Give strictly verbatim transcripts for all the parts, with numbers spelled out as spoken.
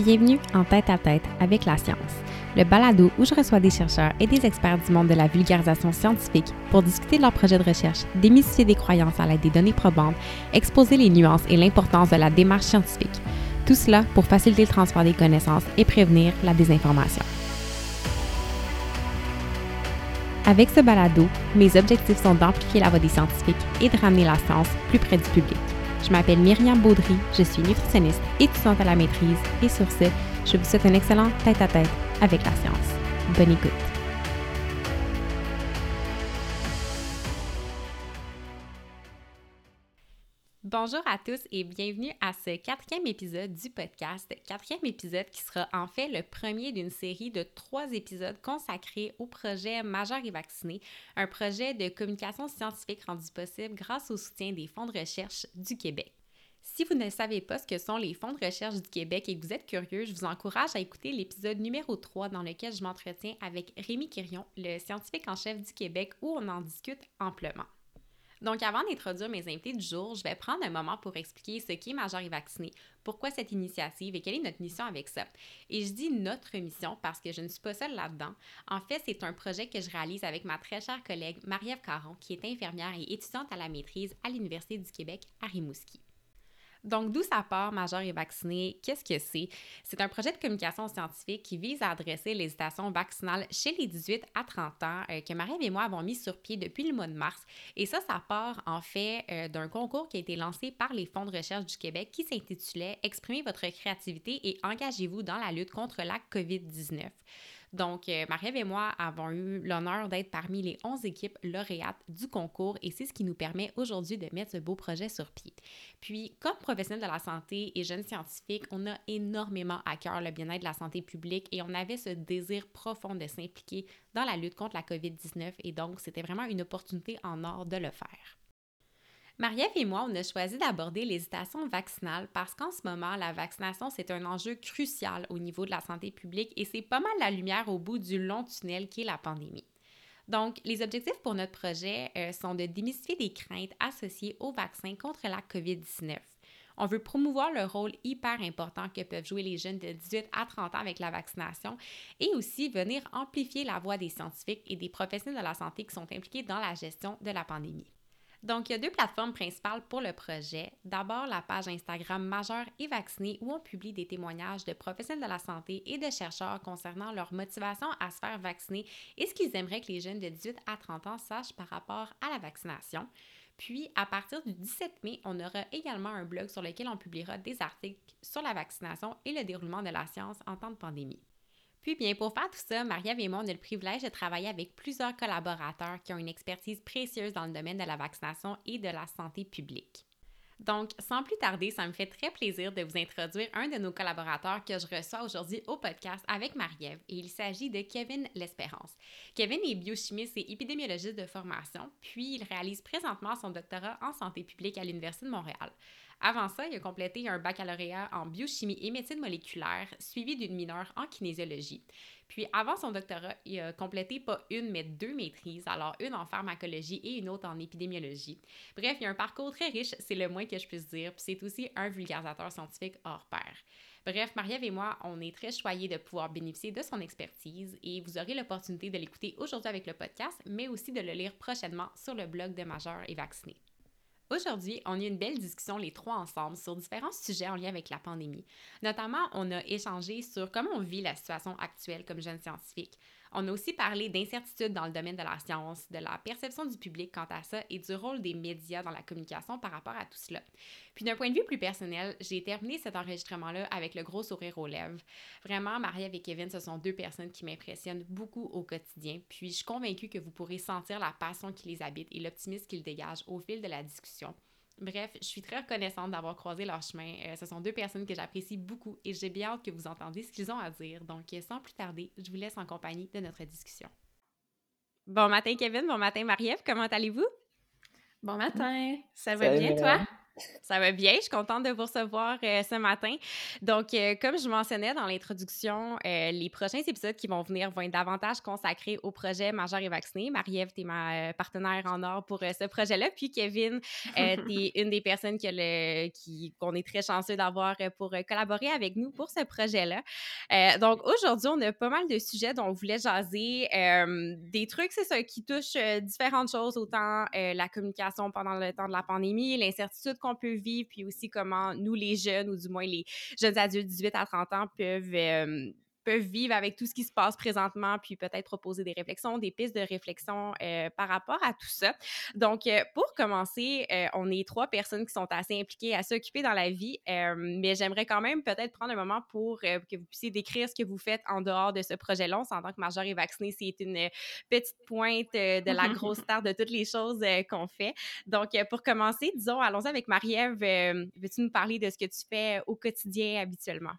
Bienvenue en Tête à Tête avec la science, le balado où je reçois des chercheurs et des experts du monde de la vulgarisation scientifique pour discuter de leurs projets de recherche, démystifier des croyances à l'aide des données probantes, exposer les nuances et l'importance de la démarche scientifique. Tout cela pour faciliter le transfert des connaissances et prévenir la désinformation. Avec ce balado, mes objectifs sont d'amplifier la voix des scientifiques et de ramener la science plus près du public. Je m'appelle Myriam Baudry, je suis nutritionniste, étudiante à la maîtrise et sur ce, je vous souhaite un excellent tête-à-tête avec la science. Bonne écoute! Bonjour à tous et bienvenue à ce quatrième épisode du podcast. Quatrième épisode qui sera en fait le premier d'une série de trois épisodes consacrés au projet Majeur et vacciné, un projet de communication scientifique rendu possible grâce au soutien des fonds de recherche du Québec. Si vous ne savez pas ce que sont les fonds de recherche du Québec et que vous êtes curieux, je vous encourage à écouter l'épisode numéro trois dans lequel je m'entretiens avec Rémi Quirion, le scientifique en chef du Québec, où on en discute amplement. Donc, avant d'introduire mes invités du jour, je vais prendre un moment pour expliquer ce qu'est Majeur et vacciné, pourquoi cette initiative et quelle est notre mission avec ça. Et je dis notre mission parce que je ne suis pas seule là-dedans. En fait, c'est un projet que je réalise avec ma très chère collègue Marie-Ève Caron, qui est infirmière et étudiante à la maîtrise à l'Université du Québec à Rimouski. Donc, d'où ça part, Majeur et vacciné? Qu'est-ce que c'est? C'est un projet de communication scientifique qui vise à adresser l'hésitation vaccinale chez les dix-huit à trente ans euh, que Marie-Ève et moi avons mis sur pied depuis le mois de mars. Et ça, ça part en fait euh, d'un concours qui a été lancé par les fonds de recherche du Québec qui s'intitulait « Exprimez votre créativité et engagez-vous dans la lutte contre la covid dix-neuf ». Donc, euh, Marie-Ève et moi avons eu l'honneur d'être parmi les onze équipes lauréates du concours et c'est ce qui nous permet aujourd'hui de mettre ce beau projet sur pied. Puis, comme professionnels de la santé et jeunes scientifiques, on a énormément à cœur le bien-être de la santé publique et on avait ce désir profond de s'impliquer dans la lutte contre la covid dix-neuf et donc, c'était vraiment une opportunité en or de le faire. Marie-Ève et moi, on a choisi d'aborder l'hésitation vaccinale parce qu'en ce moment, la vaccination, c'est un enjeu crucial au niveau de la santé publique et c'est pas mal la lumière au bout du long tunnel qui est la pandémie. Donc, les objectifs pour notre projet euh, sont de démystifier des craintes associées au vaccin contre la covid dix-neuf. On veut promouvoir le rôle hyper important que peuvent jouer les jeunes de dix-huit à trente ans avec la vaccination et aussi venir amplifier la voix des scientifiques et des professionnels de la santé qui sont impliqués dans la gestion de la pandémie. Donc, il y a deux plateformes principales pour le projet. D'abord, la page Instagram Majeur et vacciné où on publie des témoignages de professionnels de la santé et de chercheurs concernant leur motivation à se faire vacciner et ce qu'ils aimeraient que les jeunes de dix-huit à trente ans sachent par rapport à la vaccination. Puis, à partir du dix-sept mai, on aura également un blog sur lequel on publiera des articles sur la vaccination et le déroulement de la science en temps de pandémie. Puis bien, pour faire tout ça, Marie-Ève et moi, on a le privilège de travailler avec plusieurs collaborateurs qui ont une expertise précieuse dans le domaine de la vaccination et de la santé publique. Donc, sans plus tarder, ça me fait très plaisir de vous introduire un de nos collaborateurs que je reçois aujourd'hui au podcast avec Marie-Ève et il s'agit de Kevin L'Espérance. Kevin est biochimiste et épidémiologiste de formation, puis il réalise présentement son doctorat en santé publique à l'Université de Montréal. Avant ça, il a complété un baccalauréat en biochimie et médecine moléculaire, suivi d'une mineure en kinésiologie. Puis avant son doctorat, il a complété pas une, mais deux maîtrises, alors une en pharmacologie et une autre en épidémiologie. Bref, il a un parcours très riche, c'est le moins que je puisse dire, puis c'est aussi un vulgarisateur scientifique hors pair. Bref, Marie-Ève et moi, on est très choyés de pouvoir bénéficier de son expertise et vous aurez l'opportunité de l'écouter aujourd'hui avec le podcast, mais aussi de le lire prochainement sur le blog de Majeur et vacciné. Aujourd'hui, on a eu une belle discussion les trois ensemble sur différents sujets en lien avec la pandémie. Notamment, on a échangé sur comment on vit la situation actuelle comme jeune scientifique. On a aussi parlé d'incertitudes dans le domaine de la science, de la perception du public quant à ça et du rôle des médias dans la communication par rapport à tout cela. Puis d'un point de vue plus personnel, j'ai terminé cet enregistrement-là avec le gros sourire aux lèvres. Vraiment, Marie-Ève et Kevin, ce sont deux personnes qui m'impressionnent beaucoup au quotidien. Puis je suis convaincue que vous pourrez sentir la passion qui les habite et l'optimisme qu'ils dégagent au fil de la discussion. Bref, je suis très reconnaissante d'avoir croisé leur chemin. Euh, ce sont deux personnes que j'apprécie beaucoup et j'ai bien hâte que vous entendiez ce qu'ils ont à dire. Donc, sans plus tarder, je vous laisse en compagnie de notre discussion. Bon matin, Kevin. Bon matin, Marie-Ève. Comment allez-vous? Bon matin. Ça va Salut, bien, toi? Ça va bien, je suis contente de vous recevoir euh, ce matin. Donc, euh, comme je mentionnais dans l'introduction, euh, les prochains épisodes qui vont venir vont être davantage consacrés au projet Majeur et vacciné. Marie-Ève, tu es ma euh, partenaire en or pour euh, ce projet-là. Puis Kevin, euh, tu es une des personnes que le, qui, qu'on est très chanceux d'avoir euh, pour euh, collaborer avec nous pour ce projet-là. Euh, donc, aujourd'hui, on a pas mal de sujets dont on voulait jaser. Euh, des trucs, c'est ça, qui touchent euh, différentes choses, autant euh, la communication pendant le temps de la pandémie, l'incertitude qu'on peut vivre, puis aussi comment nous, les jeunes, ou du moins les jeunes adultes dix-huit à trente ans, peuvent, euh, peuvent vivre avec tout ce qui se passe présentement, puis peut-être proposer des réflexions, des pistes de réflexion euh, par rapport à tout ça. Donc, euh, pour commencer, euh, on est trois personnes qui sont assez impliquées, assez occupées dans la vie, euh, mais j'aimerais quand même peut-être prendre un moment pour euh, que vous puissiez décrire ce que vous faites en dehors de ce projet-là. On s'entend que Majeur et vacciné, c'est une petite pointe euh, de la grosse star de toutes les choses euh, qu'on fait. Donc, euh, pour commencer, disons, allons-y avec Marie-Ève. Euh, veux-tu nous parler de ce que tu fais au quotidien habituellement?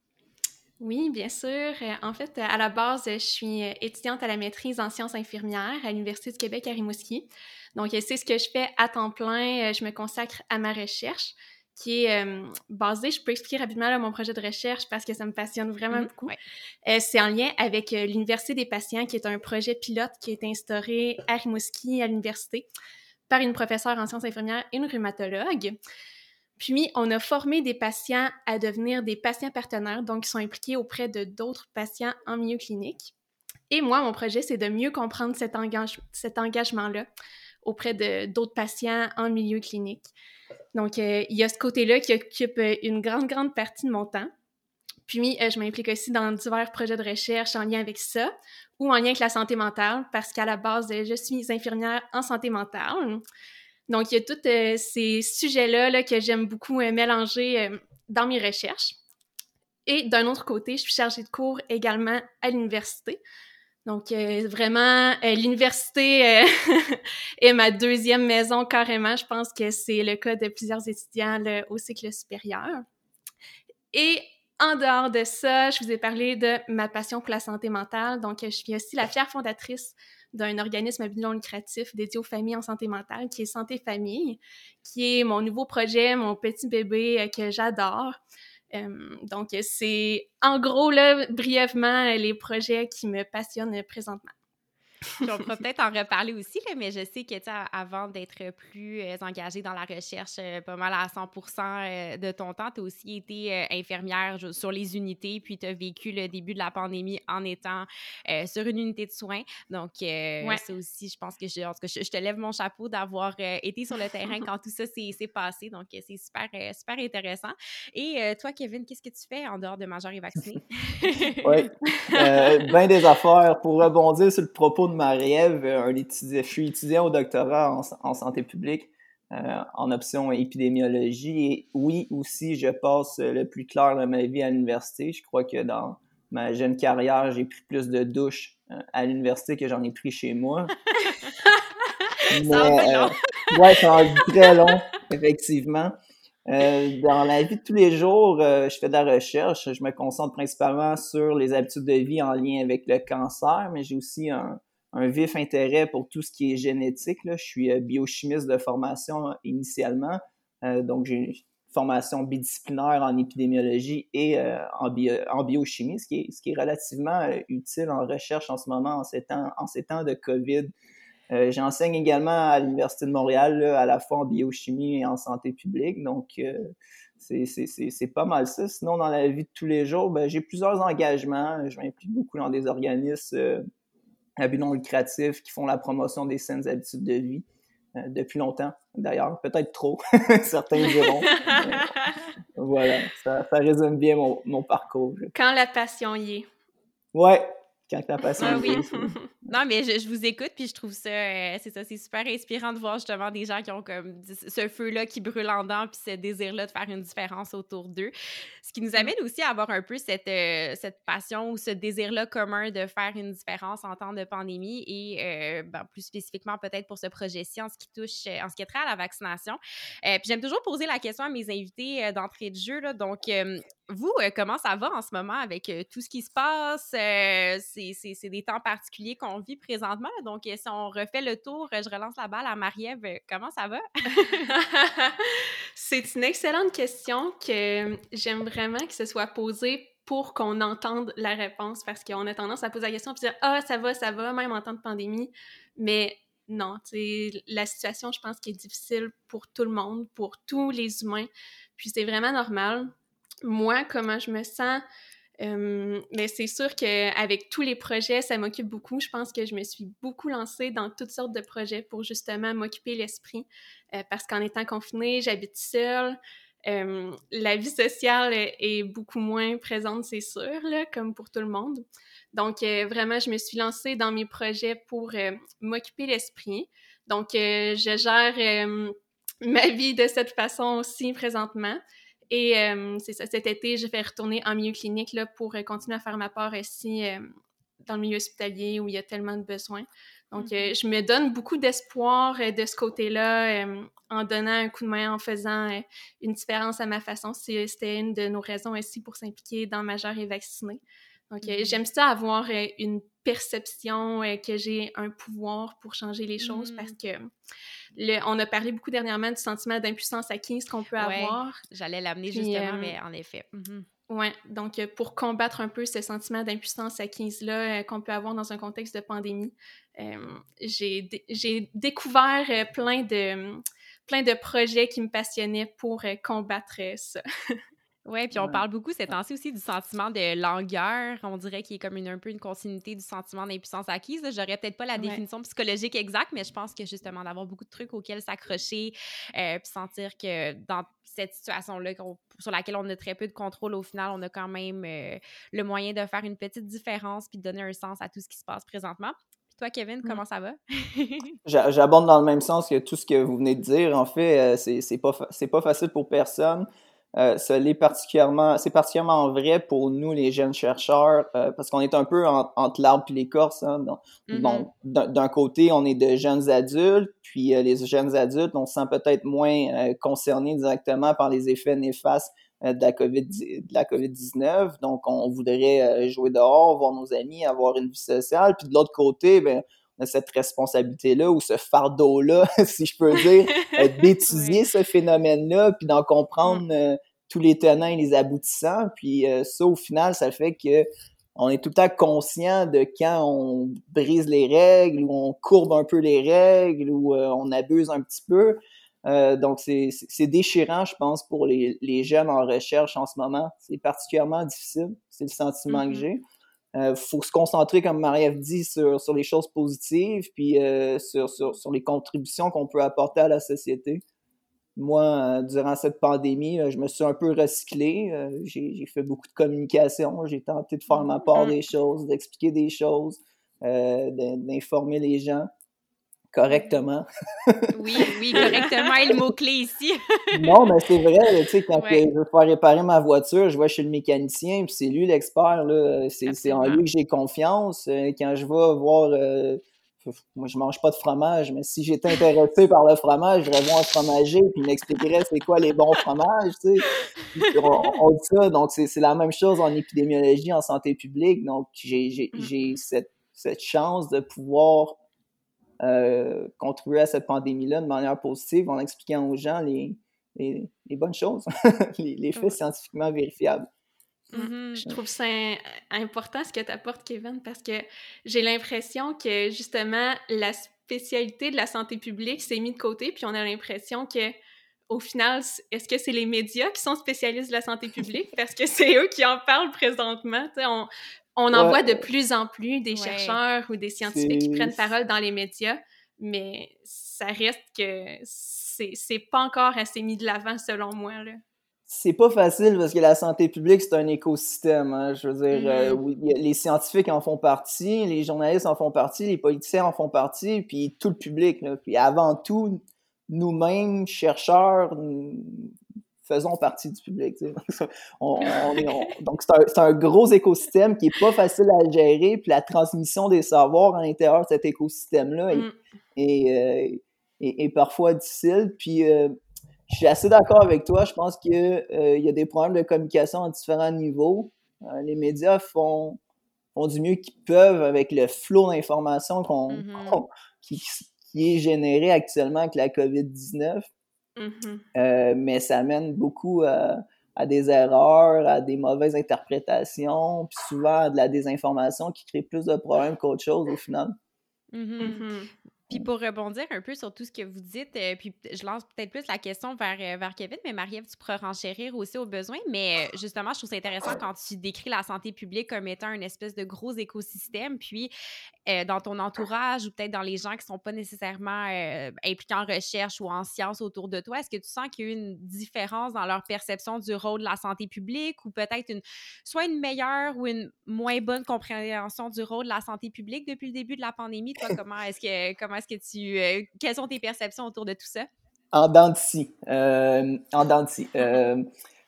Oui, bien sûr. Euh, En fait, à la base, je suis étudiante à la maîtrise en sciences infirmières à l'Université du Québec à Rimouski. Donc, euh, c'est ce que je fais à temps plein. Euh, Je me consacre à ma recherche qui est euh, basée, je peux expliquer rapidement là, mon projet de recherche parce que ça me passionne vraiment Mm-hmm. beaucoup. Ouais. Euh, c'est en lien avec euh, l'Université des patients, qui est un projet pilote qui a été instauré à Rimouski, à l'université, par une professeure en sciences infirmières et une rhumatologue. Puis, on a formé des patients à devenir des patients partenaires, donc qui sont impliqués auprès de d'autres patients en milieu clinique. Et moi, mon projet, c'est de mieux comprendre cet, engage- cet engagement-là auprès de d'autres patients en milieu clinique. Donc, euh, il y a ce côté-là qui occupe une grande, grande partie de mon temps. Puis, euh, je m'implique aussi dans divers projets de recherche en lien avec ça ou en lien avec la santé mentale, parce qu'à la base, je suis infirmière en santé mentale. Donc, il y a tous euh, ces sujets-là là, que j'aime beaucoup euh, mélanger euh, dans mes recherches. Et d'un autre côté, je suis chargée de cours également à l'université. Donc, euh, vraiment, euh, l'université euh, est ma deuxième maison carrément. Je pense que c'est le cas de plusieurs étudiants là, au cycle supérieur. Et en dehors de ça, je vous ai parlé de ma passion pour la santé mentale. Donc, je suis aussi la fière fondatrice d'un organisme à but non lucratif dédié aux familles en santé mentale, qui est Santé Famille, qui est mon nouveau projet, mon petit bébé euh, que j'adore. Euh, donc, c'est en gros, là, brièvement, les projets qui me passionnent présentement. Puis on pourra peut-être en reparler aussi, là, mais je sais que, tu sais, avant d'être plus euh, engagée dans la recherche euh, pas mal à cent pour cent euh, de ton temps, tu as aussi été euh, infirmière je- sur les unités, puis tu as vécu le début de la pandémie en étant euh, sur une unité de soins. Donc, euh, Ouais. ça aussi, je pense que je, en tout cas, je, je te lève mon chapeau d'avoir euh, été sur le terrain quand tout ça s'est s'est passé. Donc, euh, c'est super, euh, super intéressant. Et euh, toi, Kevin, qu'est-ce que tu fais en dehors de Majeur et vacciné? Oui, euh, bien des affaires. Pour rebondir sur le propos de Marie-Ève, un étudi- je suis étudiant au doctorat en, en santé publique euh, en option épidémiologie. Et oui, aussi, je passe le plus clair de ma vie à l'université. Je crois que dans ma jeune carrière, j'ai pris plus de douches euh, à l'université que j'en ai pris chez moi. Ça en dit Mais long. euh, ouais, ça en dit très long, effectivement. Euh, dans la vie de tous les jours, euh, je fais de la recherche. Je me concentre principalement sur les habitudes de vie en lien avec le cancer, mais j'ai aussi un, un vif intérêt pour tout ce qui est génétique, là. Je suis euh, biochimiste de formation euh, initialement, euh, donc j'ai une formation bidisciplinaire en épidémiologie et euh, en, bio, en biochimie, ce qui est, ce qui est relativement euh, utile en recherche en ce moment, en ces temps, en ces temps de COVID. Euh, j'enseigne également à l'Université de Montréal, là, à la fois en biochimie et en santé publique. Donc, euh, c'est, c'est, c'est, c'est pas mal ça. Sinon, dans la vie de tous les jours, ben, j'ai plusieurs engagements. Je m'implique beaucoup dans des organismes euh, à but non lucratif qui font la promotion des saines habitudes de vie. Euh, depuis longtemps, d'ailleurs. Peut-être trop, certains diront. Mais voilà, ça, ça résume bien mon, mon parcours. Quand la passion y est. Ouais, quand la passion Ah y oui. est, c'est... Non, mais je, je vous écoute, puis je trouve ça, euh, c'est ça, c'est super inspirant de voir justement des gens qui ont comme ce feu-là qui brûle en dedans, puis ce désir-là de faire une différence autour d'eux. Ce qui nous amène aussi à avoir un peu cette, euh, cette passion ou ce désir-là commun de faire une différence en temps de pandémie et euh, ben, plus spécifiquement peut-être pour ce projet-ci en ce qui touche, en ce qui est trait à la vaccination. Euh, puis j'aime toujours poser la question à mes invités euh, d'entrée de jeu, là, donc euh, vous, euh, comment ça va en ce moment avec euh, tout ce qui se passe? Euh, c'est, c'est, c'est des temps particuliers qu'on qu'on vit présentement. Donc, si on refait le tour, je relance la balle à Marie-Ève. Comment ça va? C'est une excellente question que j'aime vraiment que ce soit posée pour qu'on entende la réponse, parce qu'on a tendance à poser la question et dire « Ah, ça va, ça va, même en temps de pandémie. » Mais non, tu sais, la situation, je pense, qui est difficile pour tout le monde, pour tous les humains. Puis c'est vraiment normal. Moi, comment je me sens... Euh, mais c'est sûr qu'avec tous les projets, ça m'occupe beaucoup. Je pense que je me suis beaucoup lancée dans toutes sortes de projets pour justement m'occuper l'esprit. Euh, parce qu'en étant confinée, j'habite seule. Euh, la vie sociale est, est beaucoup moins présente, c'est sûr, là, comme pour tout le monde. Donc, euh, vraiment, je me suis lancée dans mes projets pour euh, m'occuper l'esprit. Donc, euh, je gère euh, ma vie de cette façon aussi présentement. Et euh, c'est ça, cet été, je vais retourner en milieu clinique là, pour euh, continuer à faire ma part ici euh, dans le milieu hospitalier où il y a tellement de besoins. Donc, euh, je me donne beaucoup d'espoir euh, de ce côté-là euh, en donnant un coup de main, en faisant euh, une différence à ma façon. C'est, c'était une de nos raisons aussi pour s'impliquer dans Majeur et Vacciné. Donc, euh, mm-hmm. j'aime ça avoir euh, une perception euh, que j'ai un pouvoir pour changer les choses mm-hmm. parce que le, on a parlé beaucoup dernièrement du sentiment d'impuissance acquise qu'on peut ouais, avoir. J'allais l'amener Puis, justement, euh, mais en effet. Mm-hmm. Oui, donc euh, pour combattre un peu ce sentiment d'impuissance acquise-là euh, qu'on peut avoir dans un contexte de pandémie, euh, j'ai, d- j'ai découvert euh, plein, de, plein de projets qui me passionnaient pour euh, combattre euh, ça. Oui, puis on ouais. parle beaucoup ces temps-ci aussi du sentiment de langueur. On dirait qu'il est comme une, un peu une continuité du sentiment d'impuissance acquise. Là. J'aurais peut-être pas la ouais. définition psychologique exacte, mais je pense que justement d'avoir beaucoup de trucs auxquels s'accrocher, euh, puis sentir que dans cette situation-là qu'on, sur laquelle on a très peu de contrôle, au final, on a quand même euh, le moyen de faire une petite différence puis de donner un sens à tout ce qui se passe présentement. Puis toi, Kevin, mmh. comment ça va? J'abonde dans le même sens que tout ce que vous venez de dire. En fait, euh, c'est, c'est, pas, fa- c'est pas facile pour personne. Euh, ça l'est particulièrement, c'est particulièrement vrai pour nous, les jeunes chercheurs, euh, parce qu'on est un peu en, entre l'arbre et l'écorce. Hein. Donc, mm-hmm. Bon, d'un, d'un côté, on est de jeunes adultes, puis euh, les jeunes adultes, on se sent peut-être moins euh, concernés directement par les effets néfastes euh, de la COVID, de la covid dix-neuf. Donc, on voudrait euh, jouer dehors, voir nos amis, avoir une vie sociale. Puis de l'autre côté, ben on a cette responsabilité-là ou ce fardeau-là, si je peux dire, euh, d'étudier oui. ce phénomène-là, puis d'en comprendre euh, tous les tenants et les aboutissants. Puis euh, ça, au final, ça fait que on est tout le temps conscient de quand on brise les règles ou on courbe un peu les règles ou euh, on abuse un petit peu. Euh, donc, c'est, c'est déchirant, je pense, pour les, les jeunes en recherche en ce moment. C'est particulièrement difficile. C'est le sentiment mm-hmm. que j'ai. Il euh, faut se concentrer, comme Marie-Ève dit, sur, sur les choses positives, puis euh, sur, sur, sur les contributions qu'on peut apporter à la société. Moi, euh, durant cette pandémie, euh, je me suis un peu recyclé. Euh, j'ai, j'ai fait beaucoup de communication. J'ai tenté de faire ma part des choses, d'expliquer des choses, euh, d'informer les gens correctement. Oui, oui, correctement est le mot-clé ici. Non, mais c'est vrai, tu sais, quand ouais. je veux faire réparer ma voiture, je vais chez le mécanicien, puis c'est lui l'expert, là. C'est, c'est en lui que j'ai confiance. Quand je vais voir, euh, moi, je mange pas de fromage, mais si j'étais intéressé par le fromage, j'irais voir un fromager, puis il m'expliquerait c'est quoi les bons fromages, tu sais. On, on dit ça, donc c'est, c'est la même chose en épidémiologie, en santé publique. Donc, j'ai, j'ai, j'ai cette, cette chance de pouvoir Euh, contribuer à cette pandémie-là de manière positive en expliquant aux gens les, les, les bonnes choses, les, les faits scientifiquement vérifiables. Mm-hmm. Je trouve ça important ce que tu apportes, Kevin, parce que j'ai l'impression que justement la spécialité de la santé publique s'est mise de côté, puis on a l'impression que au final, est-ce que c'est les médias qui sont spécialistes de la santé publique? Parce que c'est eux qui en parlent présentement. Tu sais, on, on en ouais. voit de plus en plus des ouais. chercheurs ou des scientifiques c'est... qui prennent parole dans les médias, mais ça reste que c'est, c'est pas encore assez mis de l'avant, selon moi, là. C'est pas facile parce que la santé publique, c'est un écosystème. Hein. Je veux dire, mm-hmm. euh, oui, les scientifiques en font partie, les journalistes en font partie, les politiciens en font partie, puis tout le public. Là. Puis avant tout, nous-mêmes, chercheurs, nous faisons partie du public. Tu sais. on, on est, on, donc, c'est un, c'est un gros écosystème qui est pas facile à gérer, puis la transmission des savoirs à l'intérieur de cet écosystème-là est, mm. est, euh, est, est parfois difficile. Puis... Euh, je suis assez d'accord avec toi. Je pense qu'il euh, y a des problèmes de communication à différents niveaux. Euh, les médias font, font du mieux qu'ils peuvent avec le flot d'informations qu'on, Mm-hmm. qu'on- qui, qui est généré actuellement avec la covid dix-neuf. Mm-hmm. Euh, mais ça amène beaucoup à, à des erreurs, à des mauvaises interprétations, puis souvent à de la désinformation qui crée plus de problèmes qu'autre chose au final. Mm-hmm. Mm-hmm. Puis pour rebondir un peu sur tout ce que vous dites, euh, puis je lance peut-être plus la question vers, euh, vers Kevin, mais Marie-Ève, tu pourras renchérir aussi au besoin. Mais euh, justement, je trouve ça intéressant quand tu décris la santé publique comme étant une espèce de gros écosystème. Puis euh, dans ton entourage ou peut-être dans les gens qui sont pas nécessairement euh, impliqués en recherche ou en sciences autour de toi, est-ce que tu sens qu'il y a eu une différence dans leur perception du rôle de la santé publique ou peut-être une soit une meilleure ou une moins bonne compréhension du rôle de la santé publique depuis le début de la pandémie? Toi, comment est-ce que comment est-ce que tu euh, quelles sont tes perceptions autour de tout ça? En dents de scie. Euh, en dents de scie. Euh,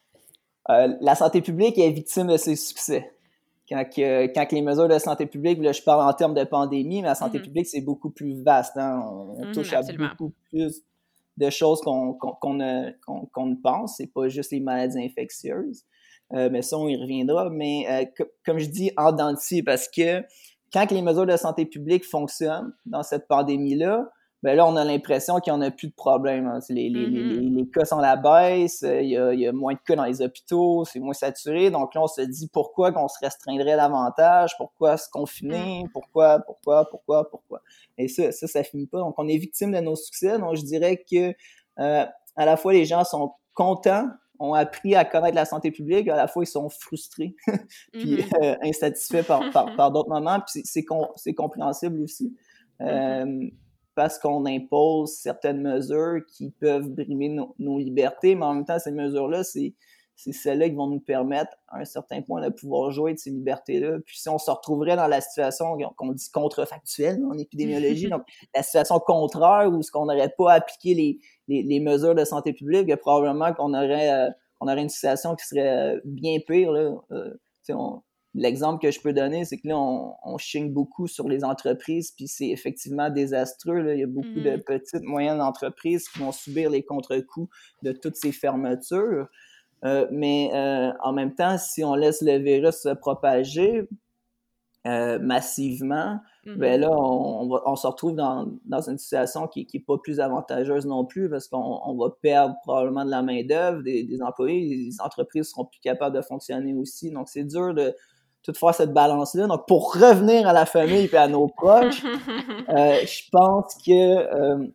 euh, la santé publique est victime de ses succès. Quand, que, quand les mesures de santé publique, là, je parle en termes de pandémie, mais la santé Mm-hmm. publique, c'est beaucoup plus vaste. Hein? On, on Mm-hmm, touche absolument. à beaucoup plus de choses qu'on, qu'on, qu'on, ne, qu'on, qu'on ne pense. C'est pas juste les maladies infectieuses. Euh, mais ça, on y reviendra. Mais euh, que, comme je dis, en dents de scie, parce que quand les mesures de santé publique fonctionnent dans cette pandémie-là, ben là, on a l'impression qu'il n'y en a plus de problème. Hein. Les, les, mm-hmm. les, les cas sont à la baisse, il y, a, il y a moins de cas dans les hôpitaux, c'est moins saturé. Donc là, on se dit pourquoi qu'on se restreindrait davantage, pourquoi se confiner, mm. pourquoi, pourquoi, pourquoi, pourquoi. Et ça, ça, ça finit pas. Donc, on est victime de nos succès. Donc, je dirais que euh, à la fois, les gens sont contents, ont appris à connaître la santé publique, à la fois, ils sont frustrés, puis mm-hmm. euh, insatisfaits par, par, par d'autres moments. Puis c'est, c'est, com- c'est compréhensible aussi. Euh, mm-hmm. Parce qu'on impose certaines mesures qui peuvent brimer nos, nos libertés, mais en même temps, ces mesures-là, c'est, c'est celles-là qui vont nous permettre, à un certain point, de pouvoir jouer de ces libertés-là. Puis si on se retrouverait dans la situation qu'on dit contrefactuelle en épidémiologie, donc la situation contraire où ce qu'on n'aurait pas appliqué les, les, les mesures de santé publique, probablement qu'on aurait, euh, on aurait une situation qui serait bien pire. Là. Euh, on, L'exemple que je peux donner, c'est que là, on, on chigne beaucoup sur les entreprises, puis c'est effectivement désastreux. Là. Il y a beaucoup mm-hmm. de petites, moyennes entreprises qui vont subir les contre-coups de toutes ces fermetures. Euh, mais euh, en même temps, si on laisse le virus se propager euh, massivement, mm-hmm. ben là, on, on, va, on se retrouve dans, dans une situation qui n'est pas plus avantageuse non plus parce qu'on on va perdre probablement de la main-d'œuvre, des, des employés, les entreprises seront plus capables de fonctionner aussi. Donc, c'est dur de tout faire cette balance-là. Donc, pour revenir à la famille et à nos proches, euh, je pense que euh,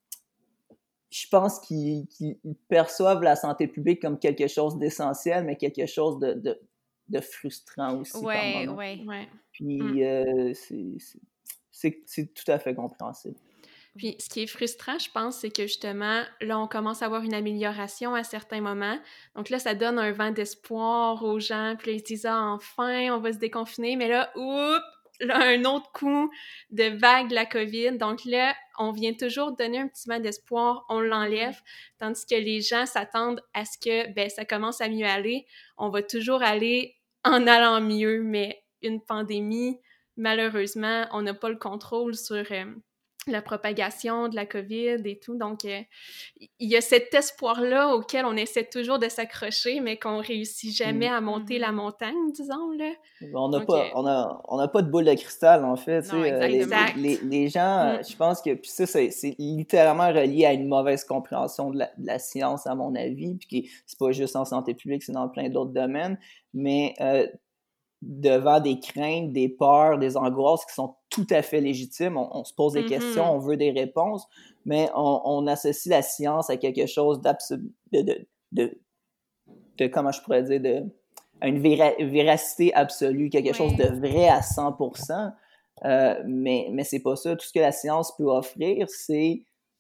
je pense qu'ils, qu'ils perçoivent la santé publique comme quelque chose d'essentiel, mais quelque chose de, de, de frustrant aussi ouais, par moment. Ouais, ouais. Puis mm. euh, c'est, c'est, c'est, c'est tout à fait compréhensible. Puis, ce qui est frustrant, je pense, c'est que justement, là, on commence à avoir une amélioration à certains moments. Donc là, ça donne un vent d'espoir aux gens. Puis là, ils se disent « Ah, enfin, on va se déconfiner. » Mais là, oups, là, un autre coup de vague de la COVID. Donc là, on vient toujours donner un petit vent d'espoir, on l'enlève. Tandis que les gens s'attendent à ce que, ben, ça commence à mieux aller. On va toujours aller en allant mieux. Mais une pandémie, malheureusement, on n'a pas le contrôle sur... Euh, la propagation de la COVID et tout. Donc, il euh, y a cet espoir-là auquel on essaie toujours de s'accrocher, mais qu'on réussit jamais à monter mm-hmm. la montagne, disons, là. On n'a pas, euh... on a, on a pas de boule de cristal, en fait. Non, exact. Les, les, les gens, mm. je pense que... Puis ça, c'est, c'est littéralement relié à une mauvaise compréhension de la, de la science, à mon avis, puis qui, c'est pas juste en santé publique, c'est dans plein d'autres domaines, mais... Euh, devant des craintes, des peurs, des angoisses qui sont tout à fait légitimes. On, on se pose des mm-hmm. questions, on veut des réponses, mais on, on associe la science à quelque chose d'absolu, de, de, de, de, comment je pourrais dire, de, à une véra- véracité absolue, quelque oui. chose de vrai à cent pour cent. Euh, mais, mais c'est pas ça. Tout ce que la science peut offrir, c'est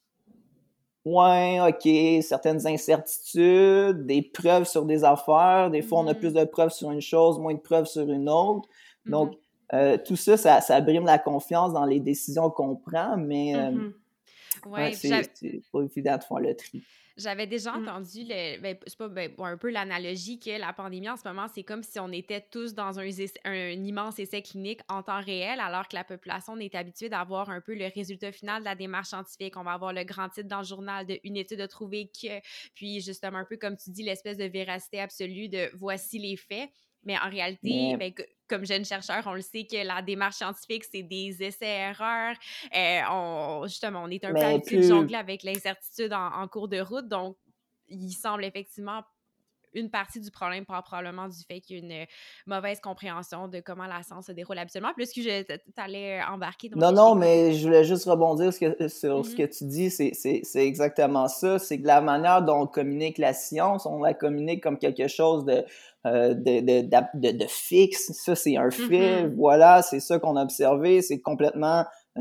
ouais, OK, certaines incertitudes, des preuves sur des affaires. Des fois, mm-hmm. on a plus de preuves sur une chose, moins de preuves sur une autre. Mm-hmm. Donc, euh, tout ça, ça, ça brime la confiance dans les décisions qu'on prend, mais euh, mm-hmm. ouais, ouais, c'est, c'est pas évident de faire le tri. J'avais déjà entendu, le, ben, c'est pas, ben, un peu l'analogie que la pandémie en ce moment, c'est comme si on était tous dans un, un immense essai clinique en temps réel, alors que la population, on est habitué d'avoir un peu le résultat final de la démarche scientifique. On va avoir le grand titre dans le journal de une étude a trouvé que, puis justement un peu comme tu dis, l'espèce de véracité absolue de voici les faits. Mais en réalité, Mais ben, c- comme jeune chercheur, on le sait que la démarche scientifique, c'est des essais-erreurs. Euh, on, justement, on est un peu mais habitué de plus jongler avec l'incertitude en, en cours de route. Donc, il semble effectivement une partie du problème part probablement du fait qu'il y a une mauvaise compréhension de comment la science se déroule habituellement. Plus que je t'allais embarquer, donc Non, je non, t'écoute. mais je voulais juste rebondir ce que- sur ce Mhm. que tu dis, c'est, c'est, c'est exactement ça. C'est que la manière dont on communique la science, on la communique comme quelque chose de, euh, de, de, de, de, de fixe. Ça, c'est un fait. Mhm. Voilà, c'est ça qu'on a observé. C'est complètement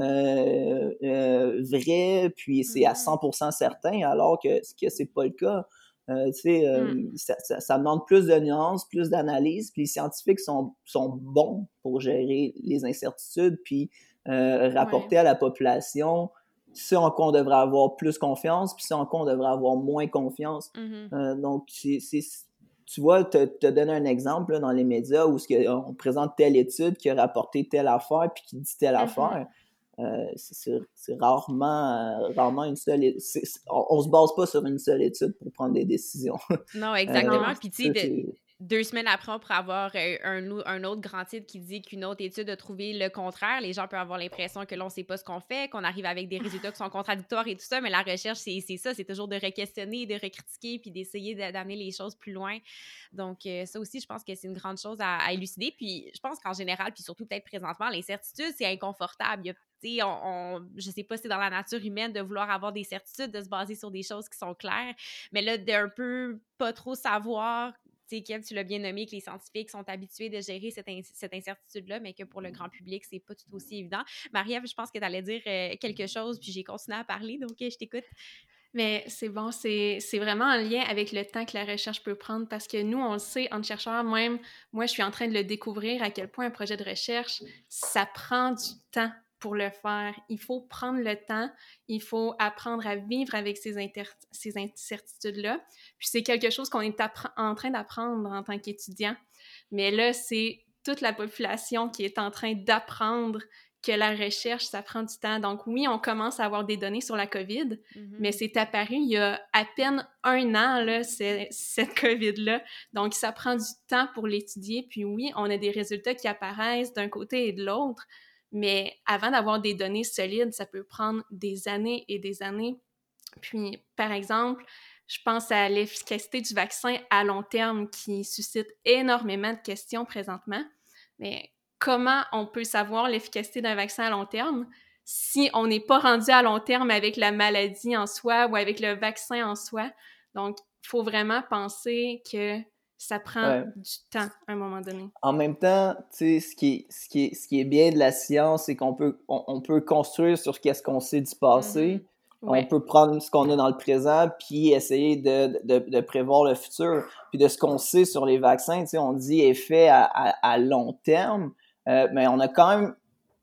euh, euh, vrai, puis c'est à Mhm. cent pour cent certain, alors que, que c'est pas le cas. Euh, tu sais, euh, Mm. ça, ça, ça demande plus de nuances, plus d'analyse, puis les scientifiques sont, sont bons pour gérer les incertitudes, puis euh, Ouais. rapporter à la population ce en quoi on devrait avoir plus confiance, puis ce en quoi on devrait avoir moins confiance. Mhm. Euh, donc, c'est, c'est, tu vois, te, te donner un exemple là, dans les médias où que, on présente telle étude qui a rapporté telle affaire, puis qui dit telle Mhm. affaire. Euh, c'est, c'est, c'est rarement, euh, rarement une seule é- c'est, c'est- on, on se base pas sur une seule étude pour prendre des décisions. Non, Euh, Non. exactement. Puis, tu sais, ça, de- c'est... deux semaines après, on pourrait avoir euh, un, ou- un autre grand titre qui dit qu'une autre étude a trouvé le contraire. Les gens peuvent avoir l'impression que l'on ne sait pas ce qu'on fait, qu'on arrive avec des résultats qui sont contradictoires et tout ça, mais la recherche, c'est c'est ça, c'est toujours de re-questionner, de recritiquer, puis d'essayer de- d'amener les choses plus loin. Donc, euh, ça aussi, je pense que c'est une grande chose à, à élucider. Puis, je pense qu'en général, puis surtout peut-être présentement, l'incertitude, c'est inconfortable. Il y a tu sais, on, on, je sais pas si c'est dans la nature humaine de vouloir avoir des certitudes, de se baser sur des choses qui sont claires, mais là, d'un peu pas trop savoir, tu sais, Kev, tu l'as bien nommé, que les scientifiques sont habitués de gérer cette, in- cette incertitude-là, mais que pour le grand public, c'est pas tout aussi évident. Marie-Ève, je pense que tu allais dire euh, quelque chose, puis j'ai continué à parler, donc euh, je t'écoute. Mais c'est bon, c'est c'est vraiment en lien avec le temps que la recherche peut prendre parce que nous, on le sait, en chercheurs, même moi, je suis en train de le découvrir à quel point un projet de recherche, ça prend du temps pour le faire. Il faut prendre le temps, il faut apprendre à vivre avec ces, inter- ces incertitudes-là. Puis c'est quelque chose qu'on est appre- en train d'apprendre en tant qu'étudiant. Mais là, c'est toute la population qui est en train d'apprendre que la recherche, ça prend du temps. Donc oui, on commence à avoir des données sur la COVID, Mm-hmm. mais c'est apparu il y a à peine un an, là, c'est, cette COVID-là. Donc, ça prend du temps pour l'étudier. Puis oui, on a des résultats qui apparaissent d'un côté et de l'autre, mais avant d'avoir des données solides, ça peut prendre des années et des années. Puis, par exemple, je pense à l'efficacité du vaccin à long terme qui suscite énormément de questions présentement. Mais comment on peut savoir l'efficacité d'un vaccin à long terme si on n'est pas rendu à long terme avec la maladie en soi ou avec le vaccin en soi? Donc, il faut vraiment penser que ça prend Ouais. du temps à un moment donné. En même temps, tu sais, ce qui est, ce qui est, ce qui est bien de la science, c'est qu'on peut, on, on peut construire sur ce qu'on sait du passé. Mm-hmm. On Ouais. peut prendre ce qu'on a dans le présent, puis essayer de, de, de prévoir le futur. Puis de ce qu'on sait sur les vaccins, tu sais, on dit effet à, à, à long terme, euh, mais on a quand même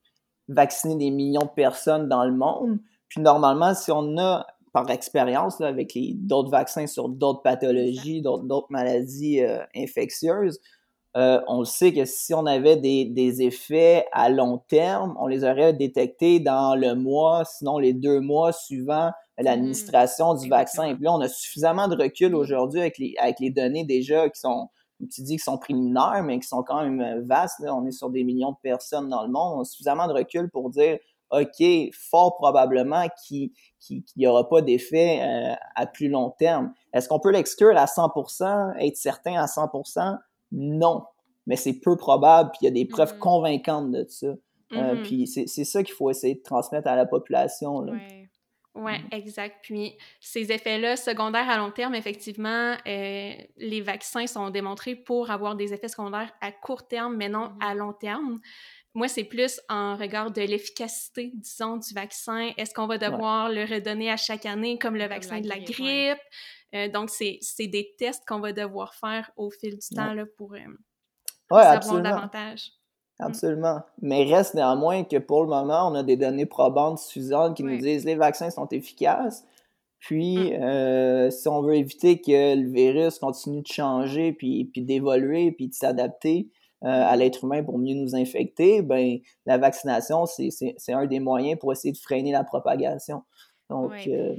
vacciné des millions de personnes dans le monde. Puis normalement, si on a, par expérience, là, avec les, d'autres vaccins sur d'autres pathologies, d'autres, d'autres maladies euh, infectieuses, Euh, on le sait que si on avait des, des effets à long terme, on les aurait détectés dans le mois, sinon les deux mois suivant l'administration du vaccin. Et puis là, on a suffisamment de recul aujourd'hui avec les, avec les données déjà qui sont, comme tu dis, qui sont préliminaires, mais qui sont quand même vastes. Là. On est sur des millions de personnes dans le monde. On a suffisamment de recul pour dire, OK, fort probablement qu'il qu'il n'y aura pas d'effet euh, à plus long terme. Est-ce qu'on peut l'exclure à cent pour cent, être certain à cent pour cent? Non, mais c'est peu probable, puis il y a des preuves Mm-hmm. convaincantes de ça. Mm-hmm. Euh, puis c'est, c'est ça qu'il faut essayer de transmettre à la population. Là. Ouais. Oui, exact. Puis ces effets-là secondaires à long terme, effectivement, euh, les vaccins sont démontrés pour avoir des effets secondaires à court terme, mais non Mm-hmm. à long terme. Moi, c'est plus en regard de l'efficacité, disons, du vaccin. Est-ce qu'on va devoir ouais. le redonner à chaque année comme le comme vaccin la de la grippe? grippe? Ouais. Euh, donc, c'est, c'est des tests qu'on va devoir faire au fil du temps ouais. là, pour, euh, pour ouais, savoir absolument. davantage. Absolument. Mm. Mais reste néanmoins que pour le moment, on a des données probantes suffisantes qui ouais. nous disent que les vaccins sont efficaces. Puis, mm. euh, si on veut éviter que le virus continue de changer, puis, puis d'évoluer, puis de s'adapter euh, mm. à l'être humain pour mieux nous infecter, ben la vaccination, c'est, c'est, c'est un des moyens pour essayer de freiner la propagation. Donc, ouais. euh,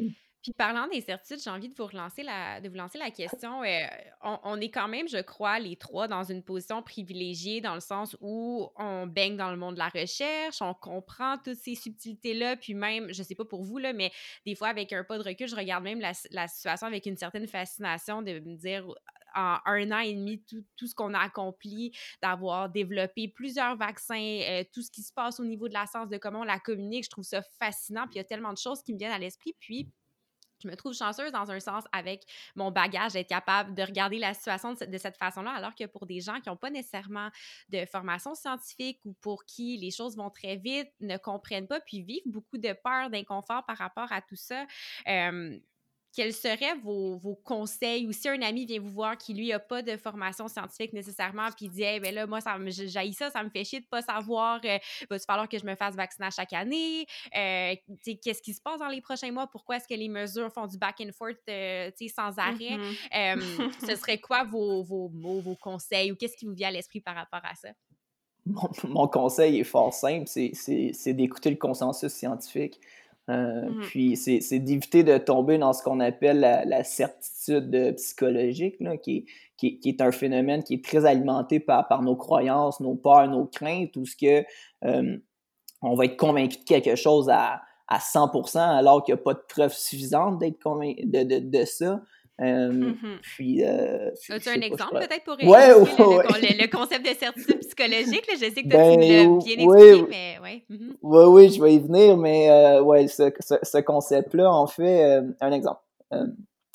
Puis parlant d'incertitude, j'ai envie de vous relancer la, de vous lancer la question. Euh, on, on est quand même, je crois, les trois dans une position privilégiée dans le sens où on baigne dans le monde de la recherche, on comprend toutes ces subtilités-là, puis même, je sais pas pour vous, là, mais des fois, avec un pas de recul, je regarde même la, la situation avec une certaine fascination de me dire en un an et demi, tout, tout ce qu'on a accompli, d'avoir développé plusieurs vaccins, euh, tout ce qui se passe au niveau de la science, de comment on la communique, je trouve ça fascinant, puis il y a tellement de choses qui me viennent à l'esprit, puis je me trouve chanceuse dans un sens avec mon bagage d'être capable de regarder la situation de, de cette façon-là, alors que pour des gens qui n'ont pas nécessairement de formation scientifique ou pour qui les choses vont très vite, ne comprennent pas, puis vivent beaucoup de peur, d'inconfort par rapport à tout ça, euh, quels seraient vos, vos conseils? Ou si un ami vient vous voir qui, lui, n'a pas de formation scientifique nécessairement, puis il dit, hey, ben là, moi, ça me, j'haïs ça, ça me fait chier de ne pas savoir, euh, va-t-il falloir que je me fasse vacciner à chaque année? Euh, qu'est-ce qui se passe dans les prochains mois? Pourquoi est-ce que les mesures font du back and forth euh, sans arrêt? Mm-hmm. euh, ce serait quoi vos, vos mots, vos conseils, ou qu'est-ce qui vous vient à l'esprit par rapport à ça? Mon, mon conseil est fort simple, c'est, c'est, c'est d'écouter le consensus scientifique. Euh, mm-hmm. Puis c'est, c'est d'éviter de tomber dans ce qu'on appelle la, la certitude psychologique, là, qui, est, qui, est, qui est un phénomène qui est très alimenté par, par nos croyances, nos peurs, nos craintes, où ce que, euh, on va être convaincu de quelque chose à, à cent pour cent alors qu'il n'y a pas de preuve suffisante d'être convaincu de, de, de ça. Euh, mm-hmm. Puis, euh, as-tu un exemple pas, peut-être pour ouais, illustrer ouais, le, ouais. le, le concept de certitude psychologique? Là, je sais que toi, ben, tu l'as bien ouais, expliqué, mais ouais. Mm-hmm. Oui, oui, je vais y venir, mais euh, ouais, ce, ce, ce concept-là, en fait, euh, un exemple. Euh,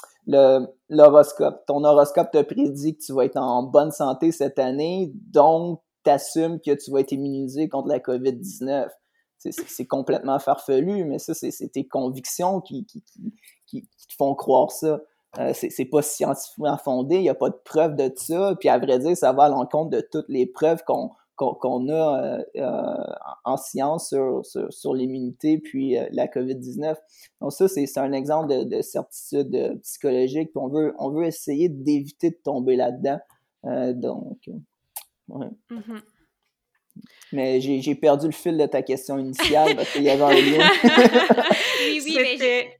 le, l'horoscope. Ton horoscope te prédit que tu vas être en bonne santé cette année, donc t'assumes que tu vas être immunisé contre la covid dix-neuf. C'est, c'est, c'est complètement farfelu, mais ça, c'est, c'est tes convictions qui, qui, qui, qui, qui te font croire ça. Euh, c'est, c'est pas scientifiquement fondé, il n'y a pas de preuve de ça, puis à vrai dire, ça va à l'encontre de toutes les preuves qu'on, qu'on, qu'on a euh, euh, en science sur, sur, sur l'immunité puis euh, la covid dix-neuf. Donc ça, c'est, c'est un exemple de, de certitude euh, psychologique, puis on veut, on veut essayer d'éviter de tomber là-dedans. Euh, donc, ouais. Mm-hmm. Mais j'ai, j'ai perdu le fil de ta question initiale parce qu'il y avait un lien. oui, oui, mais j'ai...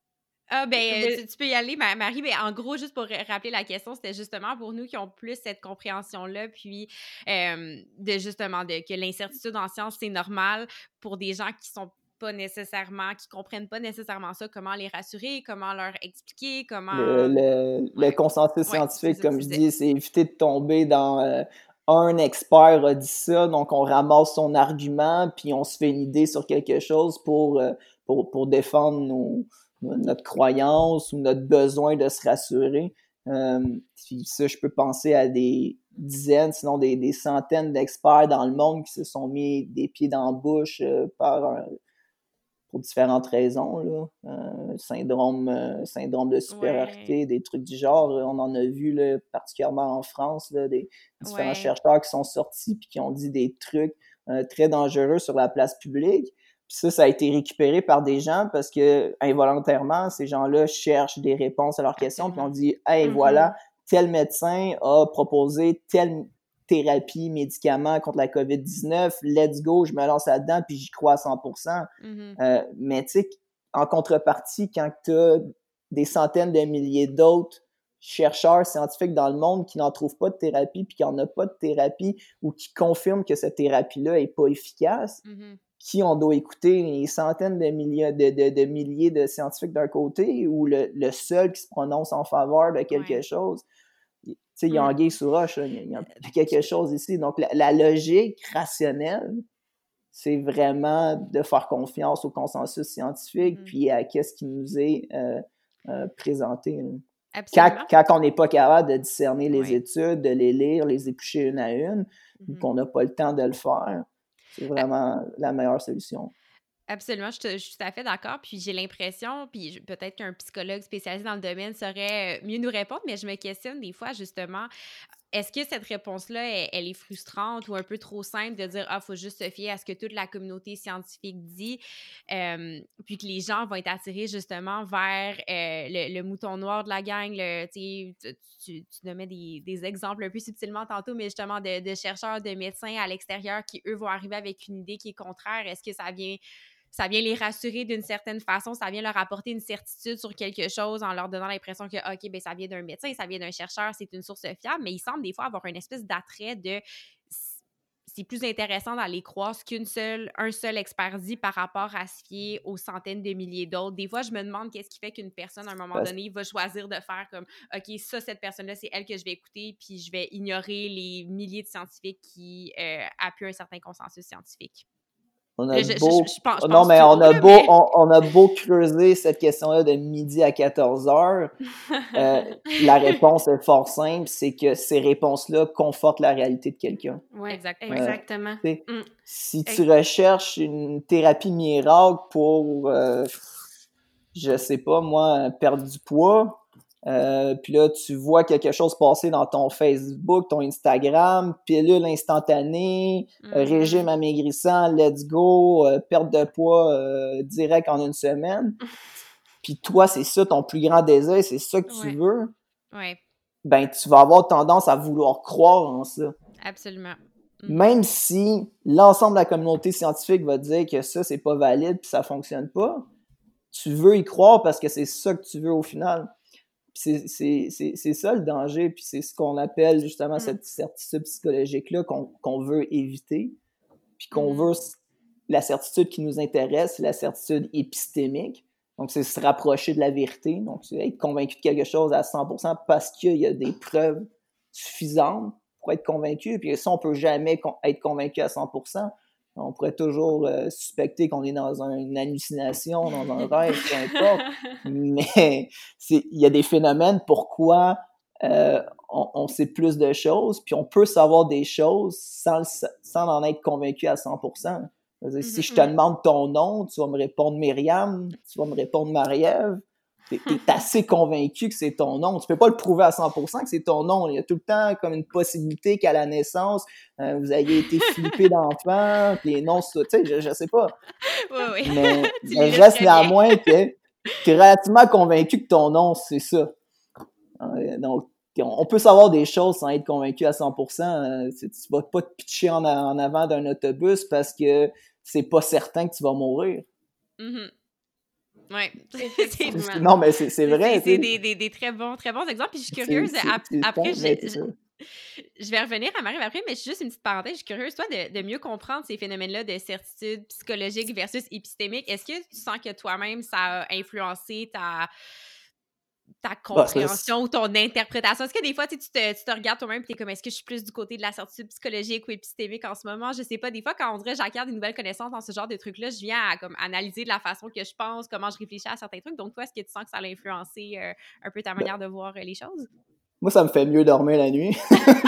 Ah, ben, tu, tu peux y aller, Marie. Mais en gros, juste pour rappeler la question, c'était justement pour nous qui ont plus cette compréhension-là, puis euh, de justement de, que l'incertitude en sciences, c'est normal pour des gens qui sont pas nécessairement, qui comprennent pas nécessairement ça, comment les rassurer, comment leur expliquer, comment... Le, le, ouais. le consensus ouais, scientifique, comme je dis, c'est éviter de tomber dans... Euh, un expert a dit ça, donc on ramasse son argument, puis on se fait une idée sur quelque chose pour, euh, pour, pour défendre nos, notre croyance ou notre besoin de se rassurer. Euh, puis ça, je peux penser à des dizaines, sinon des, des centaines d'experts dans le monde qui se sont mis des pieds dans la bouche euh, par un, pour différentes raisons, là. Euh, syndrome, euh, syndrome de supériorité, ouais. Des trucs du genre. On en a vu là, particulièrement en France, là, des différents ouais. chercheurs qui sont sortis et qui ont dit des trucs euh, très dangereux sur la place publique. Puis ça, ça a été récupéré par des gens parce que involontairement, ces gens-là cherchent des réponses à leurs questions. Puis on dit, hey, mm-hmm. voilà, tel médecin a proposé tel thérapie, médicaments contre la covid dix-neuf, let's go, je me lance là-dedans, puis j'y crois à cent pour cent. Mm-hmm. Euh, mais tu sais, en contrepartie, quand tu as des centaines de milliers d'autres chercheurs scientifiques dans le monde qui n'en trouvent pas de thérapie, puis qui n'en ont pas de thérapie, ou qui confirment que cette thérapie-là n'est pas efficace, mm-hmm. qui on doit écouter? Les centaines de milliers de, de, de milliers de scientifiques d'un côté, ou le, le seul qui se prononce en faveur de quelque ouais. chose? Tu sais, il y a mm. anguille sous roche, il y, y a quelque chose ici. Donc, la, la logique rationnelle, c'est vraiment de faire confiance au consensus scientifique, mm. puis à qu'est-ce qui nous est euh, euh, présenté. Quand, quand on n'est pas capable de discerner les ouais. études, de les lire, les éplucher une à une, mm. ou qu'on n'a pas le temps de le faire, c'est vraiment ah. la meilleure solution. Absolument, je, te, je suis tout à fait d'accord. Puis j'ai l'impression, puis peut-être qu'un psychologue spécialisé dans le domaine saurait mieux nous répondre, mais je me questionne des fois justement, est-ce que cette réponse-là, elle, elle est frustrante ou un peu trop simple de dire « Ah, il faut juste se fier à ce que toute la communauté scientifique dit euh, », puis que les gens vont être attirés justement vers euh, le, le mouton noir de la gang. Le, tu, tu, tu nommais des, des exemples un peu subtilement tantôt, mais justement de, de chercheurs, de médecins à l'extérieur qui, eux, vont arriver avec une idée qui est contraire. Est-ce que ça vient... ça vient les rassurer d'une certaine façon, ça vient leur apporter une certitude sur quelque chose en leur donnant l'impression que, OK, ben ça vient d'un médecin, ça vient d'un chercheur, c'est une source fiable, mais ils semblent des fois avoir une espèce d'attrait de c'est plus intéressant d'aller croire ce qu'une seule, un seul expert dit par rapport à se fier aux centaines de milliers d'autres. Des fois, je me demande qu'est-ce qui fait qu'une personne, à un moment Parce- donné, va choisir de faire comme, OK, ça, cette personne-là, c'est elle que je vais écouter, puis je vais ignorer les milliers de scientifiques qui euh, appuient un certain consensus scientifique. On a Je, je, beau... je, je pense, je non, pense mais tout on haut, a là, beau, mais... on, on a beau creuser cette question-là de midi à quatorze heures, euh, la réponse est fort simple, c'est que ces réponses-là confortent la réalité de quelqu'un. Ouais, Exactement. exactement. Tu sais, Mm. si Ex- tu recherches une thérapie miracle pour, euh, je sais pas moi, perdre du poids, euh, puis là, tu vois quelque chose passer dans ton Facebook, ton Instagram, pilule instantanée, euh, Mhm. régime amaigrissant, let's go, euh, perte de poids euh, direct en une semaine. Puis toi, c'est ça ton plus grand désir, c'est ça que tu Ouais. veux, Ouais, ben tu vas avoir tendance à vouloir croire en ça. absolument. Mhm. Même si l'ensemble de la communauté scientifique va te dire que ça, c'est pas valide puis ça fonctionne pas, tu veux y croire parce que c'est ça que tu veux au final. C'est, c'est, c'est, c'est ça le danger, puis c'est ce qu'on appelle justement Mm. cette certitude psychologique-là qu'on, qu'on veut éviter, puis qu'on Mhm. veut la certitude qui nous intéresse, c'est la certitude épistémique. Donc, c'est se rapprocher de la vérité. Donc, c'est être convaincu de quelque chose à cent pour cent parce qu'il y a des preuves suffisantes pour être convaincu. Puis ça, on peut jamais con- être convaincu à cent pour cent. On pourrait toujours euh, suspecter qu'on est dans un- une hallucination, dans un rêve, peu importe. Mais c'est, il y a des phénomènes pourquoi euh, on, on sait plus de choses, puis on peut savoir des choses sans, le- sans en être convaincu à cent pour cent. C'est-à-dire, si je te Mhm. demande ton nom, tu vas me répondre Myriam, tu vas me répondre Marie-Ève. T'es, t'es assez convaincu que c'est ton nom. Tu peux pas le prouver à cent pour cent que c'est ton nom. Il y a tout le temps comme une possibilité qu'à la naissance, euh, vous ayez été flippé d'enfant, puis les noms, tu sais, je, je sais pas. Oui, oui. Mais Tu ben, l'illustres reste très bien. néanmoins que tu es relativement convaincu que ton nom, c'est ça. Euh, Donc, on on peut savoir des choses sans être convaincu à cent pour cent. Euh, tu tu vas pas te pitcher en, a- en avant d'un autobus parce que c'est pas certain que tu vas mourir. Mhm. Oui, c'est Effectivement. Non, mais c'est c'est c'est- vrai, c'est- tu c'est sais. des, des, des très bons, très bons exemples. Puis je suis C'est curieuse, c'est- ap- c'est après, ça, mais c'est je, ça. je, je vais revenir à Marie après, mais je suis juste une petite parenthèse. Je suis curieuse, toi, de, de mieux comprendre ces phénomènes-là de certitude psychologique versus épistémique. Est-ce que tu sens que toi-même, ça a influencé ta, ta Bah, ça, compréhension ou ton interprétation? Est-ce que des fois, tu sais, tu te, tu te regardes toi-même et tu es comme, est-ce que je suis plus du côté de la certitude psychologique ou épistémique en ce moment? Je sais pas. Des fois, quand on dirait j'acquiert des nouvelles connaissances dans ce genre de trucs-là, je viens à comme, analyser de la façon que je pense, comment je réfléchis à certains trucs. Donc, toi, est-ce que tu sens que ça a influencé euh, un peu ta ben, manière de voir euh, les choses? moi, ça me fait mieux dormir la nuit.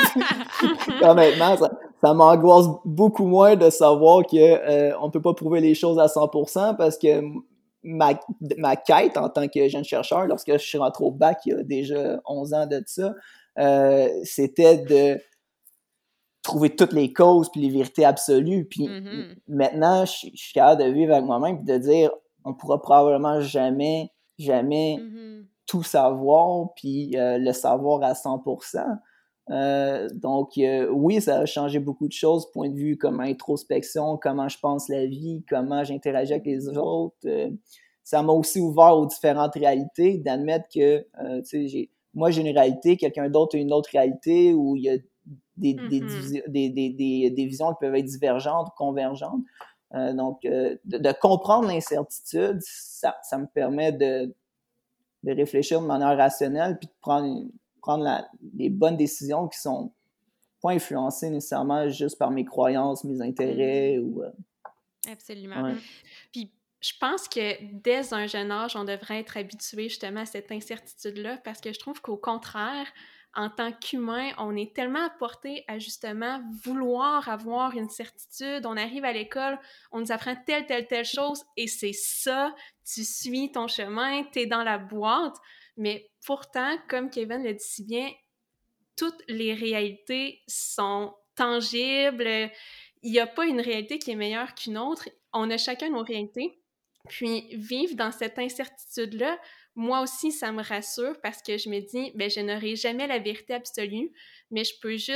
Honnêtement, ça, ça m'angoisse beaucoup moins de savoir que euh, on peut pas prouver les choses à cent pour cent parce que ma, ma quête en tant que jeune chercheur, lorsque je suis rentré au bac il y a déjà onze ans de ça, euh, c'était de trouver toutes les causes puis les vérités absolues. Puis Mm-hmm. maintenant, je, je suis capable de vivre avec moi-même et de dire on pourra probablement jamais, jamais Mm-hmm. tout savoir puis euh, le savoir à cent pour cent. Euh, donc, euh, oui, ça a changé beaucoup de choses, point de vue comme introspection, comment je pense la vie, comment j'interagis avec les autres. Euh, ça m'a aussi ouvert aux différentes réalités, d'admettre que, euh, tu sais, j'ai, moi j'ai une réalité, quelqu'un d'autre a une autre réalité, où il y a des, des, Mhm. des, des, des, des visions qui peuvent être divergentes ou convergentes. Euh, donc, euh, de, de comprendre l'incertitude, ça, ça me permet de, de réfléchir de manière rationnelle puis de prendre, prendre la, les bonnes décisions qui sont pas influencées nécessairement juste par mes croyances, mes intérêts Mm-hmm. ou... euh, Absolument. ouais. Mm. Puis je pense que dès un jeune âge, on devrait être habitué justement à cette incertitude-là parce que je trouve qu'au contraire, en tant qu'humain, on est tellement apporté à justement vouloir avoir une certitude. On arrive à l'école, on nous apprend telle, telle, telle chose et c'est ça, tu suis ton chemin, t'es dans la boîte. Mais pourtant, comme Kevin le dit si bien, toutes les réalités sont tangibles. Il n'y a pas une réalité qui est meilleure qu'une autre. On a chacun nos réalités. Puis vivre dans cette incertitude-là, moi aussi, ça me rassure parce que je me dis, ben, je n'aurai jamais la vérité absolue, mais je peux juste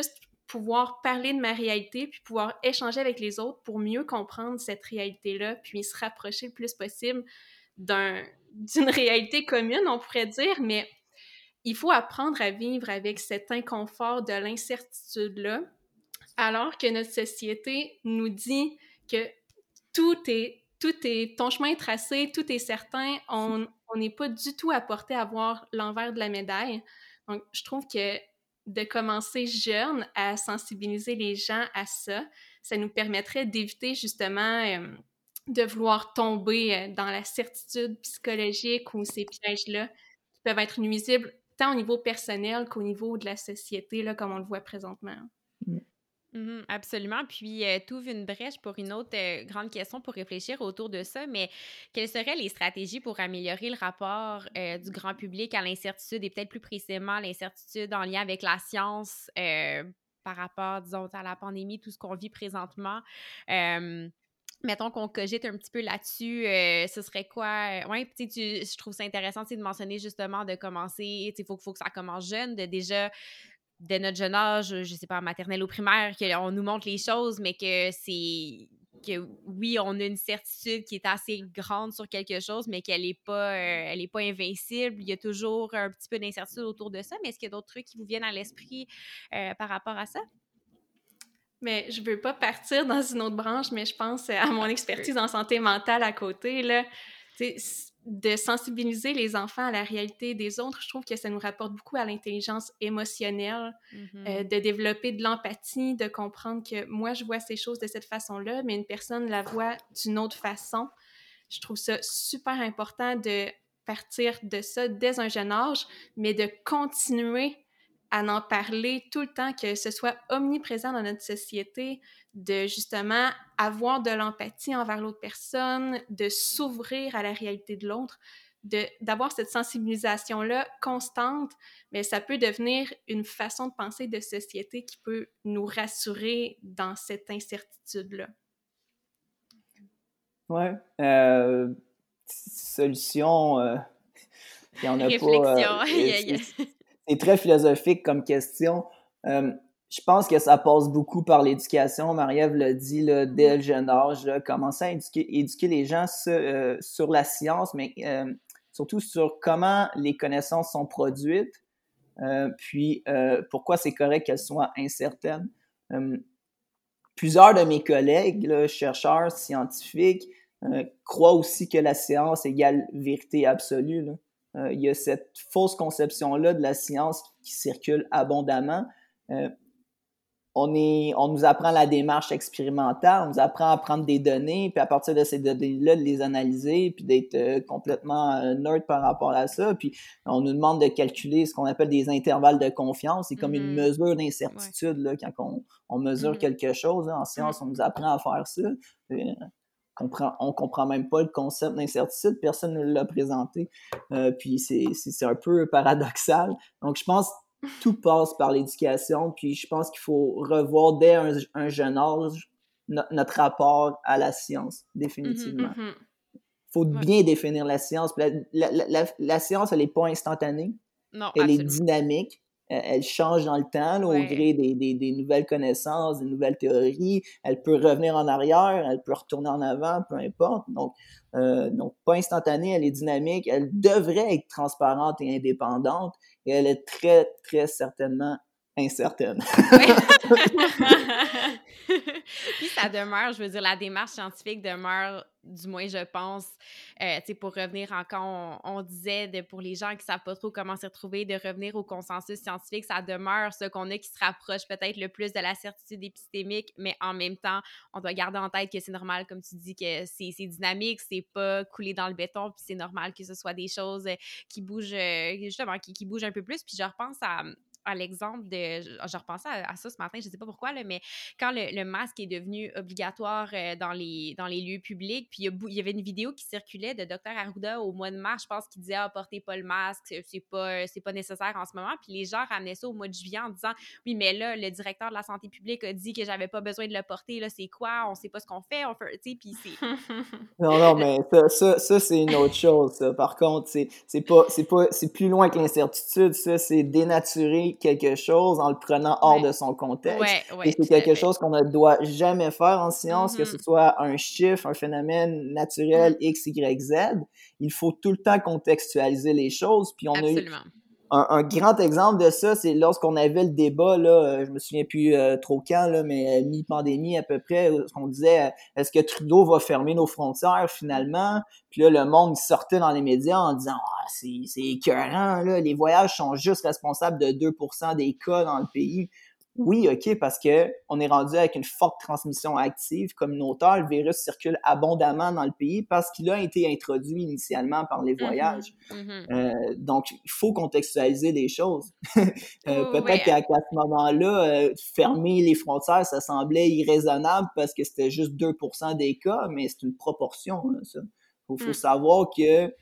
pouvoir parler de ma réalité, puis pouvoir échanger avec les autres pour mieux comprendre cette réalité-là, puis se rapprocher le plus possible d'un, d'une réalité commune, on pourrait dire, mais il faut apprendre à vivre avec cet inconfort de l'incertitude-là, alors que notre société nous dit que tout est, tout est, ton chemin est tracé, tout est certain, on on n'est pas du tout apporté à voir l'envers de la médaille. Donc, je trouve que de commencer jeune à sensibiliser les gens à ça, ça nous permettrait d'éviter justement euh, de vouloir tomber euh, dans la certitude psychologique ou ces pièges-là qui peuvent être nuisibles tant au niveau personnel qu'au niveau de la société, là, comme on le voit présentement. Mm-hmm, absolument. Puis, euh, tu ouvres une brèche pour une autre euh, grande question pour réfléchir autour de ça, mais quelles seraient les stratégies pour améliorer le rapport euh, du grand public à l'incertitude et peut-être plus précisément l'incertitude en lien avec la science euh, par rapport, disons, à la pandémie, tout ce qu'on vit présentement? Euh, Mettons qu'on cogite un petit peu là-dessus, euh, ce serait quoi? Oui, tu sais, je trouve ça intéressant de mentionner justement de commencer, il faut, faut que ça commence jeune, de déjà dès notre jeune âge, je sais pas, maternelle ou primaire, qu'on nous montre les choses, mais que c'est que oui, on a une certitude qui est assez grande sur quelque chose, mais qu'elle n'est pas, euh, elle est pas invincible. Il y a toujours un petit peu d'incertitude autour de ça, mais est-ce qu'il y a d'autres trucs qui vous viennent à l'esprit euh, par rapport à ça? Mais je veux pas partir dans une autre branche, mais je pense à mon expertise en santé mentale à côté, là. Tu sais, de sensibiliser les enfants à la réalité des autres, je trouve que ça nous rapporte beaucoup à l'intelligence émotionnelle, mm-hmm. euh, de développer de l'empathie, de comprendre que moi, je vois ces choses de cette façon-là, mais une personne la voit d'une autre façon. Je trouve ça super important de partir de ça dès un jeune âge, mais de continuer à en parler tout le temps, que ce soit omniprésent dans notre société, de justement avoir de l'empathie envers l'autre personne, de s'ouvrir à la réalité de l'autre, de, d'avoir cette sensibilisation-là constante, mais ça peut devenir une façon de penser de société qui peut nous rassurer dans cette incertitude-là. Oui. Euh, solution, euh, il n'y en a Réflexion. pas. Euh, c'est, c'est très philosophique comme question. Euh, je pense que ça passe beaucoup par l'éducation. Marie-Ève l'a dit là, dès le jeune âge, là, commencer à éduquer, éduquer les gens sur, euh, sur la science, mais euh, surtout sur comment les connaissances sont produites, euh, puis euh, pourquoi c'est correct qu'elles soient incertaines. Euh, plusieurs de mes collègues, là, chercheurs, scientifiques, euh, croient aussi que la science égale vérité absolue, là. Euh, il y a cette fausse conception-là de la science qui, qui circule abondamment. Euh, on, est, on nous apprend la démarche expérimentale, on nous apprend à prendre des données, puis à partir de ces données-là, de les analyser, puis d'être euh, complètement euh, nerd par rapport à ça. Puis on nous demande de calculer ce qu'on appelle des intervalles de confiance. C'est comme mm-hmm. une mesure d'incertitude ouais. là, quand on, on mesure mm-hmm. quelque chose. Hein. En science, on nous apprend à faire ça. Puis, on comprend, on comprend même pas le concept d'incertitude, personne ne l'a présenté. Euh, puis c'est, c'est, c'est un peu paradoxal. Donc je pense que tout passe par l'éducation, puis je pense qu'il faut revoir dès un, un jeune âge no, notre rapport à la science, définitivement. Il mm-hmm. faut ouais. bien définir la science. La, la, la, la, la science, elle n'est pas instantanée, non, elle absolument. est dynamique. Elle change dans le temps, là, ouais. au gré des, des, des nouvelles connaissances, des nouvelles théories. Elle peut revenir en arrière, elle peut retourner en avant, peu importe. Donc, euh, donc pas instantanée, elle est dynamique. Elle devrait être transparente et indépendante. Et elle est très, très certainement incertaine. Puis ça demeure, je veux dire, la démarche scientifique demeure, du moins je pense, euh, tu sais, pour revenir encore, on, on disait de, pour les gens qui ne savent pas trop comment s'y retrouver, de revenir au consensus scientifique, ça demeure ce qu'on a qui se rapproche peut-être le plus de la certitude épistémique, mais en même temps, on doit garder en tête que c'est normal, comme tu dis, que c'est, c'est dynamique, c'est pas coulé dans le béton, puis c'est normal que ce soit des choses qui bougent, justement, qui, qui bougent un peu plus. Puis je repense à... à l'exemple de... Je, je repensais à, à ça ce matin, je ne sais pas pourquoi, là, mais quand le, le masque est devenu obligatoire euh, dans, les, dans les lieux publics, puis il y, y avait une vidéo qui circulait de docteur Arruda au mois de mars, je pense, qui disait « Ah, portez pas le masque, c'est pas, c'est pas nécessaire en ce moment », puis les gens ramenaient ça au mois de juillet en disant « Oui, mais là, le directeur de la santé publique a dit que j'avais pas besoin de le porter, là, c'est quoi? On sait pas ce qu'on fait, on fait... » Tu sais, puis c'est... Non, non, mais ça, ça, ça c'est une autre chose, ça. Par contre, c'est, c'est pas, c'est pas, c'est plus loin que l'incertitude, ça, c'est dénaturer résumer quelque chose en le prenant hors Ouais. de son contexte. Ouais, ouais, Et c'est tout à quelque fait. chose qu'on ne doit jamais faire en science, que ce Mm-hmm. soit un chiffre, un phénomène naturel, Mm. X, Y, Z. Il faut tout le temps contextualiser les choses. Puis on a eu Absolument. un, un grand exemple de ça, c'est lorsqu'on avait le débat, là, je me souviens plus euh, trop quand, là, mais euh, mi-pandémie à peu près, où on disait euh, est-ce que Trudeau va fermer nos frontières finalement? Puis là, le monde sortait dans les médias en disant ah, c'est, c'est écœurant, là, les voyages sont juste responsables de deux pour cent des cas dans le pays. Oui, OK, parce que on est rendu avec une forte transmission active communautaire. Le virus circule abondamment dans le pays parce qu'il a été introduit initialement par les voyages. Mm-hmm. Euh, donc, il faut contextualiser les choses. euh, Oui, oui, peut-être qu'à, qu'à ce moment-là, euh, fermer les frontières, ça semblait irraisonnable parce que c'était juste deux pour cent des cas, mais c'est une proportion, là, ça. Il faut, faut Mm. savoir que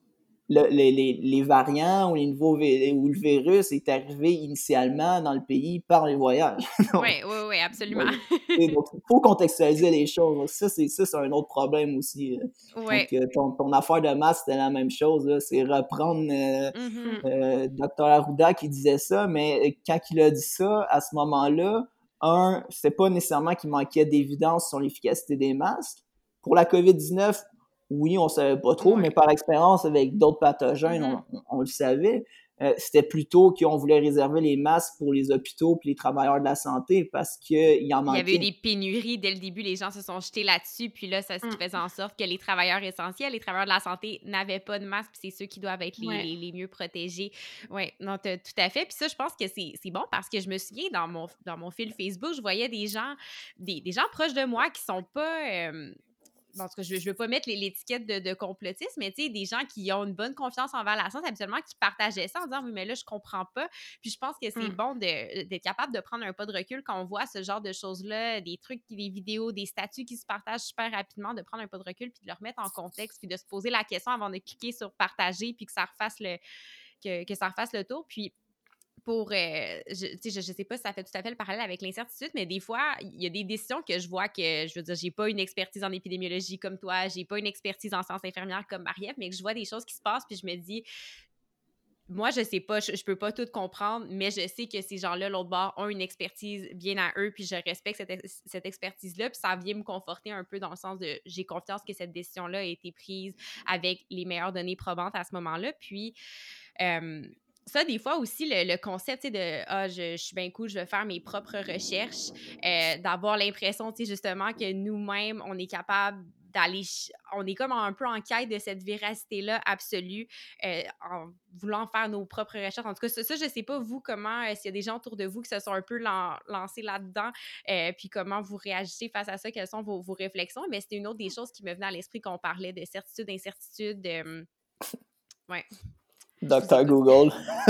le, les, les, les variants ou, les nouveaux, ou le virus est arrivé initialement dans le pays par les voyages. Oui, oui, oui, absolument. Et donc, il faut contextualiser les choses. Donc, ça, c'est, ça, c'est un autre problème aussi. Ouais. Donc, euh, ton, ton affaire de masse, c'était la même chose. Là. C'est reprendre euh, Mm-hmm. euh, docteur Arruda qui disait ça, mais quand il a dit ça, à ce moment-là, un, c'est pas nécessairement qu'il manquait d'évidence sur l'efficacité des masques. Pour la covid dix-neuf, oui, on savait pas trop, Ouais. mais par expérience avec d'autres pathogènes, Mm-hmm. on, on, on le savait. Euh, c'était plutôt qu'on voulait réserver les masques pour les hôpitaux et les travailleurs de la santé parce qu'il en manquait. Il y avait eu des pénuries dès le début, les gens se sont jetés là-dessus, puis là, ça ce qui faisait en sorte que les travailleurs essentiels, les travailleurs de la santé n'avaient pas de masque, puis c'est ceux qui doivent être les, Ouais. les, les mieux protégés. Oui, non, tout à fait. Puis ça, je pense que c'est, c'est bon parce que je me souviens, dans mon, dans mon fil Facebook, je voyais des gens, des, des gens proches de moi qui sont pas... Euh, Bon, en tout cas, je ne veux pas mettre l'étiquette de, de complotisme, mais tu sais, des gens qui ont une bonne confiance envers la science, habituellement, qui partageaient ça en disant « Oui, mais là, je comprends pas. » Puis je pense que c'est Mm. bon de, d'être capable de prendre un pas de recul quand on voit ce genre de choses-là, des trucs, des vidéos, des statuts qui se partagent super rapidement, de prendre un pas de recul puis de le remettre en contexte puis de se poser la question avant de cliquer sur « Partager » puis que ça refasse le, que, que ça refasse le tour. Puis pour, euh, je, je, je sais pas si ça fait tout à fait le parallèle avec l'incertitude, mais des fois, il y a des décisions que je vois que, je veux dire, j'ai pas une expertise en épidémiologie comme toi, j'ai pas une expertise en sciences infirmières comme Marie-Ève, mais que je vois des choses qui se passent, puis je me dis, moi, je sais pas, je, je peux pas tout comprendre, mais je sais que ces gens-là, l'autre bord, ont une expertise bien à eux, puis je respecte cette, cette expertise-là, puis ça vient me conforter un peu dans le sens de, j'ai confiance que cette décision-là a été prise avec les meilleures données probantes à ce moment-là, puis... Euh, ça, des fois aussi, le, le concept de « Ah, je, je suis bien cool, je vais faire mes propres recherches euh, », d'avoir l'impression, tu sais, justement, que nous-mêmes, on est capable d'aller... On est comme un peu en quête de cette véracité-là absolue euh, en voulant faire nos propres recherches. En tout cas, ça, ça je sais pas, vous, comment, euh, s'il y a des gens autour de vous qui se sont un peu lan- lancés là-dedans, euh, puis comment vous réagissez face à ça, quelles sont vos, vos réflexions. Mais c'était une autre des choses qui me venait à l'esprit quand on parlait de certitude, incertitude. Euh... Ouais. docteur Google.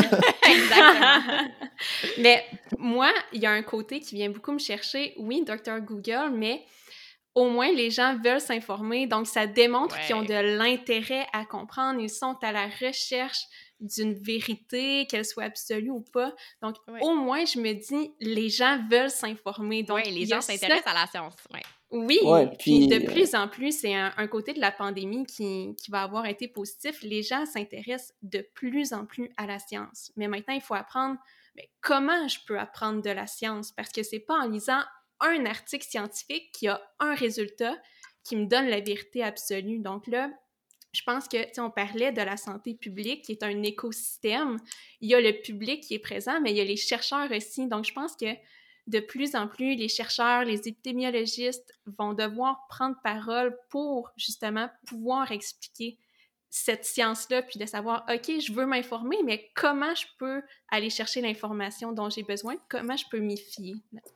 Exactement. Mais moi, il y a un côté qui vient beaucoup me chercher. Oui, docteur Google, mais au moins les gens veulent s'informer. Donc, ça démontre ouais. qu'ils ont de l'intérêt à comprendre. Ils sont à la recherche d'une vérité, qu'elle soit absolue ou pas. Donc, ouais. au moins, je me dis, les gens veulent s'informer. Donc, oui, les gens s'intéressent ça... à la science. Ouais. Oui, ouais, puis, puis de plus en plus, c'est un, un côté de la pandémie qui, qui va avoir été positif. Les gens s'intéressent de plus en plus à la science. Mais maintenant, il faut apprendre mais comment je peux apprendre de la science? Parce que c'est pas en lisant un article scientifique qui a un résultat qui me donne la vérité absolue. Donc là, je pense que, tu sais, on parlait de la santé publique qui est un écosystème. Il y a le public qui est présent, mais il y a les chercheurs aussi. Donc, je pense que de plus en plus, les chercheurs, les épidémiologistes vont devoir prendre parole pour, justement, pouvoir expliquer cette science-là, puis de savoir, OK, je veux m'informer, mais comment je peux aller chercher l'information dont j'ai besoin? Comment je peux m'y fier?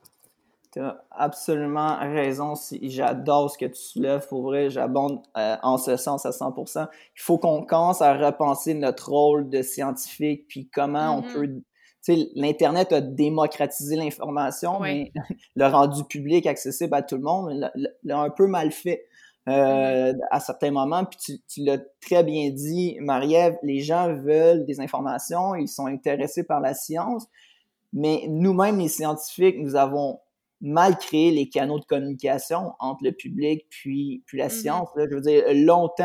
Tu as absolument raison. J'adore ce que tu soulèves. Pour vrai, j'abonde euh, en ce sens à cent pour cent. Il faut qu'on commence à repenser notre rôle de scientifique, puis comment mm-hmm. on peut... Tu sais, l'Internet a démocratisé l'information, ouais. mais le rendu public, accessible à tout le monde, l'a un peu mal fait euh, mm-hmm. à certains moments. Puis tu, tu l'as très bien dit, Marie-Ève, les gens veulent des informations, ils sont intéressés par la science, mais nous-mêmes, les scientifiques, nous avons mal créé les canaux de communication entre le public puis, puis la mm-hmm. science. Là. Je veux dire, longtemps,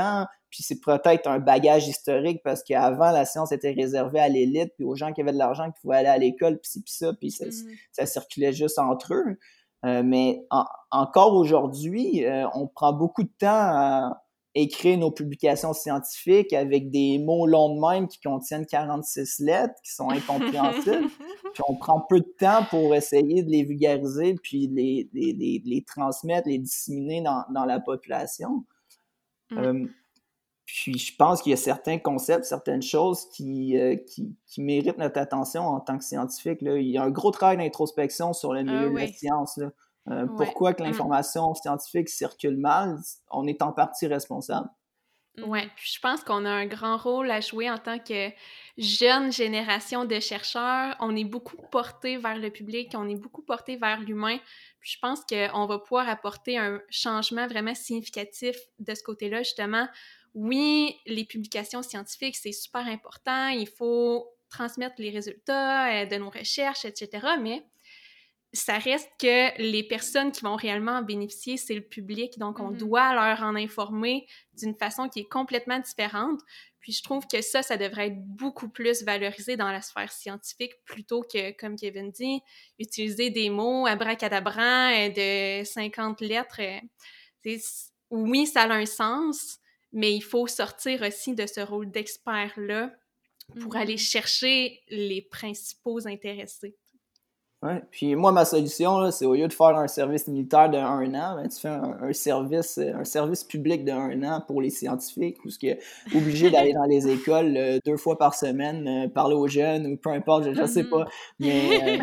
puis c'est peut-être un bagage historique parce qu'avant, la science était réservée à l'élite, puis aux gens qui avaient de l'argent, qui pouvaient aller à l'école, puis ci, puis ça, puis ça, mm-hmm. ça circulait juste entre eux. Euh, mais en, encore aujourd'hui, euh, on prend beaucoup de temps à écrire nos publications scientifiques avec des mots longs de même qui contiennent quarante-six lettres, qui sont incompréhensibles. Puis on prend peu de temps pour essayer de les vulgariser, puis de les, les, les, les transmettre, les disséminer dans, dans la population. Mm. Euh, puis je pense qu'il y a certains concepts, certaines choses qui, euh, qui, qui méritent notre attention en tant que scientifique. Là. Il y a un gros travail d'introspection sur le milieu euh, oui. de la science. Là. Euh, ouais. Pourquoi que l'information mmh. scientifique circule mal, on est en partie responsable. Oui, puis je pense qu'on a un grand rôle à jouer en tant que jeune génération de chercheurs. On est beaucoup porté vers le public, on est beaucoup porté vers l'humain. Puis je pense qu'on va pouvoir apporter un changement vraiment significatif de ce côté-là, justement. Oui, les publications scientifiques, c'est super important, il faut transmettre les résultats de nos recherches, et cetera, mais ça reste que les personnes qui vont réellement en bénéficier, c'est le public. Donc, on mm-hmm. doit leur en informer d'une façon qui est complètement différente. Puis, je trouve que ça, ça devrait être beaucoup plus valorisé dans la sphère scientifique plutôt que, comme Kevin dit, utiliser des mots abracadabrants de cinquante lettres. C'est, oui, ça a un sens, mais il faut sortir aussi de ce rôle d'expert-là pour mm-hmm. aller chercher les principaux intéressés. Ouais. Puis moi, ma solution, là, c'est au lieu de faire un service militaire de un an, ben, tu fais un, un, service, un service public de un an pour les scientifiques, ou ce qui est obligé d'aller dans les écoles euh, deux fois par semaine, euh, parler aux jeunes, ou peu importe, je ne sais pas. Mais euh,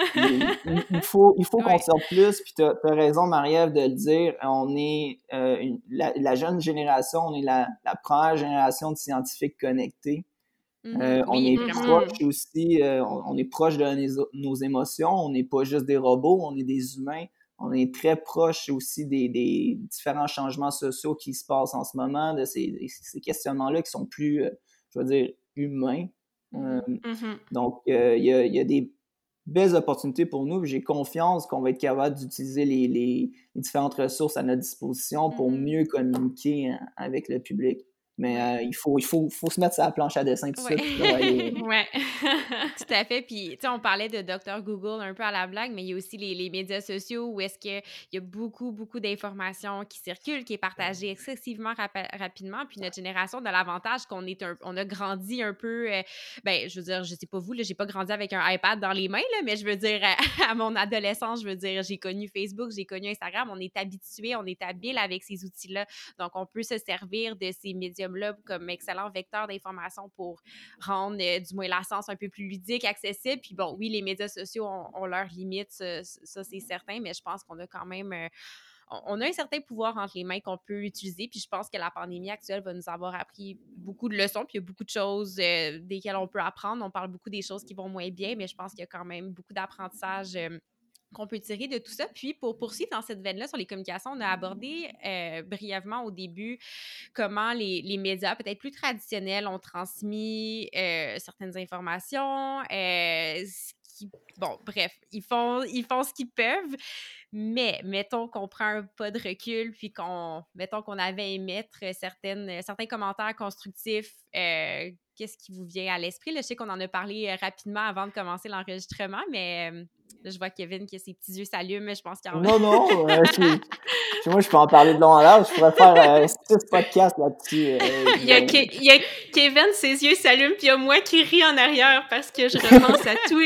il, il faut, il faut ouais. qu'on sorte plus. Puis tu as raison, Marie-Ève, de le dire. On est euh, une, la, la jeune génération, on est la, la première génération de scientifiques connectés. Euh, oui, on est vraiment. proche aussi, euh, on, on est proche de nos, nos émotions, on n'est pas juste des robots, on est des humains, on est très proche aussi des, des différents changements sociaux qui se passent en ce moment, de ces, ces questionnements-là qui sont plus, euh, je veux dire, humains. Euh, mm-hmm. Donc, il euh, y, a, y a des belles opportunités pour nous, j'ai confiance qu'on va être capable d'utiliser les, les, les différentes ressources à notre disposition pour mm-hmm. mieux communiquer hein, avec le public. Mais euh, il, faut, il faut, faut se mettre sur la planche à dessin tout ouais. de suite. Ouais. Tout à fait. Puis, tu sais, on parlait de docteur Google un peu à la blague, mais il y a aussi les, les médias sociaux où est-ce qu'il y a beaucoup, beaucoup d'informations qui circulent, qui est partagée excessivement rap- rapidement. Puis notre génération a l'avantage qu'on est un, on a grandi un peu, euh, ben, je veux dire, je sais pas vous, là, j'ai pas grandi avec un iPad dans les mains, là, mais je veux dire, à, à mon adolescence, je veux dire, j'ai connu Facebook, j'ai connu Instagram, on est habitué, on est habile avec ces outils-là. Donc, on peut se servir de ces médias là comme excellent vecteur d'information pour rendre euh, du moins la science un peu plus ludique, accessible. Puis bon, oui, les médias sociaux ont, ont leurs limites, ça, ça c'est certain, mais je pense qu'on a quand même... Euh, on a un certain pouvoir entre les mains qu'on peut utiliser, puis je pense que la pandémie actuelle va nous avoir appris beaucoup de leçons, puis il y a beaucoup de choses euh, desquelles on peut apprendre. On parle beaucoup des choses qui vont moins bien, mais je pense qu'il y a quand même beaucoup d'apprentissage euh, qu'on peut tirer de tout ça. Puis, pour poursuivre dans cette veine-là sur les communications, on a abordé euh, brièvement au début comment les, les médias peut-être plus traditionnels ont transmis euh, certaines informations. Euh, ce qui, bon, bref, ils font, ils font ce qu'ils peuvent. Mais mettons qu'on prend un pas de recul, puis qu'on, mettons qu'on avait à émettre certaines, certains commentaires constructifs. Euh, qu'est-ce qui vous vient à l'esprit? Là, je sais qu'on en a parlé rapidement avant de commencer l'enregistrement, mais euh, là, je vois Kevin que ses petits yeux s'allument. Je pense qu'il y en a. Non, non. Euh, je, moi, je peux en parler de long en large. Je pourrais faire euh, six podcasts là-dessus. Euh, il, y a Ke- il y a Kevin, ses yeux s'allument, puis il y a moi qui ris en arrière parce que je repense à tout.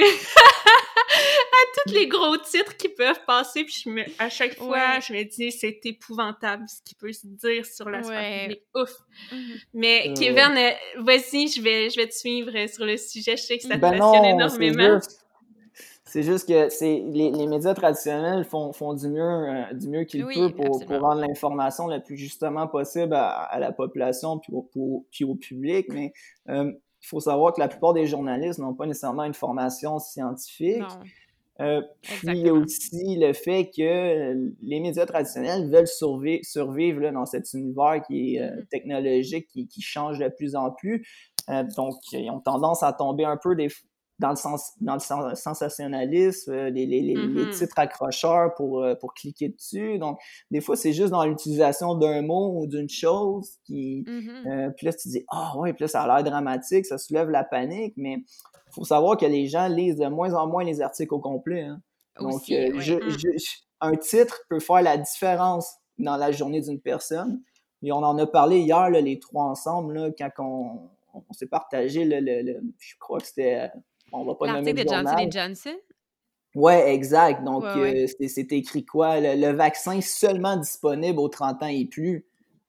à tous les gros titres qui peuvent passer, puis je me, à chaque fois, ouais. je me dis, c'est épouvantable ce qui peut se dire sur la sphère ouais. publique. Ouf! Mm-hmm. Mais euh, Kevin, ouais. euh, vas-y, je vais, je vais te suivre sur le sujet. Je sais que ça te ben passionne non, énormément. C'est juste, c'est juste que c'est, les, les médias traditionnels font, font du mieux, euh, du mieux qu'ils oui, peuvent pour, pour rendre l'information le plus justement possible à, à la population puis au, pour, puis au public, mais euh, il faut savoir que la plupart des journalistes n'ont pas nécessairement une formation scientifique. Non. Euh, puis il y a aussi le fait que les médias traditionnels veulent survivre, survivre là, dans cet univers qui est euh, technologique, qui, qui change de plus en plus. Euh, donc, ils ont tendance à tomber un peu des, dans le sens, dans le sens, sensationnalisme, les, les, les, Mm-hmm. les titres accrocheurs pour, pour cliquer dessus. Donc, des fois, c'est juste dans l'utilisation d'un mot ou d'une chose qui... Mm-hmm. Euh, puis là, tu te dis « Ah ouais, puis là, ça a l'air dramatique, ça soulève la panique. » Mais il faut savoir que les gens lisent de moins en moins les articles au complet. Hein. Donc, Aussi, euh, ouais. je, je, un titre peut faire la différence dans la journée d'une personne. Et on en a parlé hier, là, les trois ensemble, là, quand on, on s'est partagé, là, le, le, je crois que c'était... On va pas nommer le l'article de journal. Johnson and Johnson. Ouais, exact. Donc, ouais, ouais. euh, c'est, c'est écrit quoi? Le, le vaccin seulement disponible aux trente ans et plus.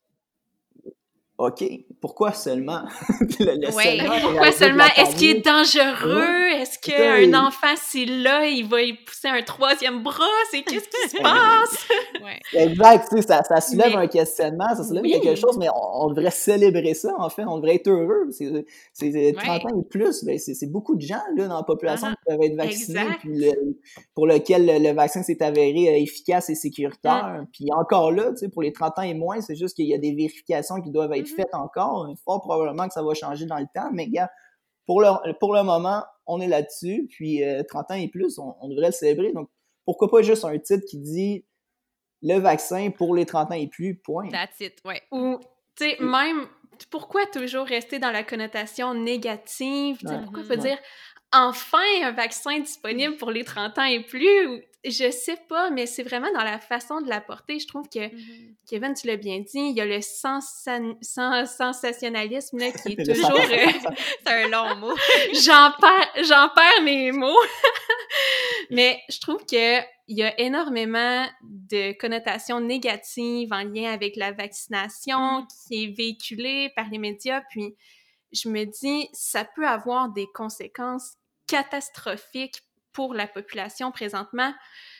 OK, pourquoi seulement? le, le ouais. seulement pourquoi seulement? Est-ce qu'il est dangereux? Ouais. Est-ce qu'un enfant, s'il l'a, il va y pousser un troisième bras? C'est qu'est-ce qui se passe? ouais. Exact, tu sais, ça, ça soulève mais... un questionnement, ça soulève oui. quelque chose, mais on, on devrait célébrer ça, en fait, on devrait être heureux. C'est, c'est trente ouais. ans et plus, ben c'est, c'est beaucoup de gens là, dans la population uh-huh. qui peuvent être vaccinés, exact. puis le, pour lequel le, le vaccin s'est avéré efficace et sécuritaire. Mm. Puis encore là, tu sais, pour les trente ans et moins, c'est juste qu'il y a des vérifications qui doivent être mm-hmm. faites encore. Fort probablement que ça va changer dans le temps, mais gars, pour le, pour le moment, on est là-dessus, puis euh, trente ans et plus, on, on devrait le célébrer. Donc, pourquoi pas juste un titre qui dit le vaccin pour les trente ans et plus, point. That's it, ouais. Ou, tu sais, même, pourquoi toujours rester dans la connotation négative? Ouais. Pourquoi pas ouais. dire enfin un vaccin disponible pour les trente ans et plus? Je sais pas, mais c'est vraiment dans la façon de l'apporter. Je trouve que, mm-hmm. Kevin, tu l'as bien dit, il y a le sensa- sens- sensationnalisme là, qui est toujours... c'est un long mot. j'en, perds, j'en perds mes mots. Mais je trouve que il y a énormément de connotations négatives en lien avec la vaccination mm. qui est véhiculée par les médias. Puis je me dis, ça peut avoir des conséquences catastrophiques pour la population présentement.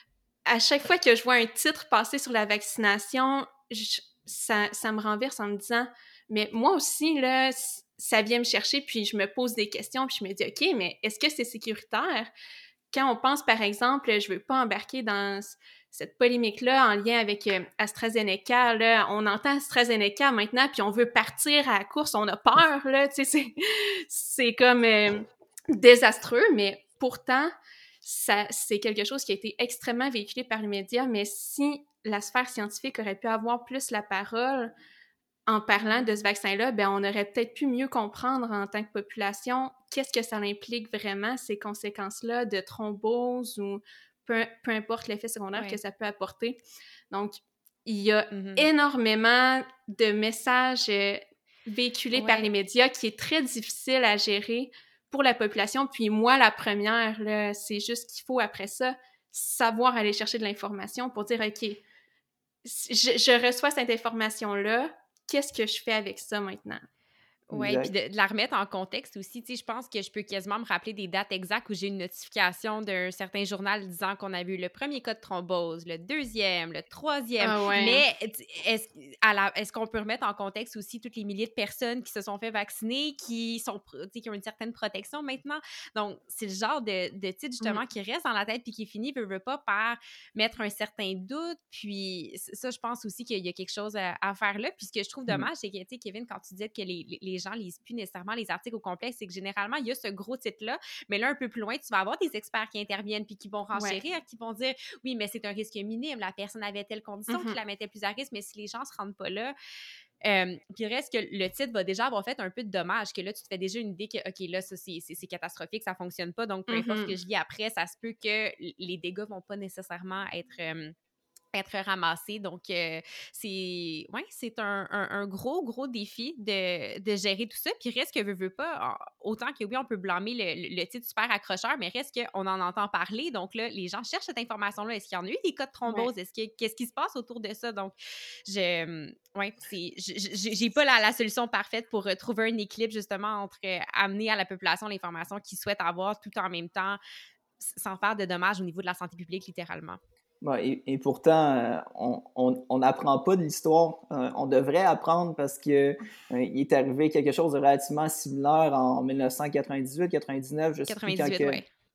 À chaque fois que je vois un titre passer sur la vaccination, je, ça, ça me renverse en me disant, mais moi aussi, là, ça vient me chercher, puis je me pose des questions, puis je me dis, OK, mais est-ce que c'est sécuritaire? Quand on pense, par exemple, je veux pas embarquer dans cette polémique-là en lien avec euh, AstraZeneca, là, on entend AstraZeneca maintenant, puis on veut partir à la course, on a peur, là, tu sais, c'est, c'est comme euh, désastreux, mais pourtant, ça, c'est quelque chose qui a été extrêmement véhiculé par les médias, mais si la sphère scientifique aurait pu avoir plus la parole en parlant de ce vaccin-là, ben on aurait peut-être pu mieux comprendre en tant que population qu'est-ce que ça implique vraiment, ces conséquences-là de thrombose ou peu, peu importe l'effet secondaire ouais. que ça peut apporter. Donc, il y a mm-hmm. énormément de messages euh, véhiculés ouais. par les médias qui est très difficile à gérer pour la population. Puis moi, la première, là, c'est juste qu'il faut, après ça, savoir aller chercher de l'information pour dire, OK, je, je reçois cette information-là, qu'est-ce que je fais avec ça maintenant? Oui, puis de, de la remettre en contexte aussi. Tu sais, je pense que je peux quasiment me rappeler des dates exactes où j'ai une notification d'un certain journal disant qu'on avait eu le premier cas de thrombose, le deuxième, le troisième. Ah ouais. Mais est-ce, à la, est-ce qu'on peut remettre en contexte aussi toutes les milliers de personnes qui se sont fait vacciner, qui, sont, tu sais, qui ont une certaine protection maintenant? Donc, c'est le genre de, de titre, justement, mm. qui reste dans la tête puis qui finit, veut, veut pas, par mettre un certain doute. Puis ça, je pense aussi qu'il y a quelque chose à, à faire là. Puis ce que je trouve dommage, mm. c'est que, tu sais, Kevin, quand tu disais que les, les, les gens lisent plus nécessairement les articles au complet, c'est que généralement, il y a ce gros titre-là, mais là, un peu plus loin, tu vas avoir des experts qui interviennent puis qui vont renchérir, ouais. qui vont dire, oui, mais c'est un risque minime, la personne avait telle condition mm-hmm. qui la mettait plus à risque, mais si les gens se rendent pas là, euh, puis il reste que le titre va déjà avoir fait un peu de dommage, que là, tu te fais déjà une idée que, OK, là, ça, c'est, c'est, c'est catastrophique, ça fonctionne pas, donc peu mm-hmm. importe ce que je lis après, ça se peut que les dégâts vont pas nécessairement être... Euh, être ramassé. Donc, euh, c'est, ouais, c'est un, un, un gros, gros défi de, de gérer tout ça. Puis reste que veut, veut pas, autant que oui, on peut blâmer le, le titre super accrocheur, mais reste qu'on en entend parler. Donc là, les gens cherchent cette information-là. Est-ce qu'il y en a eu des cas de thrombose? Ouais. Est-ce que, qu'est-ce qui se passe autour de ça? Donc, je, ouais, c'est, je, j'ai pas la, la solution parfaite pour trouver un équilibre, justement, entre euh, amener à la population l'information qu'ils souhaitent avoir tout en même temps, sans faire de dommages au niveau de la santé publique, littéralement. Bon, et, et pourtant, euh, on n'apprend pas de l'histoire. Euh, on devrait apprendre parce que euh, il est arrivé quelque chose de relativement similaire en dix-neuf cent quatre-vingt-dix-huit quatre-vingt-dix-neuf, je sais plus quand que, ouais.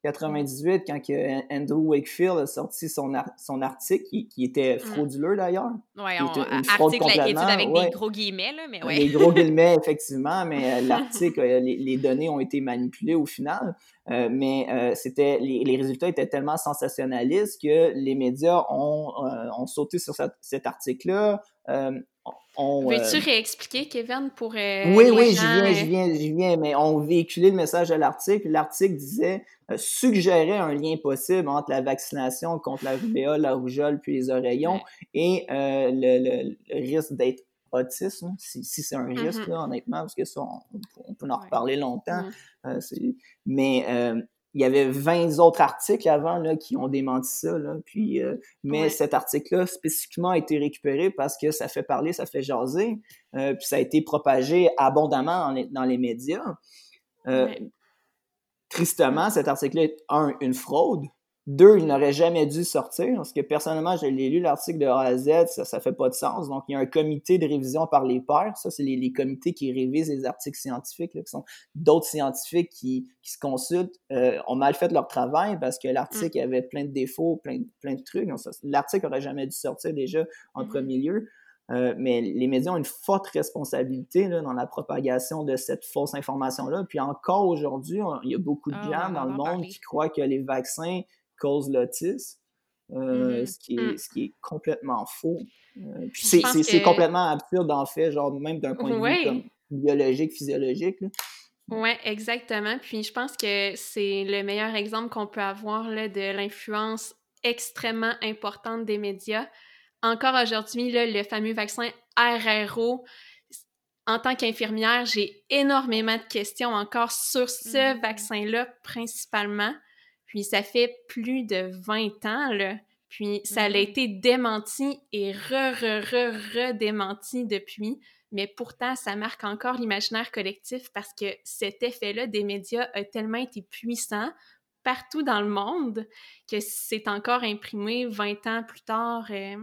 quatre-vingt-dix-huit, quand que Andrew Wakefield a sorti son, ar- son article, qui, qui était frauduleux d'ailleurs. Oui, Qui on, était une fraude article étude complètement. avec Ouais. des gros guillemets, là, mais ouais. Des gros guillemets, effectivement, mais euh, l'article, euh, les, les données ont été manipulées au final. Euh, mais euh, c'était les, les résultats étaient tellement sensationnalistes que les médias ont, euh, ont sauté sur cette, cet article-là. Euh, on, Veux-tu euh, réexpliquer, Kevin, pour euh, Oui, les oui, gens? j'y viens, euh, j'y viens, j'y viens, mais on véhiculait le message de l'article. L'article disait, euh, suggérait un lien possible entre la vaccination contre la rubéole, la rougeole, puis les oreillons, Ouais. et euh, le, le, le risque d'être autiste, hein, si, si c'est un risque, Mhm. là, honnêtement, parce que ça, on, on peut en Ouais. reparler longtemps. Mhm. Euh, c'est- mais euh, il y avait vingt autres articles avant là, qui ont démenti ça. Là, puis, euh, mais Ouais. cet article-là, spécifiquement, a été récupéré parce que ça fait parler, ça fait jaser. Euh, puis ça a été propagé abondamment dans les, dans les médias. Euh, Ouais. Tristement, cet article-là est, un, une fraude. Deux, il n'aurait jamais dû sortir, parce que personnellement, je l'ai lu, l'article de A à Z, ça ça fait pas de sens. Donc, il y a un comité de révision par les pairs. Ça, c'est les, les comités qui révisent les articles scientifiques, là, qui sont d'autres scientifiques qui, qui se consultent, euh, ont mal fait leur travail parce que l'article Mm. avait plein de défauts, plein, plein de trucs. Donc, ça, l'article n'aurait jamais dû sortir déjà en Mhm. premier lieu. Euh, mais les médias ont une forte responsabilité là, dans la propagation de cette fausse information-là. Puis encore aujourd'hui, on, il y a beaucoup de Ah, gens on en dans le entend monde parler. qui croient que les vaccins causent l'autisme, euh, Mhm. ce, qui est, Mm. ce qui est complètement faux. Euh, puis Je c'est, pense c'est, c'est que- complètement absurde en fait, genre même d'un point de vue Ouais. comme biologique, physiologique. Là. Ouais, exactement. Puis je pense que c'est le meilleur exemple qu'on peut avoir là, de l'influence extrêmement importante des médias. Encore aujourd'hui, là, le fameux vaccin R R O, en tant qu'infirmière, j'ai énormément de questions encore sur ce Mhm. vaccin-là principalement. Puis ça fait plus de vingt ans, là. Puis ça a Mhm. été démenti et re, re, re, redémenti depuis. Mais pourtant, ça marque encore l'imaginaire collectif parce que cet effet-là des médias a tellement été puissant partout dans le monde que c'est encore imprimé vingt ans plus tard euh,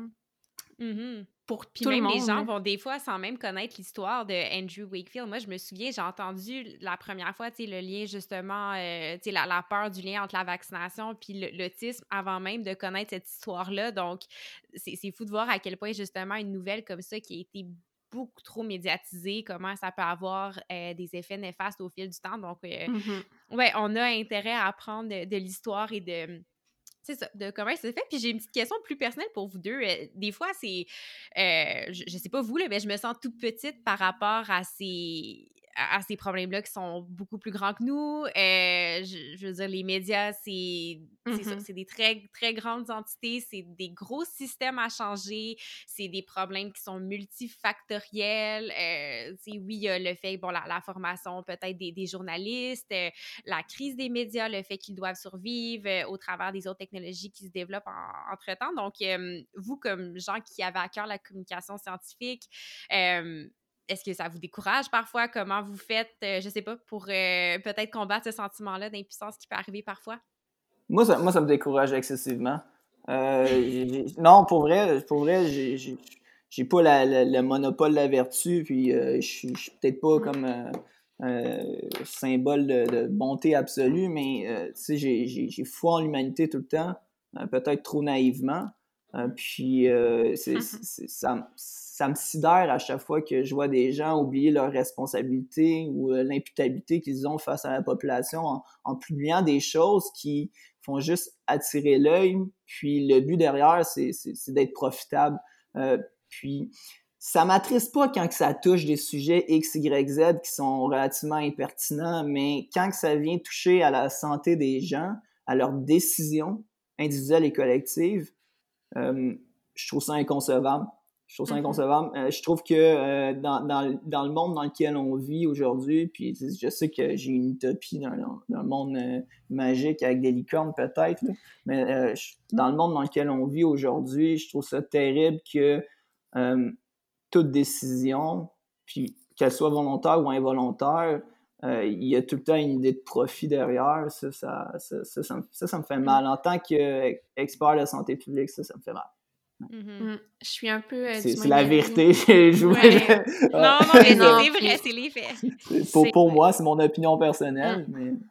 Mhm. pour Puis tout le même les monde. gens là. vont des fois, sans même connaître l'histoire de Andrew Wakefield. Moi, je me souviens, j'ai entendu la première fois, tu sais, le lien justement, euh, tu sais, la, la peur du lien entre la vaccination puis le- l'autisme avant même de connaître cette histoire-là. Donc, c'est c'est fou de voir à quel point justement une nouvelle comme ça qui a été beaucoup trop médiatisée, comment ça peut avoir euh, des effets néfastes au fil du temps. Donc, euh, Mhm. ouais, on a intérêt à apprendre de, de l'histoire et de c'est ça, de comment ça se fait. Puis j'ai une petite question plus personnelle pour vous deux. Euh, des fois, c'est... euh, je, je sais pas vous, là, mais je me sens toute petite par rapport à ces, à, à ces problèmes-là qui sont beaucoup plus grands que nous. Euh, je, je veux dire, les médias, c'est... C'est ça, Mhm. c'est des très, très grandes entités, c'est des gros systèmes à changer, c'est des problèmes qui sont multifactoriels. Euh, tu sais, oui, il y a le fait, bon, la, la formation peut-être des, des journalistes, euh, la crise des médias, le fait qu'ils doivent survivre euh, au travers des autres technologies qui se développent en- entre-temps. Donc, euh, vous, comme gens qui avez à cœur la communication scientifique, euh, est-ce que ça vous décourage parfois? Comment vous faites, euh, je sais pas, pour euh, peut-être combattre ce sentiment-là d'impuissance qui peut arriver parfois? Moi, ça, moi, ça me décourage excessivement. Euh, j'ai- j'ai- non, pour vrai, pour vrai, j'ai, j'ai, j'ai pas la, la- le monopole de la vertu, puis euh, je suis je suis peut-être pas Mm. comme euh, euh, symbole de, de bonté absolue, mais euh, tu sais, j'ai, j'ai, j'ai foi en l'humanité tout le temps, euh, peut-être trop naïvement. Euh, puis euh, c'est, c'est- ça, me- ça me sidère à chaque fois que je vois des gens oublier leurs responsabilités ou euh, l'imputabilité qu'ils ont face à la population en, en publiant des choses qui font juste attirer l'œil, puis le but derrière, c'est, c'est, c'est d'être profitable. Euh, puis ça m'attriste pas quand que ça touche des sujets X, Y, Z qui sont relativement impertinents, mais quand que ça vient toucher à la santé des gens, à leurs décisions individuelles et collectives, euh, je trouve ça inconcevable. Je trouve ça Mhm. inconcevable. Euh, je trouve que euh, dans, dans, dans le monde dans lequel on vit aujourd'hui, puis je sais que j'ai une utopie dans, dans le monde euh, magique avec des licornes peut-être, là, mais euh, je- dans le monde dans lequel on vit aujourd'hui, je trouve ça terrible que euh, toute décision, puis qu'elle soit volontaire ou involontaire, euh, il y a tout le temps une idée de profit derrière. Ça, ça, ça, ça, ça, me, ça, ça me fait mal. En tant qu'expert de santé publique, ça, ça me fait mal. Mhm. Mm. Je suis un peu euh, C'est, du c'est même la avis. vérité. Je, je- Ouais. je- Non, non, mais c'est Non, c'est puis vrai, c'est les faits. pour, c'est pour Ouais. moi, c'est mon opinion Mm. personnelle, mais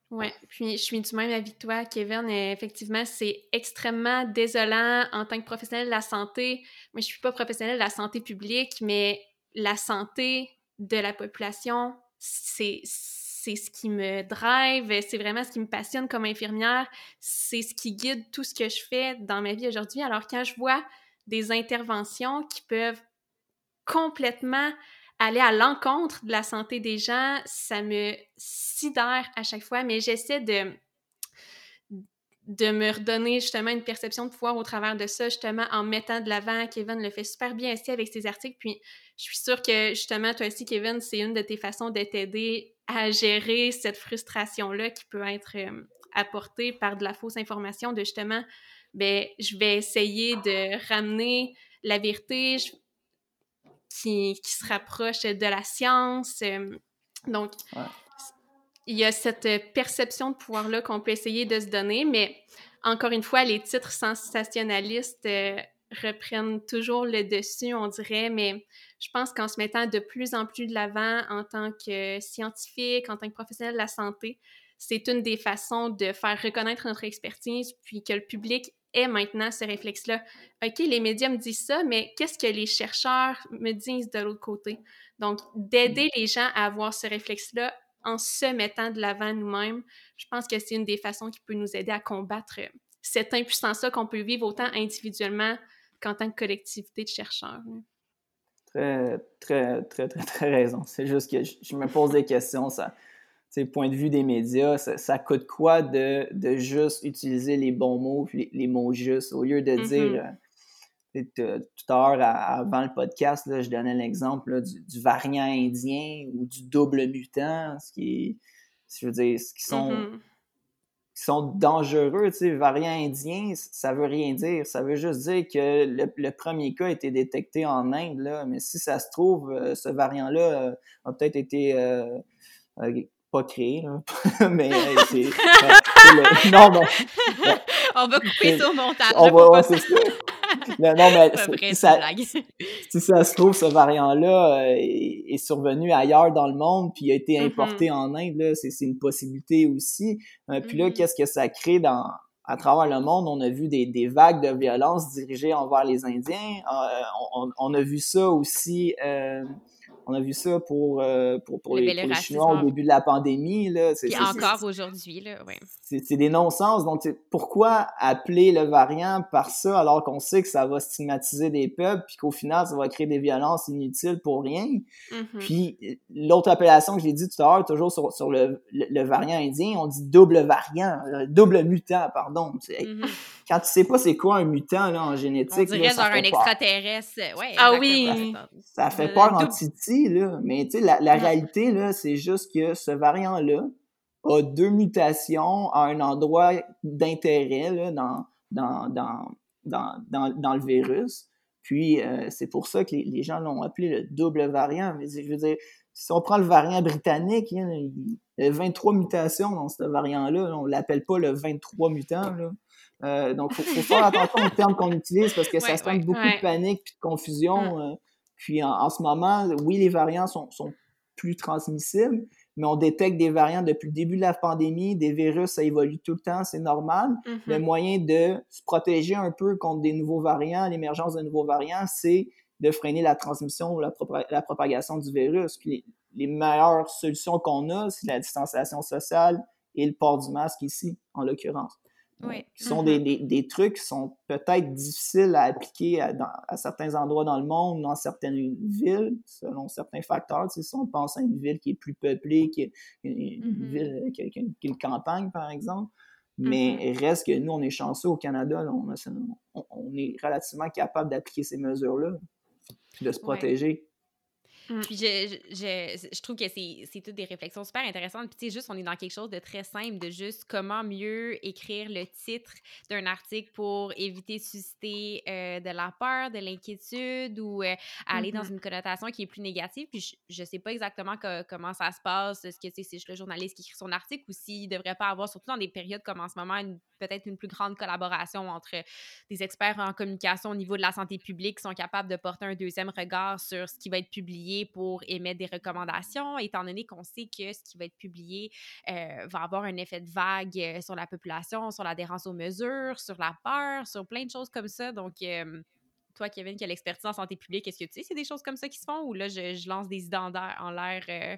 Oui, puis je suis du même avis que toi, Kevin. Euh, effectivement, c'est extrêmement désolant en tant que professionnel de la santé. Moi, je suis pas professionnelle de la santé publique, mais la santé de la population, c'est, c'est ce qui me drive, c'est vraiment ce qui me passionne comme infirmière, c'est ce qui guide tout ce que je fais dans ma vie aujourd'hui. Alors, quand je vois des interventions qui peuvent complètement aller à l'encontre de la santé des gens, ça me sidère à chaque fois, mais j'essaie de, de me redonner justement une perception de pouvoir au travers de ça, justement en mettant de l'avant. Kevin le fait super bien aussi avec ses articles, puis je suis sûre que justement, toi aussi, Kevin, c'est une de tes façons de t'aider à gérer cette frustration-là qui peut être euh, apportée par de la fausse information, de justement, ben, je vais essayer de ramener la vérité, je qui, qui se rapproche de la science. Euh, donc, Ouais. il y a cette perception de pouvoir-là qu'on peut essayer de se donner, mais encore une fois, les titres sensationnalistes euh, reprennent toujours le dessus, on dirait, mais je pense qu'en se mettant de plus en plus de l'avant en tant que scientifique, en tant que professionnel de la santé, c'est une des façons de faire reconnaître notre expertise, puis que le public ait maintenant ce réflexe-là. OK, les médias me disent ça, mais qu'est-ce que les chercheurs me disent de l'autre côté? Donc, d'aider les gens à avoir ce réflexe-là en se mettant de l'avant nous-mêmes, je pense que c'est une des façons qui peut nous aider à combattre cette impuissance-là qu'on peut vivre autant individuellement qu'en tant que collectivité de chercheurs. Très, très, très, très, très raison. C'est juste que je, je me pose des questions, ça. Tu sais, point de vue des médias, ça, ça coûte quoi de, de juste utiliser les bons mots, les, les mots justes, au lieu de dire, mm-hmm. euh, tout à l'heure, avant le podcast, là, je donnais l'exemple là, du, du variant indien ou du double mutant, ce qui est, je veux dire, ce qui sont, mm-hmm. qui sont dangereux. Tu sais, variant indien, ça veut rien dire. Ça veut juste dire que le, le premier cas a été détecté en Inde, là, mais si ça se trouve, euh, ce variant-là euh, a peut-être été... Euh, euh, pas créé, là. mais euh, c'est... euh, c'est le, non, non. Euh, on va couper ça au montage. On va, ouais, c'est ça. Mais non, mais c'est vrai, si, ça, si ça se trouve, ce variant-là euh, est, est survenu ailleurs dans le monde, puis a été importé mm-hmm. en Inde, là, c'est, c'est une possibilité aussi. Euh, puis mm-hmm. là, qu'est-ce que ça crée dans... À travers le monde, on a vu des, des vagues de violence dirigées envers les Indiens. Euh, on, on a vu ça aussi... Euh, On a vu ça pour, euh, pour, pour, les, pour les Chinois au début de la pandémie. Là. Puis c'est, encore c'est, aujourd'hui, là, ouais. C'est, c'est des non-sens. Donc, pourquoi appeler le variant par ça alors qu'on sait que ça va stigmatiser des peuples puis qu'au final, ça va créer des violences inutiles pour rien? Mm-hmm. Puis, l'autre appellation que j'ai dit tout à l'heure, toujours sur, sur le, le, le variant indien, on dit double variant, euh, double mutant, pardon. Mm-hmm. Quand tu sais pas c'est quoi un mutant là, en génétique... On dirait là, genre un extraterrestre. Ouais, ah oui! Ça, ça fait peur en Titi, là. Mais tu sais, la, la réalité, là, c'est juste que ce variant-là a deux mutations à un endroit d'intérêt là, dans, dans, dans, dans, dans, dans le virus. Puis, euh, c'est pour ça que les, les gens l'ont appelé le double variant. Mais je veux dire, si on prend le variant britannique, il y a vingt-trois mutations dans ce variant-là. On ne l'appelle pas le vingt-trois mutant, là. Euh, donc, il faut, faut faire attention aux termes qu'on utilise parce que ça ouais, se ouais, beaucoup ouais. de panique et de confusion. Mm. Euh, puis, en, en ce moment, oui, les variants sont, sont plus transmissibles, mais on détecte des variants depuis le début de la pandémie. Des virus, ça évolue tout le temps, c'est normal. Mm-hmm. Le moyen de se protéger un peu contre des nouveaux variants, l'émergence de nouveaux variants, c'est de freiner la transmission ou la, prop- la propagation du virus. Puis, les, les meilleures solutions qu'on a, c'est la distanciation sociale et le port du masque ici, en l'occurrence. Oui. Qui sont mm-hmm. des, des, des trucs qui sont peut-être difficiles à appliquer à, dans, à certains endroits dans le monde, dans certaines villes, selon certains facteurs. Tu sais, si on pense à une ville qui est plus peuplée, qui est une, mm-hmm. une ville qui, qui, qui est une campagne, par exemple. Mais mm-hmm. il reste que nous, on est chanceux au Canada. Là, on, a, on, on est relativement capable d'appliquer ces mesures-là, puis de se protéger. Ouais. Puis je, je, je, je trouve que c'est, c'est toutes des réflexions super intéressantes. Puis tu sais, juste, on est dans quelque chose de très simple, de juste comment mieux écrire le titre d'un article pour éviter de susciter euh, de la peur, de l'inquiétude ou euh, aller mm-hmm. dans une connotation qui est plus négative. Puis je, je sais pas exactement que, comment ça se passe, est-ce que c'est juste le journaliste qui écrit son article ou s'il devrait pas avoir, surtout dans des périodes comme en ce moment, une, peut-être une plus grande collaboration entre des experts en communication au niveau de la santé publique qui sont capables de porter un deuxième regard sur ce qui va être publié publier pour émettre des recommandations, étant donné qu'on sait que ce qui va être publié euh, va avoir un effet de vague euh, sur la population, sur l'adhérence aux mesures, sur la peur, sur plein de choses comme ça. Donc, euh, toi, Kevin, qui a l'expertise en santé publique, est-ce que tu sais c'est des choses comme ça qui se font ou là, je, je lance des idées en l'air? En l'air euh...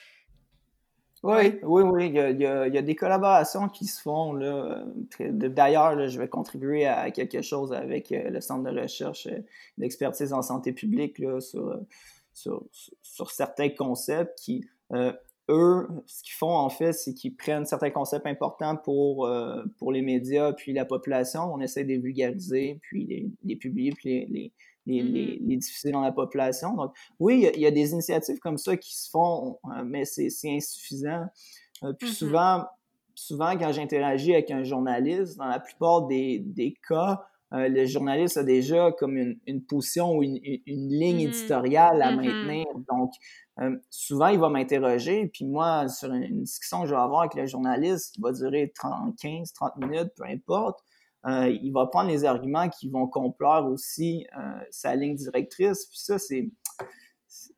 Oui, ouais. oui, oui, il y a, il y a, il y a des collaborations qui se font, là. D'ailleurs, là, je vais contribuer à quelque chose avec euh, le Centre de recherche euh, d'expertise en santé publique là, sur, sur, sur certains concepts qui, euh, eux, ce qu'ils font en fait, c'est qu'ils prennent certains concepts importants pour, euh, pour les médias puis la population. On essaie de les vulgariser, puis les, les publier, puis les, les Les, mm-hmm. les, les diffuser dans la population. Donc, oui, il y, a, il y a des initiatives comme ça qui se font, euh, mais c'est, c'est insuffisant. Euh, puis mm-hmm. souvent, souvent, quand j'interagis avec un journaliste, dans la plupart des, des cas, euh, le journaliste a déjà comme une, une position ou une, une ligne mm-hmm. éditoriale à mm-hmm. maintenir. Donc, euh, souvent, il va m'interroger, puis moi, sur une, une discussion que je vais avoir avec le journaliste qui va durer trente, quinze, trente minutes, peu importe, Euh, il va prendre les arguments qui vont complaire aussi euh, sa ligne directrice. Puis ça, c'est, c'est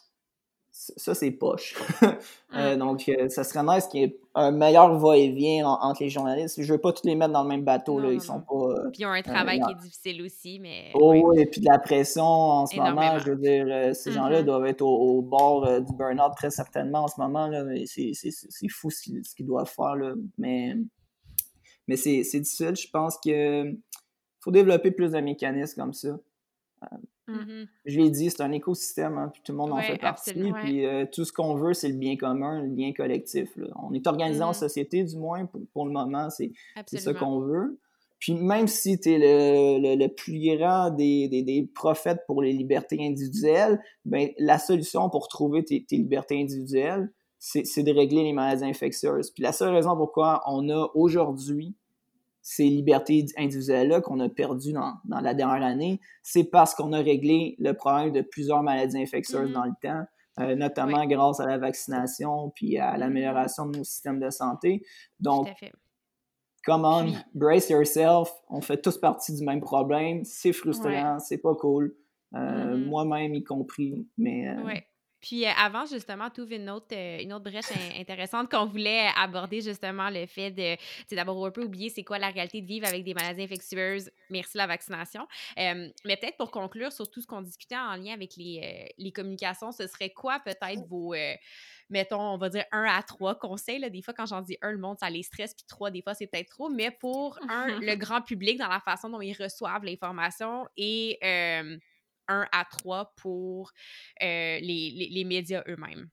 ça, c'est poche. euh, donc, euh, ça serait nice qu'il y ait un meilleur va-et-vient en, entre les journalistes. Je veux pas tous les mettre dans le même bateau. Non, Là. Ils non, sont non. pas... Euh, puis ils ont un travail euh, qui est difficile aussi, mais... Oh ouais. oui, et puis de la pression en ce Énormément. moment. Je veux dire, euh, ces mm-hmm. gens-là doivent être au, au bord euh, du burn-out très certainement en ce moment. Là. C'est, c'est, c'est fou ce qu'ils, ce qu'ils doivent faire. Là. Mais... Mais c'est, c'est difficile. Je pense qu'il faut développer plus de mécanismes comme ça. Euh, mm-hmm. Je l'ai dit, c'est un écosystème, hein, puis tout le monde ouais, en fait partie. Puis euh, tout ce qu'on veut, c'est le bien commun, le bien collectif. Là. On est organisé mm-hmm. en société, du moins, pour, pour le moment, c'est, c'est ça qu'on veut. Puis même si tu es le, le, le plus grand des, des, des prophètes pour les libertés individuelles, ben, la solution pour trouver tes, tes libertés individuelles, c'est, c'est de régler les maladies infectieuses. Puis la seule raison pourquoi on a aujourd'hui ces libertés individuelles-là qu'on a perdues dans, dans la dernière année, c'est parce qu'on a réglé le problème de plusieurs maladies infectieuses mm-hmm. dans le temps, euh, notamment oui. grâce à la vaccination puis à l'amélioration de nos systèmes de santé. Donc, come on, puis... brace yourself, on fait tous partie du même problème, c'est frustrant, ouais. c'est pas cool, euh, mm-hmm. moi-même y compris, mais... Euh, ouais. Puis euh, avant, justement, tu ouvres une autre, euh, une autre brèche intéressante qu'on voulait aborder, justement, le fait de, c'est d'abord un peu oublier c'est quoi la réalité de vivre avec des maladies infectieuses, merci la vaccination. Euh, mais peut-être pour conclure sur tout ce qu'on discutait en lien avec les, euh, les communications, ce serait quoi peut-être vos, euh, mettons, on va dire un à trois conseils, là. Des fois, quand j'en dis un, le monde, ça les stresse, puis trois, des fois, c'est peut-être trop, mais pour, un, le grand public, dans la façon dont ils reçoivent l'information et... Euh, un à trois pour euh, les, les, les médias eux-mêmes?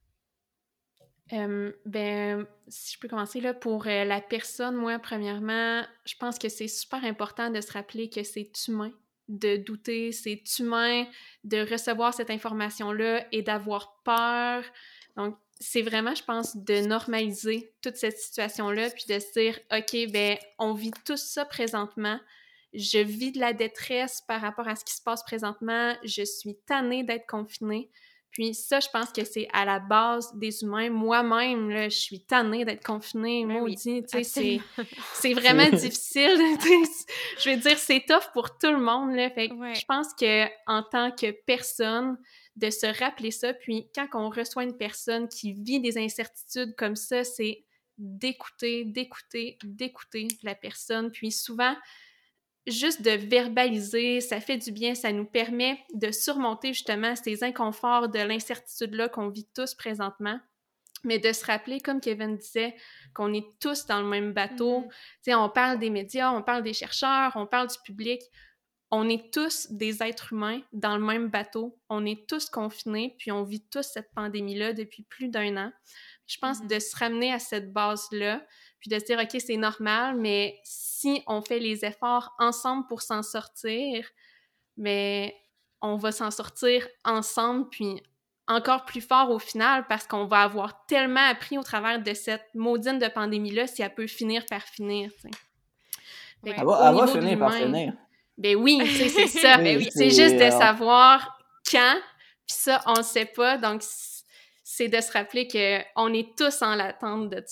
Euh, ben, si je peux commencer, là, pour euh, la personne, moi, premièrement, je pense que c'est super important de se rappeler que c'est humain de douter, c'est humain de recevoir cette information-là et d'avoir peur. Donc, c'est vraiment, je pense, de normaliser toute cette situation-là, puis de se dire, OK, ben, on vit tout ça présentement. Je vis de la détresse par rapport à ce qui se passe présentement. Je suis tannée d'être confinée. Puis ça, je pense que c'est à la base des humains. Moi-même, là, je suis tannée d'être confinée. Ben maudit, oui, tu sais, c'est, c'est vraiment difficile. Je veux dire, c'est tough pour tout le monde, là. Fait que ouais. je pense que en tant que personne, de se rappeler ça, puis quand on reçoit une personne qui vit des incertitudes comme ça, c'est d'écouter, d'écouter, d'écouter la personne. Puis souvent, juste de verbaliser, ça fait du bien, ça nous permet de surmonter justement ces inconforts de l'incertitude-là qu'on vit tous présentement, mais de se rappeler, comme Kevin disait, qu'on est tous dans le même bateau. Mm-hmm. Tu sais, on parle des médias, on parle des chercheurs, on parle du public, on est tous des êtres humains dans le même bateau, on est tous confinés, puis on vit tous cette pandémie-là depuis plus d'un an. Je pense mm-hmm. de se ramener à cette base-là, puis de se dire, OK, c'est normal, mais si on fait les efforts ensemble pour s'en sortir, mais on va s'en sortir ensemble, puis encore plus fort au final, parce qu'on va avoir tellement appris au travers de cette maudine de pandémie-là, si elle peut finir par finir, tu sais. Ouais. Elle va, elle va finir par finir. Ben oui, tu sais, c'est ça. Ben oui, c'est juste de savoir quand, puis ça, on le sait pas, donc c'est de se rappeler qu'on est tous en l'attente de ça, là.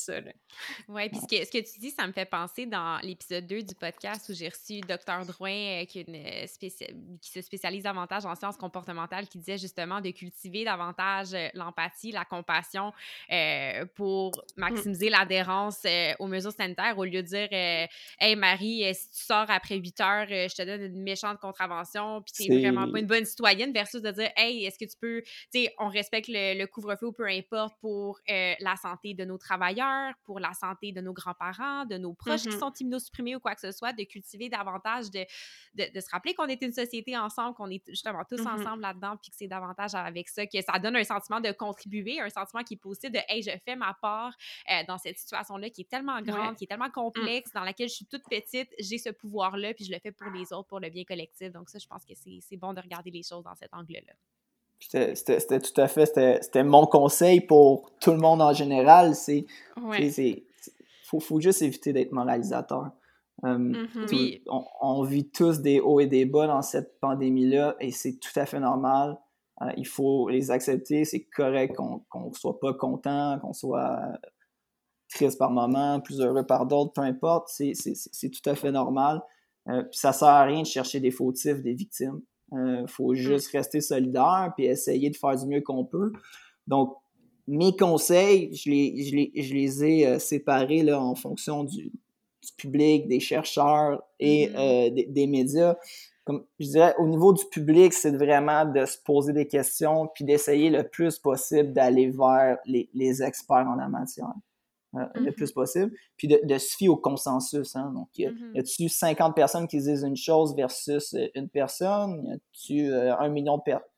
Oui, puis ce que, ce que tu dis, ça me fait penser dans l'épisode deux du podcast où j'ai reçu Docteur Drouin, euh, qui, est une spéci- qui se spécialise davantage en sciences comportementales, qui disait justement de cultiver davantage euh, l'empathie, la compassion euh, pour maximiser mm. l'adhérence euh, aux mesures sanitaires, au lieu de dire euh, Hey Marie, euh, si tu sors après huit heures, euh, je te donne une méchante contravention, puis t'es vraiment pas une bonne citoyenne, versus de dire Hey, est-ce que tu peux, tu sais, on respecte le, le couvre-feu ou peu importe pour euh, la santé de nos travailleurs, pour la santé de nos grands-parents, de nos proches mm-hmm. qui sont immunosupprimés ou quoi que ce soit, de cultiver davantage, de, de, de se rappeler qu'on est une société ensemble, qu'on est justement tous mm-hmm. ensemble là-dedans, puis que c'est davantage avec ça, que ça donne un sentiment de contribuer, un sentiment qui est positif de « Hey, je fais ma part euh, dans cette situation-là qui est tellement grande, ouais. qui est tellement complexe, mm. dans laquelle je suis toute petite, j'ai ce pouvoir-là, puis je le fais pour les autres, pour le bien collectif. » Donc ça, je pense que c'est, c'est bon de regarder les choses dans cet angle-là. C'était, c'était, c'était tout à fait, c'était, c'était mon conseil pour tout le monde en général, c'est... Ouais. c'est, c'est Faut, faut juste éviter d'être moralisateur. Um, mm-hmm. tout, oui. on, on vit tous des hauts et des bas dans cette pandémie-là et c'est tout à fait normal. Uh, il faut les accepter. C'est correct qu'on ne soit pas content, qu'on soit triste par moments, plus heureux par d'autres, peu importe. C'est, c'est, c'est tout à fait normal. Uh, puis ça ne sert à rien de chercher des fautifs, des victimes. Il uh, faut juste mm. rester solidaire puis essayer de faire du mieux qu'on peut. Donc, mes conseils, je les, je les, je les ai euh, séparés là, en fonction du, du public, des chercheurs et mm-hmm. euh, des, des médias. Comme je dirais, au niveau du public, c'est vraiment de se poser des questions puis d'essayer le plus possible d'aller vers les, les experts en la matière. Euh, mm-hmm. Le plus possible. Puis de, de se fier au consensus. Hein. Donc, y, a, mm-hmm. y a-tu cinquante personnes qui disent une chose versus une personne? Y a-tu euh, un million de personnes?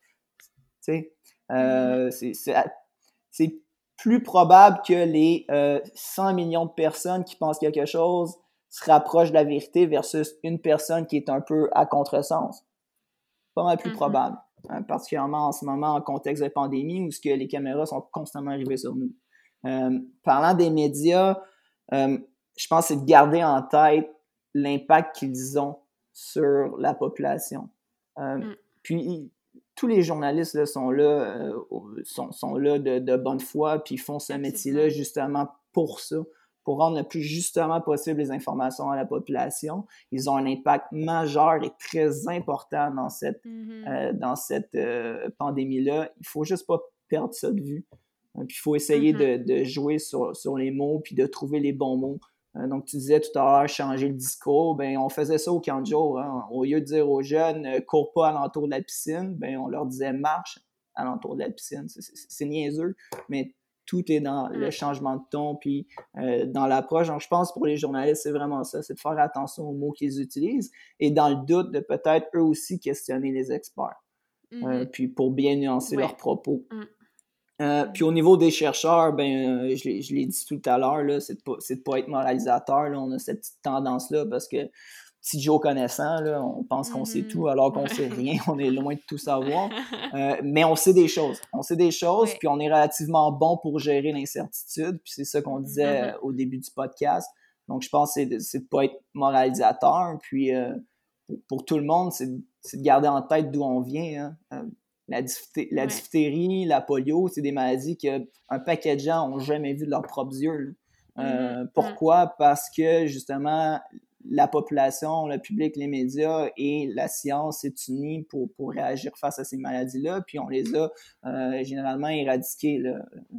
Tu sais, euh, mm-hmm. c'est... c'est c'est plus probable que les euh, cent millions de personnes qui pensent quelque chose se rapprochent de la vérité versus une personne qui est un peu à contresens. Pas mal plus mm-hmm. probable, hein, particulièrement en ce moment en contexte de pandémie où ce que les caméras sont constamment arrivées sur nous. Euh, parlant des médias, euh, je pense que c'est de garder en tête l'impact qu'ils ont sur la population. Euh, mm. Puis, tous les journalistes là, sont là, euh, sont, sont là de, de bonne foi, puis font ce Absolument. métier-là justement pour ça, pour rendre le plus justement possible les informations à la population. Ils ont un impact majeur et très important dans cette, mm-hmm. euh, dans cette euh, pandémie-là. Il ne faut juste pas perdre ça de vue. Puis il faut essayer mm-hmm. de, de jouer sur, sur les mots, puis de trouver les bons mots. Euh, donc, tu disais tout à l'heure, changer le discours, ben on faisait ça au camp de jour. Hein. Au lieu de dire aux jeunes, euh, cours pas alentour de la piscine, ben on leur disait, marche alentour de la piscine. C'est, c'est, c'est niaiseux, mais tout est dans le changement de ton, puis euh, dans l'approche. Donc, je pense pour les journalistes, c'est vraiment ça, c'est de faire attention aux mots qu'ils utilisent et dans le doute, de peut-être eux aussi questionner les experts, mm-hmm. euh, puis pour bien nuancer ouais. leurs propos. Mm. Euh, puis au niveau des chercheurs, ben euh, je, l'ai, je l'ai dit tout à l'heure, là, c'est de pas, c'est de pas être moralisateur. Là, on a cette petite tendance-là parce que petit Joe connaissant, là, on pense qu'on mm-hmm. sait tout alors qu'on sait rien, on est loin de tout savoir. Euh, mais on sait des choses. On sait des choses, oui. puis on est relativement bon pour gérer l'incertitude. Puis c'est ça qu'on disait mm-hmm. au début du podcast. Donc je pense que c'est de, c'est de pas être moralisateur. Puis euh, pour, pour tout le monde, c'est, c'est de garder en tête d'où on vient. Hein. Euh, La, diphthé- la ouais. diphtérie, la polio, c'est des maladies qu'un paquet de gens n'ont jamais vues de leurs propres yeux. Euh, mm-hmm. Pourquoi? Parce que, justement, la population, le public, les médias et la science s'est unis pour, pour réagir face à ces maladies-là, puis on les a euh, généralement éradiquées là,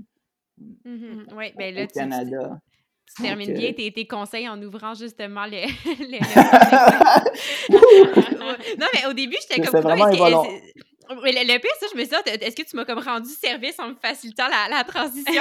mm-hmm. ouais, ben là, au Canada. Tu, tu termines Donc, bien euh... tes, tes conseils en ouvrant justement le... le, le... non, mais au début, j'étais mais comme... C'est vraiment involontaire. Le, le pire, ça, je me suis dit, est-ce que tu m'as comme rendu service en me facilitant la, la transition?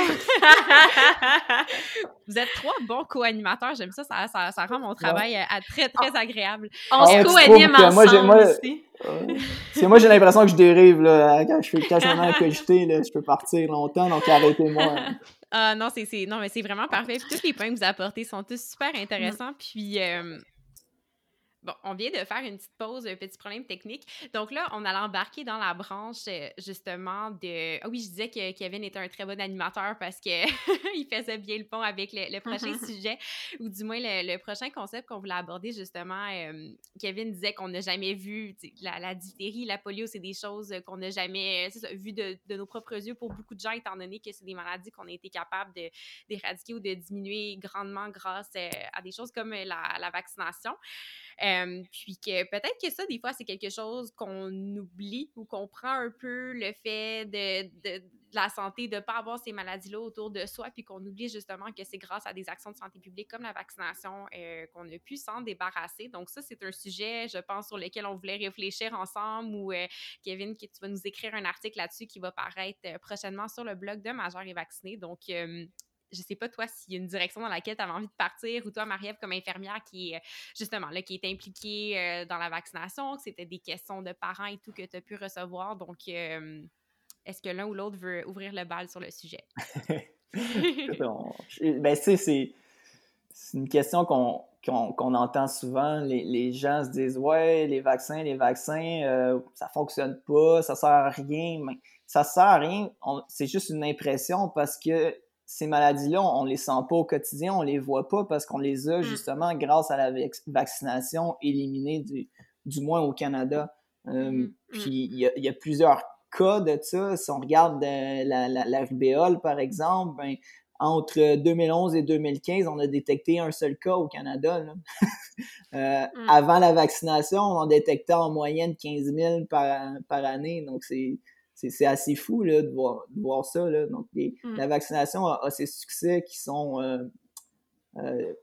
Vous êtes trois bons co-animateurs, j'aime ça, ça, ça, ça rend mon travail ouais. à très, très ah. agréable. On se co-anime ensemble moi, j'ai, moi, ici. Euh, c'est moi, j'ai l'impression que je dérive, là, quand je fais quasiment à cogiter, là, je peux partir longtemps, donc arrêtez-moi. Ah uh, non, c'est, c'est, non, mais c'est vraiment parfait. Puis tous les points que vous apportez sont tous super intéressants, puis... Euh, Bon, on vient de faire une petite pause, un petit problème technique. Donc là, on allait embarquer dans la branche, euh, justement, de... Ah oui, je disais que Kevin était un très bon animateur parce que il faisait bien le pont avec le, le prochain sujet, ou du moins le, le prochain concept qu'on voulait aborder, justement. Euh, Kevin disait qu'on n'a jamais vu la, la diphtérie, la polio, c'est des choses qu'on n'a jamais c'est vues de, de nos propres yeux pour beaucoup de gens, étant donné que c'est des maladies qu'on a été capable de, d'éradiquer ou de diminuer grandement grâce euh, à des choses comme la, la vaccination. Euh, puis que peut-être que ça, des fois, c'est quelque chose qu'on oublie ou qu'on prend un peu le fait de, de, de la santé, de ne pas avoir ces maladies-là autour de soi, puis qu'on oublie justement que c'est grâce à des actions de santé publique comme la vaccination euh, qu'on a pu s'en débarrasser. Donc ça, c'est un sujet, je pense, sur lequel on voulait réfléchir ensemble ou euh, Kevin, que tu vas nous écrire un article là-dessus qui va paraître euh, prochainement sur le blog de Majeur et Vacciné. Donc, euh, je sais pas, toi, s'il y a une direction dans laquelle tu avais envie de partir, ou toi, Marie-Ève, comme infirmière qui est, justement, là, qui est impliquée euh, dans la vaccination, que c'était des questions de parents et tout que tu as pu recevoir. Donc, euh, est-ce que l'un ou l'autre veut ouvrir le bal sur le sujet? on, ben, tu sais, c'est, c'est une question qu'on, qu'on, qu'on entend souvent. Les, les gens se disent « Ouais, les vaccins, les vaccins, euh, ça fonctionne pas, ça sert à rien. » Mais ça sert à rien, on, c'est juste une impression parce que ces maladies-là, on ne les sent pas au quotidien, on ne les voit pas parce qu'on les a justement, grâce à la vaccination, éliminées, du, du moins au Canada. Euh, mm-hmm. Puis il y a, y a plusieurs cas de ça. Si on regarde euh, la, la, la rubéole, par exemple, ben, entre deux mille onze et deux mille quinze, on a détecté un seul cas au Canada. Là. euh, mm. Avant la vaccination, on en détectait en moyenne quinze mille par, par année. Donc, c'est, c'est, c'est assez fou là, de, voir, de voir ça. Là. Donc, les, mm. la vaccination a, a ses succès qui sont... Euh, euh,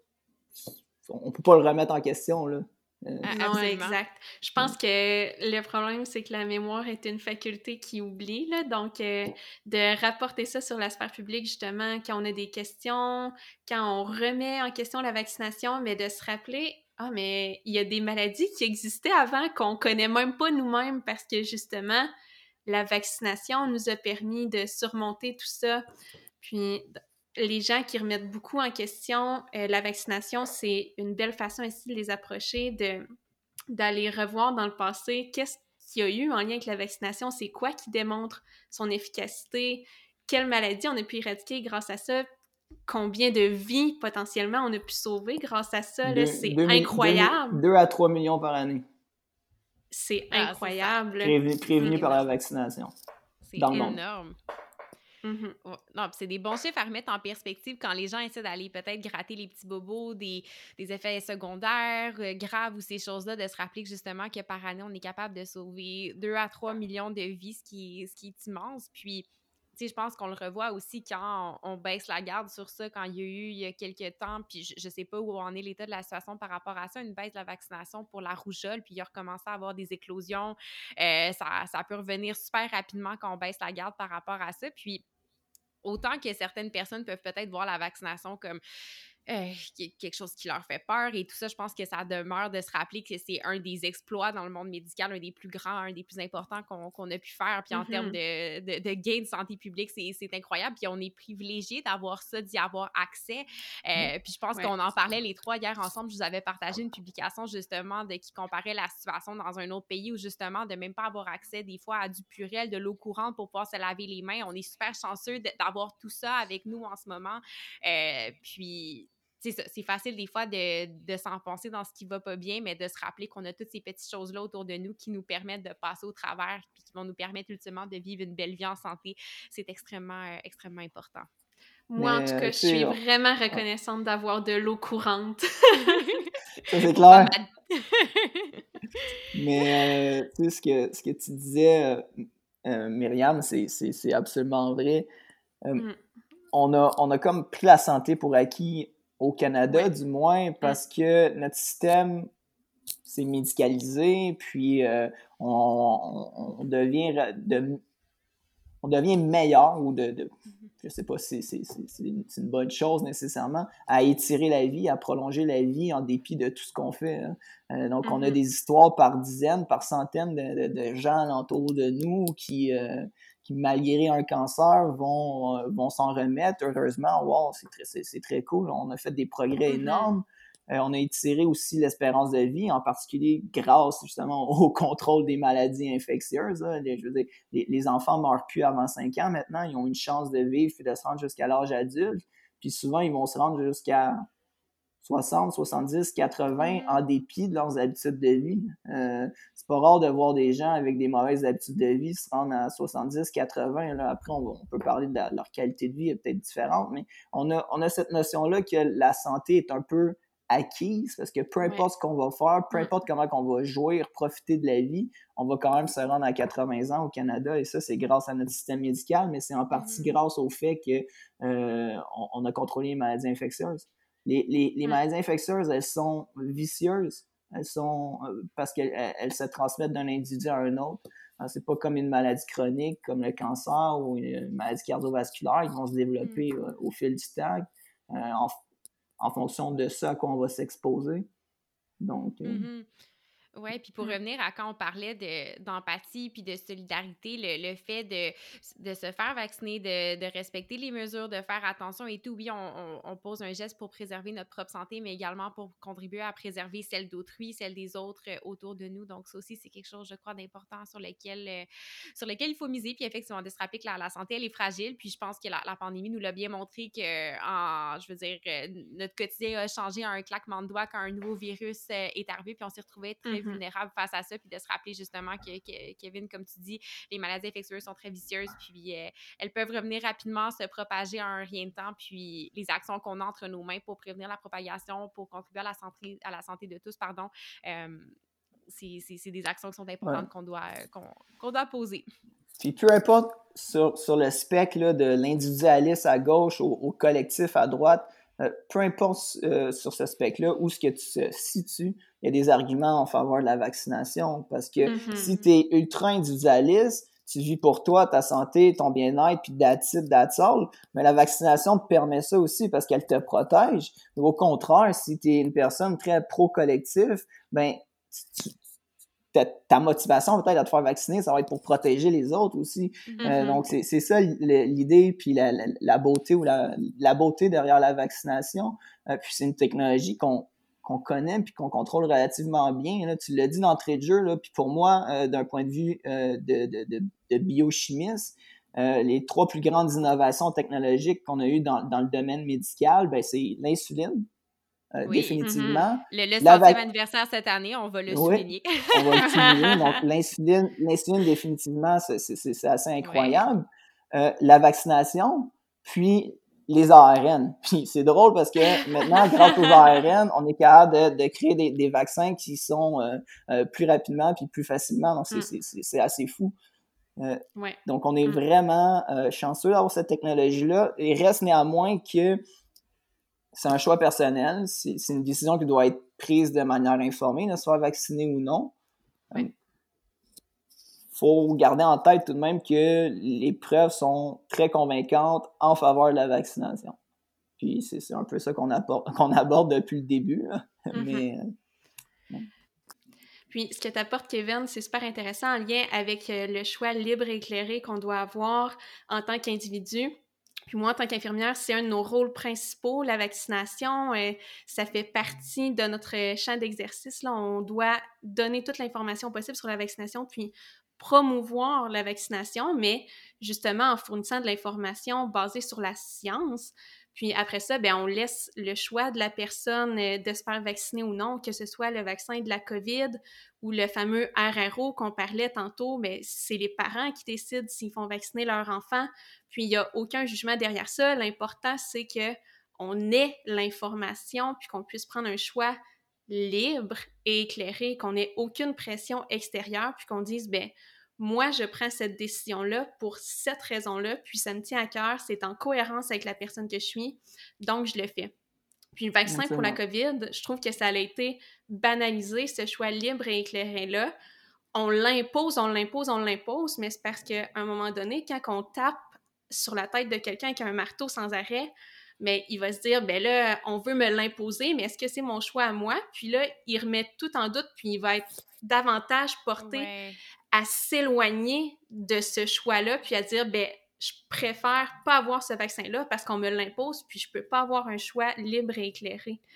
on ne peut pas le remettre en question, là. Euh, non, absolument. Exact. Je pense que le problème, c'est que la mémoire est une faculté qui oublie, là, donc euh, de rapporter ça sur la sphère publique, justement, quand on a des questions, quand on remet en question la vaccination, mais de se rappeler, ah, mais il y a des maladies qui existaient avant qu'on connaît même pas nous-mêmes parce que, justement, la vaccination nous a permis de surmonter tout ça. Puis... les gens qui remettent beaucoup en question euh, la vaccination, c'est une belle façon aussi de les approcher, de, d'aller revoir dans le passé qu'est-ce qu'il y a eu en lien avec la vaccination, c'est quoi qui démontre son efficacité, quelle maladie on a pu éradiquer grâce à ça, combien de vies potentiellement on a pu sauver grâce à ça, deux, là, c'est deux, incroyable. deux à trois millions par année. C'est ah, incroyable. C'est Prévenu, prévenu mmh. par la vaccination. C'est dans énorme. Mm-hmm. Non, c'est des bons chiffres à remettre en perspective quand les gens essaient d'aller peut-être gratter les petits bobos, des, des effets secondaires euh, graves ou ces choses-là, de se rappeler que justement que par année, on est capable de sauver deux à trois millions de vies, ce qui, ce qui est immense. Puis, tu sais, je pense qu'on le revoit aussi quand on, on baisse la garde sur ça, quand il y a eu il y a quelques temps, puis je, je sais pas où en est l'état de la situation par rapport à ça, une baisse de la vaccination pour la rougeole, puis il a recommencé à avoir des éclosions. Euh, ça, ça peut revenir super rapidement quand on baisse la garde par rapport à ça. Puis, autant que certaines personnes peuvent peut-être voir la vaccination comme euh, quelque chose qui leur fait peur et tout ça, je pense que ça demeure de se rappeler que c'est un des exploits dans le monde médical, un des plus grands, un des plus importants qu'on, qu'on a pu faire. Puis en mm-hmm. termes de, de, de gain de santé publique, c'est, c'est incroyable. Puis on est privilégiés d'avoir ça, d'y avoir accès. Euh, mm-hmm. Puis je pense ouais. qu'on en parlait les trois hier ensemble. Je vous avais partagé une publication justement de qui comparait la situation dans un autre pays où justement de même pas avoir accès des fois à du Purell, de l'eau courante pour pouvoir se laver les mains. On est super chanceux de, d'avoir tout ça avec nous en ce moment. Euh, puis C'est, ça, c'est facile des fois de, de s'enfoncer dans ce qui va pas bien, mais de se rappeler qu'on a toutes ces petites choses-là autour de nous qui nous permettent de passer au travers puis qui vont nous permettre ultimement de vivre une belle vie en santé. C'est extrêmement, euh, extrêmement important. Moi, mais, en tout cas, je suis là. vraiment reconnaissante d'avoir de l'eau courante. Ça, c'est clair. Mais, euh, tu sais, ce que, ce que tu disais, euh, euh, Myriam, c'est, c'est, c'est absolument vrai. Euh, mm. on, a, on a comme pris la santé pour acquis au Canada, ouais. du moins, parce mm. que notre système s'est médicalisé, puis euh, on, on, on, devient de, on devient meilleur, ou de, de je sais pas si c'est, c'est, c'est, une, c'est une bonne chose nécessairement, à étirer la vie, à prolonger la vie en dépit de tout ce qu'on fait. Hein. Euh, donc, mm-hmm. on a des histoires par dizaines, par centaines de, de, de gens alentour de nous qui... Euh, qui, malgré un cancer, vont, euh, vont s'en remettre. Heureusement, wow, c'est très, c'est, c'est très cool. On a fait des progrès mm-hmm. énormes. Euh, on a étiré aussi l'espérance de vie, en particulier grâce justement au contrôle des maladies infectieuses. Là. Les, je veux dire, les, les enfants meurent plus avant cinq ans maintenant, ils ont une chance de vivre et de se rendre jusqu'à l'âge adulte. Puis souvent, ils vont se rendre jusqu'à soixante, soixante-dix, quatre-vingts en dépit de leurs habitudes de vie. Euh, c'est pas rare de voir des gens avec des mauvaises habitudes de vie se rendre à soixante-dix, quatre-vingts. Là. Après, on, on peut parler de la, leur qualité de vie est peut-être différente, mais on a, on a cette notion-là que la santé est un peu acquise parce que peu importe ouais. ce qu'on va faire, peu importe comment on va jouir, profiter de la vie, on va quand même se rendre à quatre-vingts ans au Canada et ça, c'est grâce à notre système médical, mais c'est en partie mm-hmm. grâce au fait qu'on euh, on a contrôlé les maladies infectieuses. Les, les, les maladies infectieuses, elles sont vicieuses. Elles sont euh, parce qu'elles elles se transmettent d'un individu à un autre. Alors, c'est pas comme une maladie chronique comme le cancer ou une maladie cardiovasculaire qui vont se développer euh, au fil du temps euh, en, en fonction de ça à quoi on va s'exposer. Donc, euh, mm-hmm. Oui, puis pour revenir à quand on parlait de, d'empathie puis de solidarité, le, le fait de, de se faire vacciner, de, de respecter les mesures, de faire attention et tout, oui, on, on, on pose un geste pour préserver notre propre santé, mais également pour contribuer à préserver celle d'autrui, celle des autres euh, autour de nous. Donc, ça aussi, c'est quelque chose, je crois, d'important sur lequel, euh, sur lequel il faut miser. Puis effectivement, de se rappeler que la, la santé, elle est fragile. Puis je pense que la, la pandémie nous l'a bien montré que, en, je veux dire, euh, notre quotidien a changé à un claquement de doigts quand un nouveau virus euh, est arrivé, puis on s'est retrouvés très mm-hmm. vulnérables face à ça, puis de se rappeler justement que, que Kevin, comme tu dis, les maladies infectieuses sont très vicieuses, puis euh, elles peuvent revenir rapidement, se propager en un rien de temps, puis les actions qu'on a entre nos mains pour prévenir la propagation, pour contribuer à la santé, à la santé de tous, pardon, euh, c'est, c'est, c'est des actions qui sont importantes ouais. qu'on doit, qu'on, qu'on doit poser. Puis peu importe sur, sur le spectre là, de l'individualiste à gauche au, au collectif à droite, euh, peu importe euh, sur ce spectre-là où ce que tu te situes, il y a des arguments en faveur de la vaccination. Parce que mm-hmm. si tu es ultra individualiste, tu vis pour toi, ta santé, ton bien-être, puis that's it, that's all. Mais la vaccination te permet ça aussi parce qu'elle te protège. Au contraire, si tu es une personne très pro-collectif, ben tu, Ta, ta motivation peut-être à te faire vacciner, ça va être pour protéger les autres aussi. Mm-hmm. Euh, donc, c'est, c'est ça l'idée, puis la, la, la beauté ou la, la beauté derrière la vaccination. Euh, puis c'est une technologie qu'on, qu'on connaît puis qu'on contrôle relativement bien. Là. Tu l'as dit d'entrée de jeu, là, puis pour moi, euh, d'un point de vue euh, de, de, de, de biochimiste, euh, les trois plus grandes innovations technologiques qu'on a eues dans, dans le domaine médical, ben, c'est l'insuline. Euh, oui. Définitivement. Mm-hmm. Le, le centième vac... anniversaire cette année, on va le oui, souligner. on va le souligner. Donc, l'insuline, l'insuline définitivement, c'est, c'est, c'est assez incroyable. Oui. Euh, la vaccination, puis les A R N. Puis c'est drôle parce que maintenant, grâce aux A R N, on est capable de, de créer des, des vaccins qui sont euh, euh, plus rapidement puis plus facilement. Donc, c'est, mm. c'est, c'est, c'est assez fou. Euh, ouais. Donc, on est mm. vraiment euh, chanceux d'avoir cette technologie-là. Il reste néanmoins que c'est un choix personnel, c'est, c'est une décision qui doit être prise de manière informée, de se faire vacciner ou non. Il oui. faut garder en tête tout de même que les preuves sont très convaincantes en faveur de la vaccination. Puis c'est, c'est un peu ça qu'on aborde, qu'on aborde depuis le début. Là. Mm-hmm. Mais, euh, Puis, ce que t'apporte, Kevin, c'est super intéressant en lien avec le choix libre et éclairé qu'on doit avoir en tant qu'individu. Puis moi, en tant qu'infirmière, c'est un de nos rôles principaux, la vaccination. Euh, ça fait partie de notre champ d'exercice. Là. On doit donner toute l'information possible sur la vaccination, puis promouvoir la vaccination, mais justement en fournissant de l'information basée sur la science. Puis après ça, bien, on laisse le choix de la personne de se faire vacciner ou non, que ce soit le vaccin de la COVID ou le fameux R R O qu'on parlait tantôt, mais c'est les parents qui décident s'ils font vacciner leur enfant. Puis il n'y a aucun jugement derrière ça. L'important, c'est qu'on ait l'information puis qu'on puisse prendre un choix libre et éclairé, qu'on n'ait aucune pression extérieure puis qu'on dise, bien, moi, je prends cette décision-là pour cette raison-là, puis ça me tient à cœur, c'est en cohérence avec la personne que je suis, donc je le fais. Puis le vaccin pour la COVID, je trouve que ça a été banalisé, ce choix libre et éclairé-là. On l'impose, on l'impose, on l'impose, mais c'est parce qu'à un moment donné, quand on tape sur la tête de quelqu'un qui a un marteau sans arrêt, mais il va se dire, ben là, on veut me l'imposer, mais est-ce que c'est mon choix à moi? Puis là, il remet tout en doute, puis il va être davantage porté ouais. à s'éloigner de ce choix-là, puis à dire, ben je préfère pas avoir ce vaccin-là parce qu'on me l'impose, puis je peux pas avoir un choix libre et éclairé.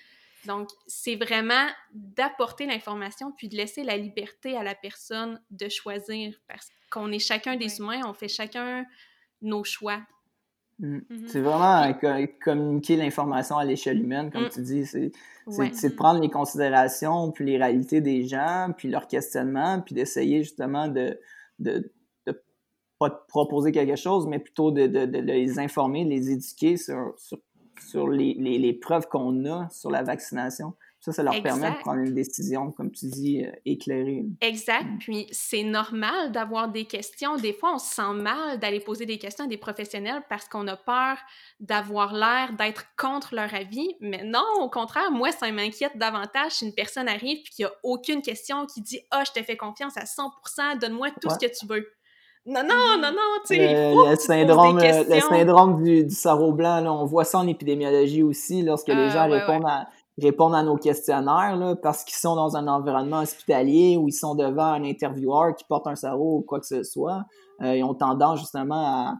Donc, c'est vraiment d'apporter l'information puis de laisser la liberté à la personne de choisir parce qu'on est chacun des Ouais. humains, on fait chacun nos choix. Mm. Mhm. C'est vraiment Puis- euh, co- communiquer l'information à l'échelle humaine, comme Mm. tu dis. C'est Ouais. c'est- c'est de prendre les considérations, puis les réalités des gens, puis leurs questionnements, puis d'essayer justement de, de, de pas de proposer quelque chose, mais plutôt de, de, de les informer, de les éduquer sur, sur, sur les, les, les preuves qu'on a sur la vaccination. Ça, ça leur permet de Exact. prendre une décision, comme tu dis, euh, éclairée. Exact. Mm. Puis c'est normal d'avoir des questions. Des fois, on se sent mal d'aller poser des questions à des professionnels parce qu'on a peur d'avoir l'air d'être contre leur avis. Mais non, au contraire, moi, ça m'inquiète davantage si une personne arrive puis qu'il n'y a aucune question, qui dit « Ah, je te fais confiance à cent pour cent, donne-moi tout Ouais. ce que tu veux. » Non, non, Mhm. non, non, tu sais, il Le, faut le que tu poses syndrome, des euh, le questions. syndrome du, du sarreau blanc, là, on voit ça en épidémiologie aussi, lorsque les Ah, gens ouais, répondent, ouais. à, répondent à nos questionnaires, là, parce qu'ils sont dans un environnement hospitalier ou ils sont devant un intervieweur qui porte un sarreau ou quoi que ce soit. Euh, ils ont tendance justement à,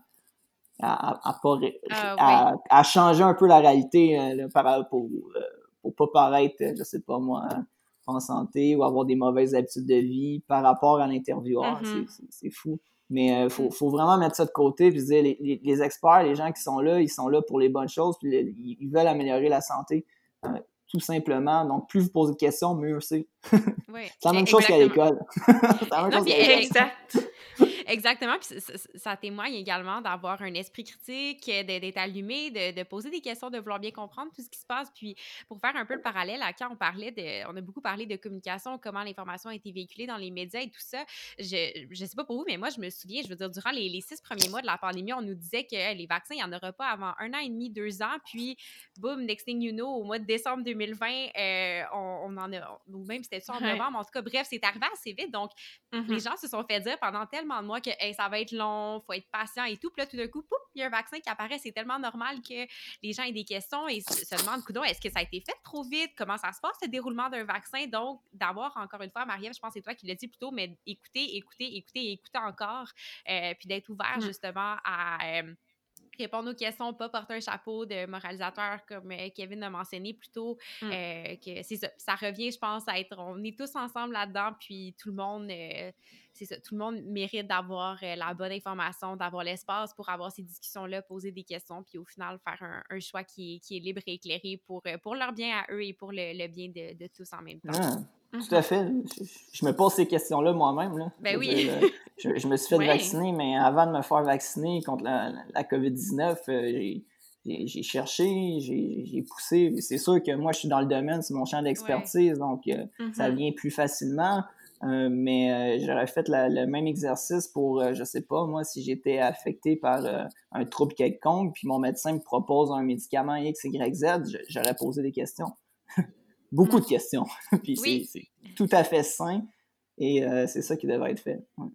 à, à, à, pas ré- Ah, ouais. à, à changer un peu la réalité euh, là, par, pour, euh, pour pas paraître, euh, je sais pas moi, en santé ou avoir des mauvaises habitudes de vie par rapport à l'intervieweur. Mhm. C'est, c'est, c'est fou. Mais il euh, faut, faut vraiment mettre ça de côté puis dire les, les, les experts, les gens qui sont là, ils sont là pour les bonnes choses puis les, ils veulent améliorer la santé. Euh, tout simplement. Donc, plus vous posez de questions, mieux c'est. Ouais. C'est la même E- chose qu'à Exactement. l'école. C'est la même Non, chose puis qu'à l'école. Exact. exactement. Puis ça, ça- ça témoigne également d'avoir un esprit critique, euh, de- d'être allumé, de, de poser des questions, de vouloir bien comprendre tout ce qui se passe. Puis pour faire un peu le parallèle, à quand on parlait de, on a beaucoup parlé de communication, comment l'information a été véhiculée dans les médias et tout ça. Je, je sais pas pour vous, mais moi, je me souviens, je veux dire, durant les, les six premiers mois de la pandémie, on nous disait que hey, les vaccins, il n'y en aura pas avant un an et demi, deux ans. Puis, boum, next thing you know, au mois de décembre deux mille vingt, euh, on, on en a, ou même c'était ça en Ouais. novembre. En tout cas, bref, c'est arrivé assez vite. Donc, Mhm. les gens se sont fait dire pendant tellement de mois que hey, ça va être long, faut être patient et tout. Puis là, tout d'un coup, pouf, il y a un vaccin qui apparaît. C'est tellement normal que les gens aient des questions et se, se demandent, coudonc, est-ce que ça a été fait trop vite? Comment ça se passe, le déroulement d'un vaccin? Donc, d'avoir, encore une fois, Marie-Ève, je pense que c'est toi qui l'as dit plus tôt, mais écouter, écouter, écouter et écouter encore. Euh, puis d'être ouvert, Mhm. justement, à... Euh, répondre aux questions, pas porter un chapeau de moralisateur comme euh, Kevin l'a mentionné plus tôt, Mm. euh, que c'est ça, ça revient, je pense, à être, on est tous ensemble là-dedans, puis tout le monde, euh, c'est ça, tout le monde mérite d'avoir euh, la bonne information, d'avoir l'espace pour avoir ces discussions-là, poser des questions, puis au final, faire un, un choix qui est, qui est libre et éclairé pour, euh, pour leur bien à eux et pour le, le bien de, de tous en même temps. Ah, Mhm. tout à fait. Je, je me pose ces questions-là moi-même. Là. Ben Je veux oui. dire, euh, je, je me suis fait Ouais. vacciner, mais avant de me faire vacciner contre la, la covid dix-neuf, euh, j'ai, j'ai, j'ai cherché, j'ai, j'ai poussé. C'est sûr que moi, je suis dans le domaine, c'est mon champ Ouais. d'expertise, donc euh, Mhm. ça vient plus facilement. Euh, mais euh, j'aurais fait la- le même exercice pour, euh, je sais pas, moi, si j'étais affecté par euh, un trouble quelconque, puis mon médecin me propose un médicament X, Y, Z, je- j'aurais posé des questions. Beaucoup Mm. de questions. Puis Oui. c'est, c'est tout à fait sain et euh, c'est ça qui devrait être fait. Ouais.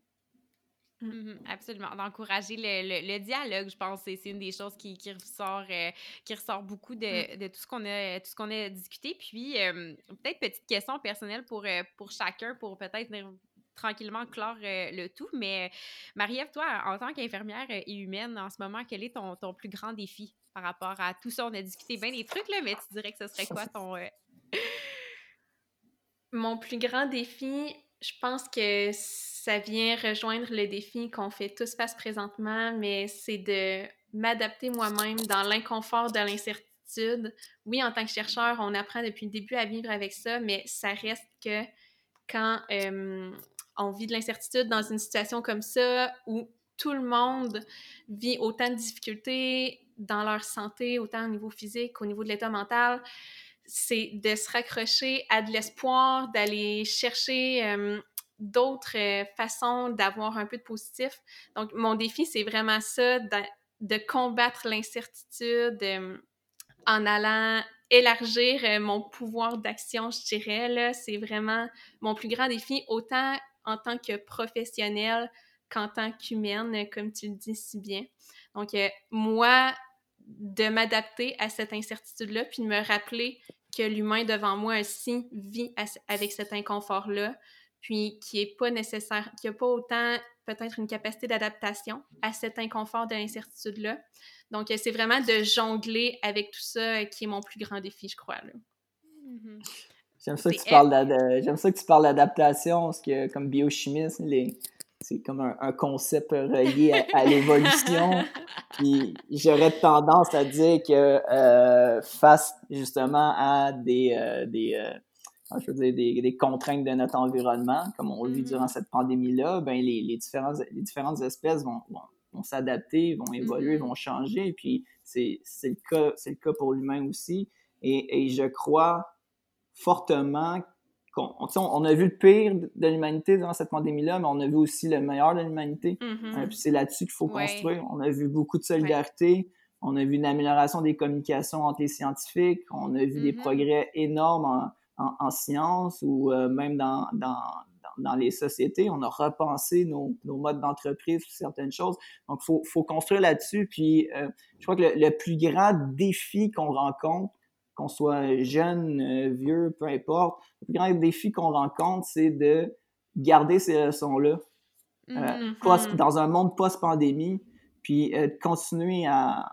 Mhm, absolument. D'encourager le, le, le dialogue, je pense, c'est, c'est une des choses qui, qui ressort euh, qui ressort beaucoup de, de tout ce qu'on a tout ce qu'on a discuté. Puis euh, peut-être petite question personnelle pour, euh, pour chacun, pour peut-être venir tranquillement clore euh, le tout. Mais Marie-Ève, toi, en tant qu'infirmière et humaine, en ce moment, quel est ton, ton plus grand défi par rapport à tout ça? On a discuté bien des trucs, là, mais tu dirais que ce serait quoi ton... euh, Mon plus grand défi, je pense que ça vient rejoindre le défi qu'on fait tous face présentement, mais c'est de m'adapter moi-même dans l'inconfort de l'incertitude. Oui, en tant que chercheur, on apprend depuis le début à vivre avec ça, mais ça reste que quand euh, on vit de l'incertitude dans une situation comme ça, où tout le monde vit autant de difficultés dans leur santé, autant au niveau physique qu'au niveau de l'état mental, c'est de se raccrocher à de l'espoir, d'aller chercher euh, d'autres euh, façons d'avoir un peu de positif. Donc, mon défi, c'est vraiment ça, de, de combattre l'incertitude euh, en allant élargir euh, mon pouvoir d'action, je dirais. Là, c'est vraiment mon plus grand défi, autant en tant que professionnelle qu'en tant qu'humaine, comme tu le dis si bien. Donc, euh, moi, de m'adapter à cette incertitude-là, puis de me rappeler que l'humain devant moi aussi vit avec cet inconfort-là, puis qui est pas nécessaire, qui a pas autant peut-être une capacité d'adaptation à cet inconfort de l'incertitude-là. Donc, c'est vraiment de jongler avec tout ça qui est mon plus grand défi, je crois. Là. Mm-hmm. J'aime ça que C'est tu parles elle. de, j'aime ça que tu parles d'adaptation, parce que comme biochimiste, les, c'est comme un, un concept relié à, à l'évolution. Puis j'aurais tendance à dire que euh, face justement à des, euh, des euh, je veux dire, des, des contraintes de notre environnement, comme on le vit Mm-hmm. durant cette pandémie-là, ben les, les, différentes, les différentes espèces vont, vont, vont s'adapter, vont évoluer, Mm-hmm. vont changer. Puis c'est, c'est, le cas, c'est le cas pour l'humain aussi. Et, et je crois fortement qu'on on, on a vu le pire de l'humanité durant cette pandémie-là, mais on a vu aussi le meilleur de l'humanité. Mm-hmm. Euh, puis c'est là-dessus qu'il faut Ouais. construire. On a vu beaucoup de solidarité, ouais. On a vu une amélioration des communications entre les scientifiques, on a vu mm-hmm. des progrès énormes en, en, en sciences ou euh, même dans, dans, dans, dans les sociétés. On a repensé nos, nos modes d'entreprise sur certaines choses. Donc, il faut, faut construire là-dessus. Puis, euh, je crois que le, le plus grand défi qu'on rencontre, qu'on soit jeune, euh, vieux, peu importe, le plus grand défi qu'on rencontre, c'est de garder ces leçons-là euh, mm-hmm. post, dans un monde post-pandémie, puis euh, continuer à,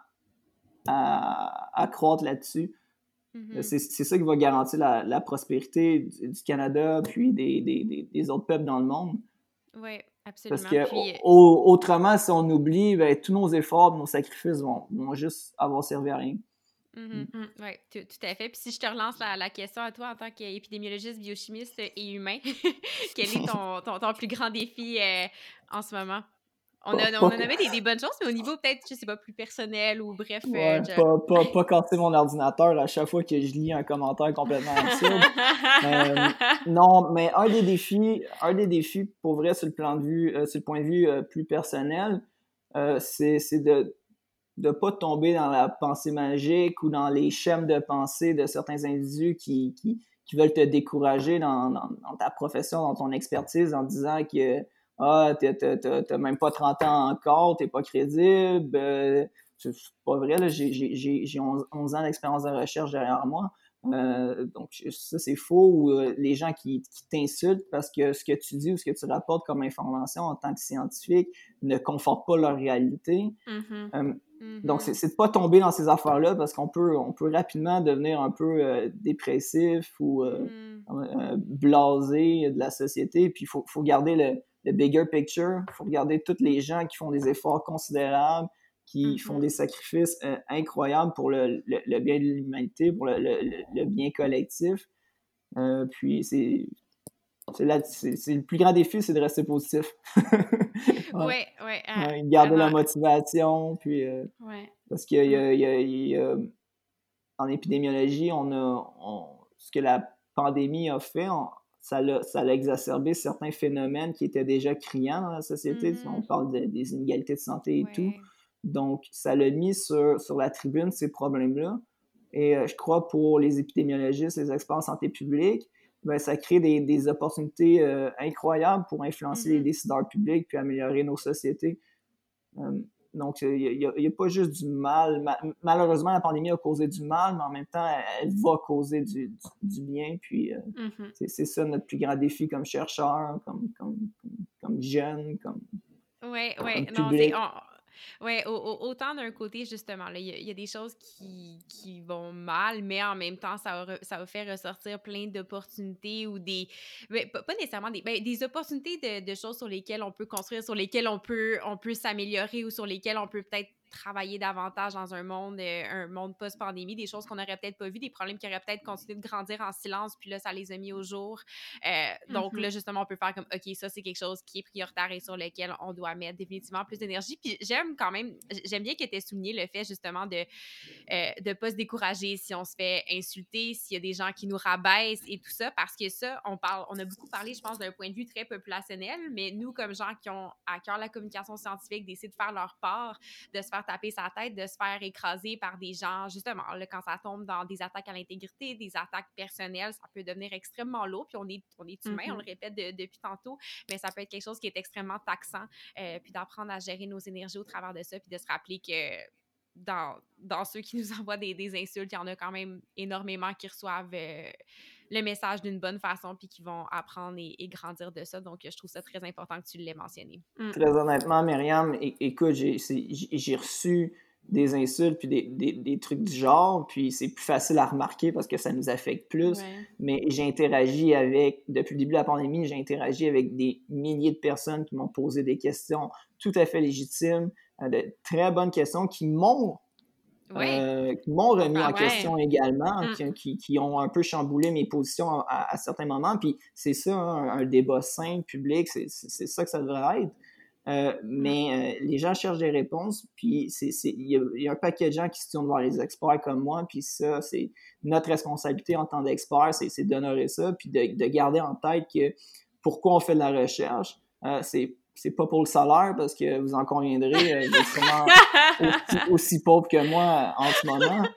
à, à croître là-dessus. Mm-hmm. C'est, c'est ça qui va garantir la, la prospérité du, du Canada, puis des, des, des, des autres peuples dans le monde. Oui, absolument. Parce que puis... au, autrement, si on oublie, ben, tous nos efforts, nos sacrifices vont, vont juste avoir servi à rien. Mm-hmm. Mm. Oui, tout, tout à fait. Puis si je te relance la, la question à toi en tant qu'épidémiologiste, biochimiste et humain, quel est ton, ton, ton plus grand défi euh, en ce moment? On a, on a nommé des, des bonnes choses, mais au niveau peut-être, je sais pas, plus personnel ou bref. Ouais, euh, je... pas, pas, pas casser mon ordinateur à chaque fois que je lis un commentaire complètement absurde. euh, non, mais un des défis, un des défis pour vrai sur le plan de vue, euh, sur le point de vue euh, plus personnel, euh, c'est, c'est de de pas tomber dans la pensée magique ou dans les schèmes de pensée de certains individus qui, qui, qui veulent te décourager dans, dans, dans ta profession, dans ton expertise, en disant que ah, t'as, t'as, t'as même pas trente ans encore, t'es pas crédible. Euh, c'est pas vrai, là, j'ai, j'ai, j'ai onze ans d'expérience de recherche derrière moi. Euh, donc, ça, c'est faux. Ou euh, les gens qui, qui t'insultent parce que ce que tu dis ou ce que tu rapportes comme information en tant que scientifique ne conforte pas leur réalité. Mm-hmm. Euh, mm-hmm. Donc, c'est, c'est de pas tomber dans ces affaires-là parce qu'on peut, on peut rapidement devenir un peu euh, dépressif ou euh, mm-hmm. euh, blasé de la société. Puis, il faut, faut garder le, le bigger picture. Il faut regarder tous les gens qui font des efforts considérables, qui mm-hmm. font des sacrifices euh, incroyables pour le, le, le bien de l'humanité, pour le, le, le bien collectif. Euh, puis, c'est... C'est, là, c'est, c'est le plus grand défi, c'est de rester positif. ouais, ouais. ouais euh, ouais garder la motivation, puis euh, ouais. parce qu'il y a, il y a, il y a, en épidémiologie, on a on, ce que la pandémie a fait, on, ça l'a, ça l'a exacerbé certains phénomènes qui étaient déjà criants dans la société. Mm-hmm. On parle de, des inégalités de santé et ouais. tout. Donc, ça l'a mis sur, sur la tribune, ces problèmes-là. Et euh, je crois pour les épidémiologistes, les experts en santé publique, ben, ça crée des, des opportunités euh, incroyables pour influencer mm-hmm. les décideurs publics puis améliorer nos sociétés. Euh, donc, il n'y a, a, a pas juste du mal. Ma, malheureusement, la pandémie a causé du mal, mais en même temps, elle, elle va causer du, du, du bien. Puis, euh, mm-hmm. c'est, c'est ça notre plus grand défi comme chercheur, comme, comme, comme, comme jeune, comme, ouais, ouais. comme non, public. C'est, on... Oui, autant d'un côté, justement, il y, y a des choses qui, qui vont mal, mais en même temps, ça va, ça va faire ressortir plein d'opportunités ou des... Ben, pas, pas nécessairement des... Ben, des opportunités de, de choses sur lesquelles on peut construire, sur lesquelles on peut, on peut s'améliorer ou sur lesquelles on peut peut-être travailler davantage dans un monde, euh, un monde post-pandémie, des choses qu'on n'aurait peut-être pas vues, des problèmes qui auraient peut-être continué de grandir en silence, puis là, ça les a mis au jour. Euh, donc mm-hmm. là, justement, on peut faire comme, OK, ça, c'est quelque chose qui est prioritaire et sur lequel on doit mettre définitivement plus d'énergie. Puis j'aime quand même, j'aime bien que tu aies souligné le fait, justement, de euh, de pas se décourager si on se fait insulter, s'il y a des gens qui nous rabaissent et tout ça, parce que ça, on parle, on a beaucoup parlé, je pense, d'un point de vue très populationnel, mais nous, comme gens qui ont à cœur la communication scientifique, d'essayer de faire leur part, de se faire taper sa tête, de se faire écraser par des gens, justement, là, quand ça tombe dans des attaques à l'intégrité, des attaques personnelles, ça peut devenir extrêmement lourd, puis on est, on est humain, mm-hmm. on le répète de, depuis tantôt, mais ça peut être quelque chose qui est extrêmement taxant, euh, puis d'apprendre à gérer nos énergies au travers de ça, puis de se rappeler que Dans, dans ceux qui nous envoient des, des insultes, il y en a quand même énormément qui reçoivent euh, le message d'une bonne façon puis qui vont apprendre et, et grandir de ça. Donc, je trouve ça très important que tu l'aies mentionné. Mm. Très honnêtement, Myriam, é- écoute, j'ai, c'est, j'ai reçu des insultes puis des, des, des trucs du genre, puis c'est plus facile à remarquer parce que ça nous affecte plus. Ouais. Mais j'ai interagi avec, depuis le début de la pandémie, j'ai interagi avec des milliers de personnes qui m'ont posé des questions tout à fait légitimes, de très bonnes questions qui m'ont Ouais. Euh, qui m'ont remis Ah en ouais. question également, Mm. qui, qui, qui ont un peu chamboulé mes positions à, à certains moments. Puis c'est ça, hein, un débat sain, public, c'est, c'est ça que ça devrait être. Euh, mais euh, les gens cherchent des réponses, puis c'est, c'est, il y a, il y a un paquet de gens qui se tournent vers les experts comme moi, puis ça, c'est notre responsabilité en tant qu'experts, c'est, c'est d'honorer ça, puis de, de garder en tête que pourquoi on fait de la recherche, euh, c'est c'est pas pour le salaire, parce que vous en conviendrez, euh, vous êtes sûrement aussi, aussi pauvre que moi en ce moment.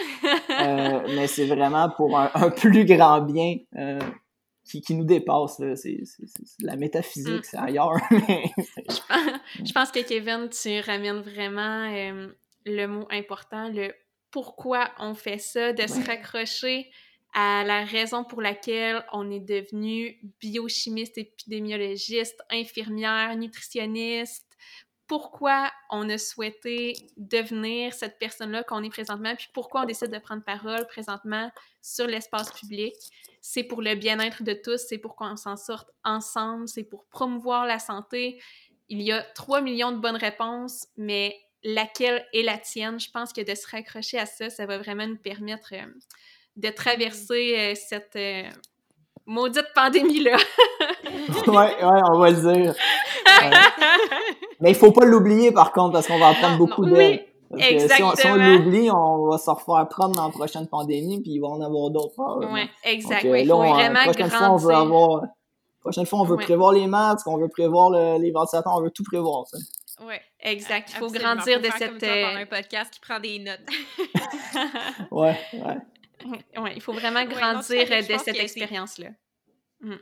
Euh, mais c'est vraiment pour un, un plus grand bien euh, qui, qui nous dépasse. Là. C'est, c'est, c'est, c'est la métaphysique, Mm. c'est ailleurs. Mais c'est... Je, pense, je pense que Kevin, tu ramènes vraiment euh, le mot important, le pourquoi on fait ça, de ouais. se raccrocher à la raison pour laquelle on est devenu biochimiste, épidémiologiste, infirmière, nutritionniste, pourquoi on a souhaité devenir cette personne-là qu'on est présentement, puis pourquoi on décide de prendre parole présentement sur l'espace public. C'est pour le bien-être de tous, c'est pour qu'on s'en sorte ensemble, c'est pour promouvoir la santé. Il y a trois millions de bonnes réponses, mais laquelle est la tienne? Je pense que de se raccrocher à ça, ça va vraiment nous permettre euh, de traverser euh, cette euh, maudite pandémie-là. ouais, ouais, on va le dire. Ouais. Mais il faut pas l'oublier, par contre, parce qu'on va apprendre non, beaucoup non. d'elle. Parce Exactement. Que si, on, si on l'oublie, on va se refaire prendre dans la prochaine pandémie, puis il va en avoir d'autres. Oui, exact. Donc, ouais, il là, faut on, vraiment la prochaine grandir. fois, on veut avoir... prochaine fois, on veut ouais. prévoir les masques, on veut prévoir le, les ventilateurs, on veut tout prévoir, ça. Oui, exact. Il faut Absolument. grandir faut de faire cette... Comme toi, pendant un podcast qui prend des notes. ouais, ouais. Ouais, il faut vraiment grandir ouais, non, de cette expérience-là. Mm.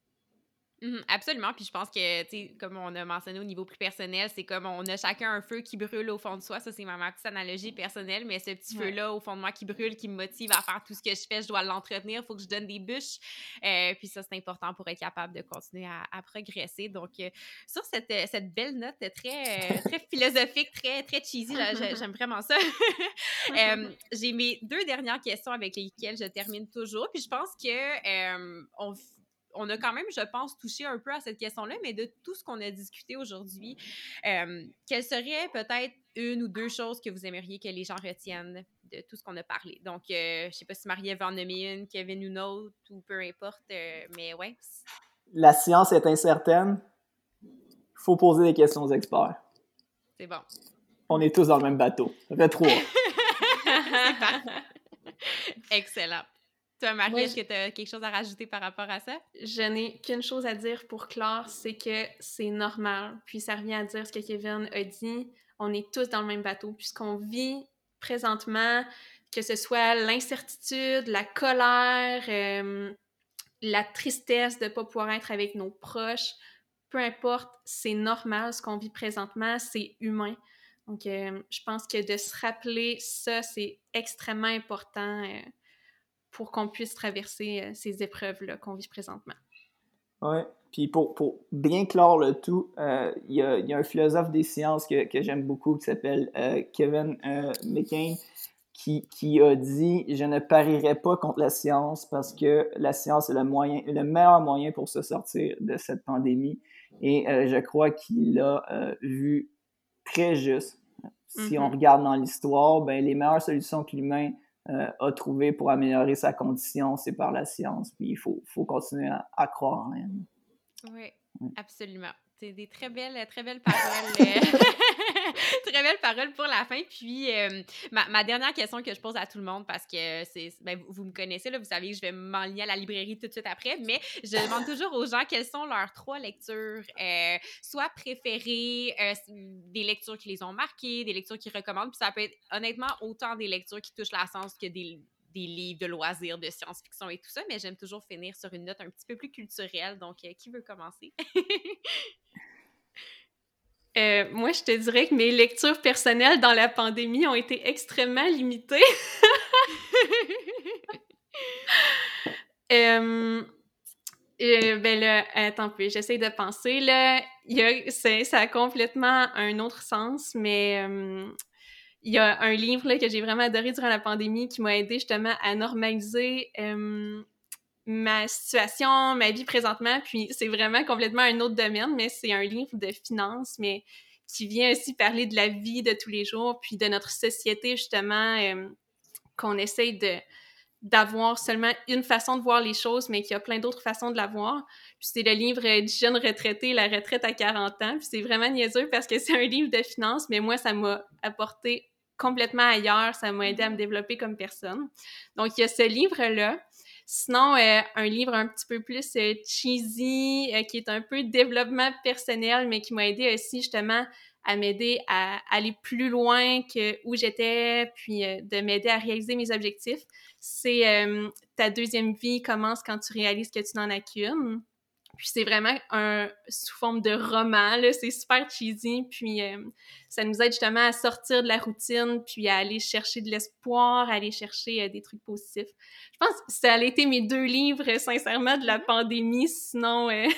Mm-hmm, absolument, puis je pense que, tu sais, comme on a mentionné au niveau plus personnel, c'est comme on a chacun un feu qui brûle au fond de soi, ça c'est ma, ma petite analogie personnelle, mais ce petit ouais. feu-là au fond de moi qui brûle, qui me motive à faire tout ce que je fais, je dois l'entretenir, il faut que je donne des bûches, euh, puis ça c'est important pour être capable de continuer à, à progresser, donc euh, sur cette, cette belle note très, euh, très philosophique, très, très cheesy, là, j'aime vraiment ça. euh, j'ai mes deux dernières questions avec lesquelles je termine toujours, puis je pense que euh, on On a quand même, je pense, touché un peu à cette question-là, mais de tout ce qu'on a discuté aujourd'hui, euh, quelles seraient peut-être une ou deux choses que vous aimeriez que les gens retiennent de tout ce qu'on a parlé? Donc, euh, je ne sais pas si Marie-Ève va en nommer une, Kevin une autre, ou peu importe, euh, mais ouais. La science est incertaine. Il faut poser des questions aux experts. C'est bon. On est tous dans le même bateau. Ça fait trois. C'est parfait. Excellent. Toi, Marie, Moi, est-ce que tu as quelque chose à rajouter par rapport à ça? Je n'ai qu'une chose à dire pour clore, c'est que c'est normal. Puis ça revient à dire ce que Kevin a dit. On est tous dans le même bateau. Puisqu'on vit présentement, que ce soit l'incertitude, la colère, euh, la tristesse de ne pas pouvoir être avec nos proches, peu importe, c'est normal ce qu'on vit présentement, c'est humain. Donc, euh, je pense que de se rappeler ça, c'est extrêmement important euh, pour qu'on puisse traverser euh, ces épreuves-là qu'on vit présentement. Oui, puis pour, pour bien clore le tout, il euh, y, y a un philosophe des sciences que, que j'aime beaucoup qui s'appelle euh, Kevin euh, McCain qui, qui a dit « Je ne parierai pas contre la science parce que la science est le, moyen, le meilleur moyen pour se sortir de cette pandémie. » Et euh, je crois qu'il a euh, vu très juste. Si mm-hmm. on regarde dans l'histoire, ben, les meilleures solutions que l'humain Euh, a trouvé pour améliorer sa condition, c'est par la science. Puis il faut, faut continuer à, à croire en elle. Oui, oui. Absolument. C'est des très belles, très belles paroles. euh... très belles paroles pour la fin. Puis, euh, ma, ma dernière question que je pose à tout le monde, parce que c'est, ben, vous, vous me connaissez, là, vous savez que je vais m'enligner à la librairie tout de suite après, mais je demande toujours aux gens quelles sont leurs trois lectures, euh, soit préférées, euh, des lectures qui les ont marquées, des lectures qu'ils recommandent. Puis ça peut être honnêtement autant des lectures qui touchent la science que des des livres de loisirs, de science-fiction et tout ça, mais j'aime toujours finir sur une note un petit peu plus culturelle. Donc, euh, qui veut commencer? euh, moi, je te dirais que mes lectures personnelles dans la pandémie ont été extrêmement limitées. euh, euh, ben là, attends un peu, j'essaie de penser, là. Il y a, c'est, ça a complètement un autre sens, mais... Euh, il y a un livre là, que j'ai vraiment adoré durant la pandémie qui m'a aidé justement à normaliser euh, ma situation, ma vie présentement, puis c'est vraiment complètement un autre domaine, mais c'est un livre de finances, mais qui vient aussi parler de la vie de tous les jours, puis de notre société, justement, euh, qu'on essaye de d'avoir seulement une façon de voir les choses, mais qu'il y a plein d'autres façons de la voir. Puis c'est le livre « Du jeune retraité, la retraite à quarante ans », puis c'est vraiment niaiseux parce que c'est un livre de finances, mais moi, ça m'a apporté complètement ailleurs, ça m'a aidé à me développer comme personne. Donc, il y a ce livre-là. Sinon, euh, un livre un petit peu plus euh, cheesy, euh, qui est un peu développement personnel, mais qui m'a aidé aussi justement à m'aider à aller plus loin que où j'étais, puis euh, de m'aider à réaliser mes objectifs. C'est euh, Ta deuxième vie commence quand tu réalises que tu n'en as qu'une. Puis c'est vraiment un sous forme de roman, là, c'est super cheesy, puis euh, ça nous aide justement à sortir de la routine, puis à aller chercher de l'espoir, à aller chercher euh, des trucs positifs. Je pense que ça a été mes deux livres, euh, sincèrement, de la pandémie, sinon... Euh...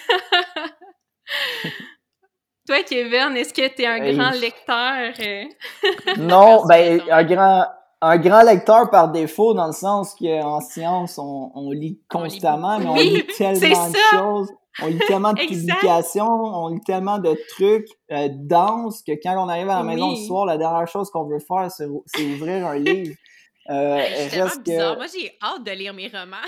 Toi, Kevin, est-ce que tu es un Hey. grand lecteur? Euh... Non, ben, un grand, un grand lecteur par défaut, dans le sens qu'en sciences, on, on lit constamment, on lit mais on oui, lit tellement de choses, on lit tellement de publications, on lit tellement de trucs euh, denses que quand on arrive à la oui. maison le soir, la dernière chose qu'on veut faire, c'est, c'est ouvrir un livre. Euh, c'est tellement bizarre. Que... Moi, j'ai hâte de lire mes romans.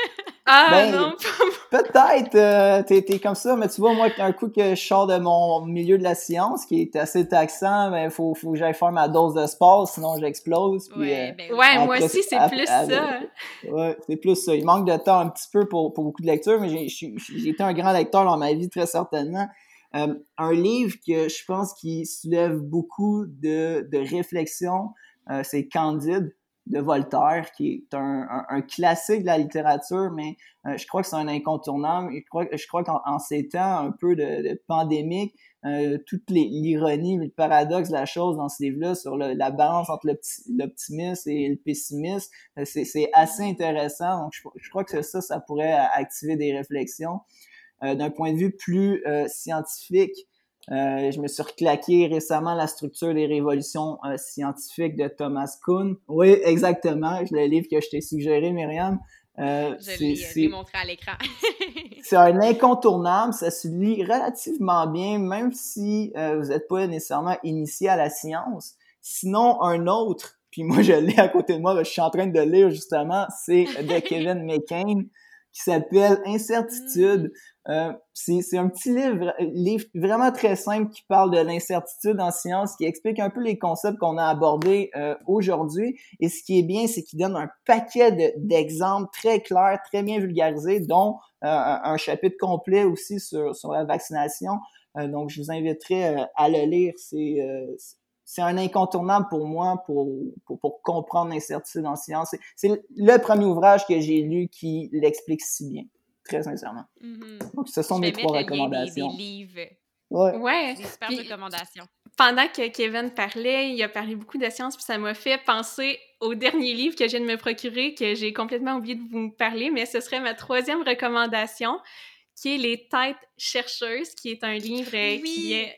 Ah ben, non! Peut-être, euh, t'es, t'es comme ça, mais tu vois, moi, un coup que je sors de mon milieu de la science, qui est assez taxant, ben, faut, faut que j'aille faire ma dose de sport, sinon j'explose. Puis, ouais, euh, ben, ouais après, moi aussi, c'est après, plus après, ça. Ouais, c'est plus ça. Il manque de temps un petit peu pour, pour beaucoup de lecture, mais j'ai, j'ai, j'ai été un grand lecteur dans ma vie, très certainement. Euh, un livre que je pense qui soulève beaucoup de, de réflexion, euh, c'est Candide de Voltaire, qui est un, un, un classique de la littérature, mais euh, je crois que c'est un incontournable. Je crois, je crois qu'en en ces temps un peu de, de pandémique, euh, toute les, l'ironie, le paradoxe de la chose dans ce livre-là, sur le, la balance entre l'opti, l'optimisme et le pessimisme, c'est, c'est assez intéressant. Donc, je, je crois que ça, ça pourrait activer des réflexions. Euh, d'un point de vue plus euh, scientifique, Euh, je me suis reclaqué récemment La structure des révolutions euh, scientifiques de Thomas Kuhn. Oui, exactement, le livre que je t'ai suggéré, Myriam. Euh, je c'est, l'ai c'est, démontré à l'écran. C'est un incontournable, ça se lit relativement bien, même si euh, vous n'êtes pas nécessairement initié à la science. Sinon, un autre, puis moi je l'ai à côté de moi, je suis en train de le lire justement, c'est de Kevin McCain, qui s'appelle Incertitude. Euh, c'est, c'est un petit livre, livre vraiment très simple qui parle de l'incertitude en science, qui explique un peu les concepts qu'on a abordés euh, aujourd'hui. Et ce qui est bien, c'est qu'il donne un paquet de, d'exemples très clairs, très bien vulgarisés, dont euh, un, un chapitre complet aussi sur, sur la vaccination. Euh, donc, je vous inviterai euh, à le lire. C'est... Euh, c'est un incontournable pour moi pour, pour, pour comprendre l'incertitude en science. C'est, c'est le premier ouvrage que j'ai lu qui l'explique si bien, très sincèrement. Mm-hmm. Donc, ce sont mes trois recommandations. Des, des livres. Ouais. ouais. Des super puis, recommandations. Pendant que Kevin parlait, il a parlé beaucoup de science, puis ça m'a fait penser au dernier livre que je viens de me procurer, que j'ai complètement oublié de vous parler, mais ce serait ma troisième recommandation, qui est Les Têtes chercheuses, qui est un livre oui. qui est...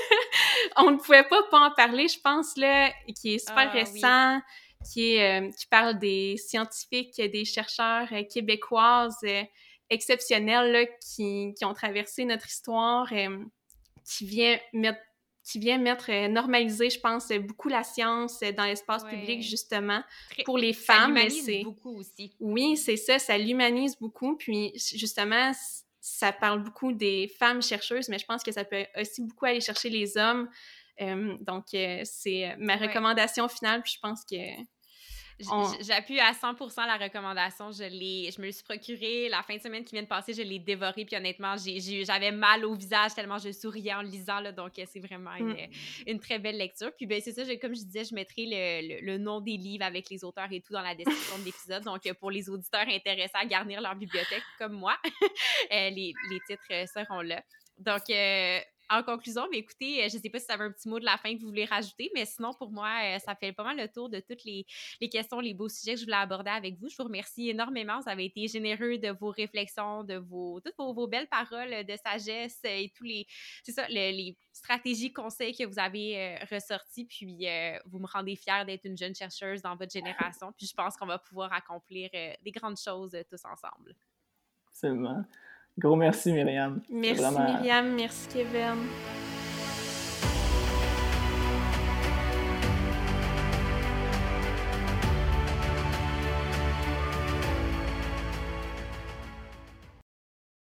On ne pouvait pas pas en parler, je pense, là, qui est super ah, récent, oui. qui, est, euh, qui parle des scientifiques, des chercheurs euh, québécoises euh, exceptionnelles là, qui, qui ont traversé notre histoire, euh, qui vient mettre qui vient mettre, euh, normaliser, je pense, beaucoup la science dans l'espace ouais. public, justement, Très, pour les femmes. Ça l'humanise mais c'est... beaucoup aussi. Oui, c'est ça, ça l'humanise beaucoup, puis justement... ça parle beaucoup des femmes chercheuses, mais je pense que ça peut aussi beaucoup aller chercher les hommes. Euh, donc, euh, c'est ma recommandation ouais. finale, puis je pense que... On... J'appuie à cent pour cent la recommandation. Je l'ai, je me le suis procuré la fin de semaine qui vient de passer, je l'ai dévoré, puis honnêtement, j'ai, j'ai, j'avais mal au visage tellement je souriais en le lisant, là, donc c'est vraiment une, mm. une très belle lecture. Puis ben c'est ça, je, comme je disais, je mettrai le, le, le nom des livres avec les auteurs et tout dans la description de l'épisode, donc pour les auditeurs intéressés à garnir leur bibliothèque comme moi, euh, les, les titres seront là. Donc, euh, En conclusion, mais écoutez, je ne sais pas si ça avait un petit mot de la fin que vous voulez rajouter, mais sinon, pour moi, ça fait pas mal le tour de toutes les, les questions, les beaux sujets que je voulais aborder avec vous. Je vous remercie énormément. Vous avez été généreux de vos réflexions, de vos, toutes vos, vos belles paroles de sagesse et tous les, c'est ça, le, les stratégies, conseils que vous avez euh, ressortis. Puis, euh, vous me rendez fière d'être une jeune chercheuse dans votre génération. Puis, je pense qu'on va pouvoir accomplir euh, des grandes choses euh, tous ensemble. Absolument. Gros merci, Myriam. Merci, vraiment... Myriam. Merci, Kevin.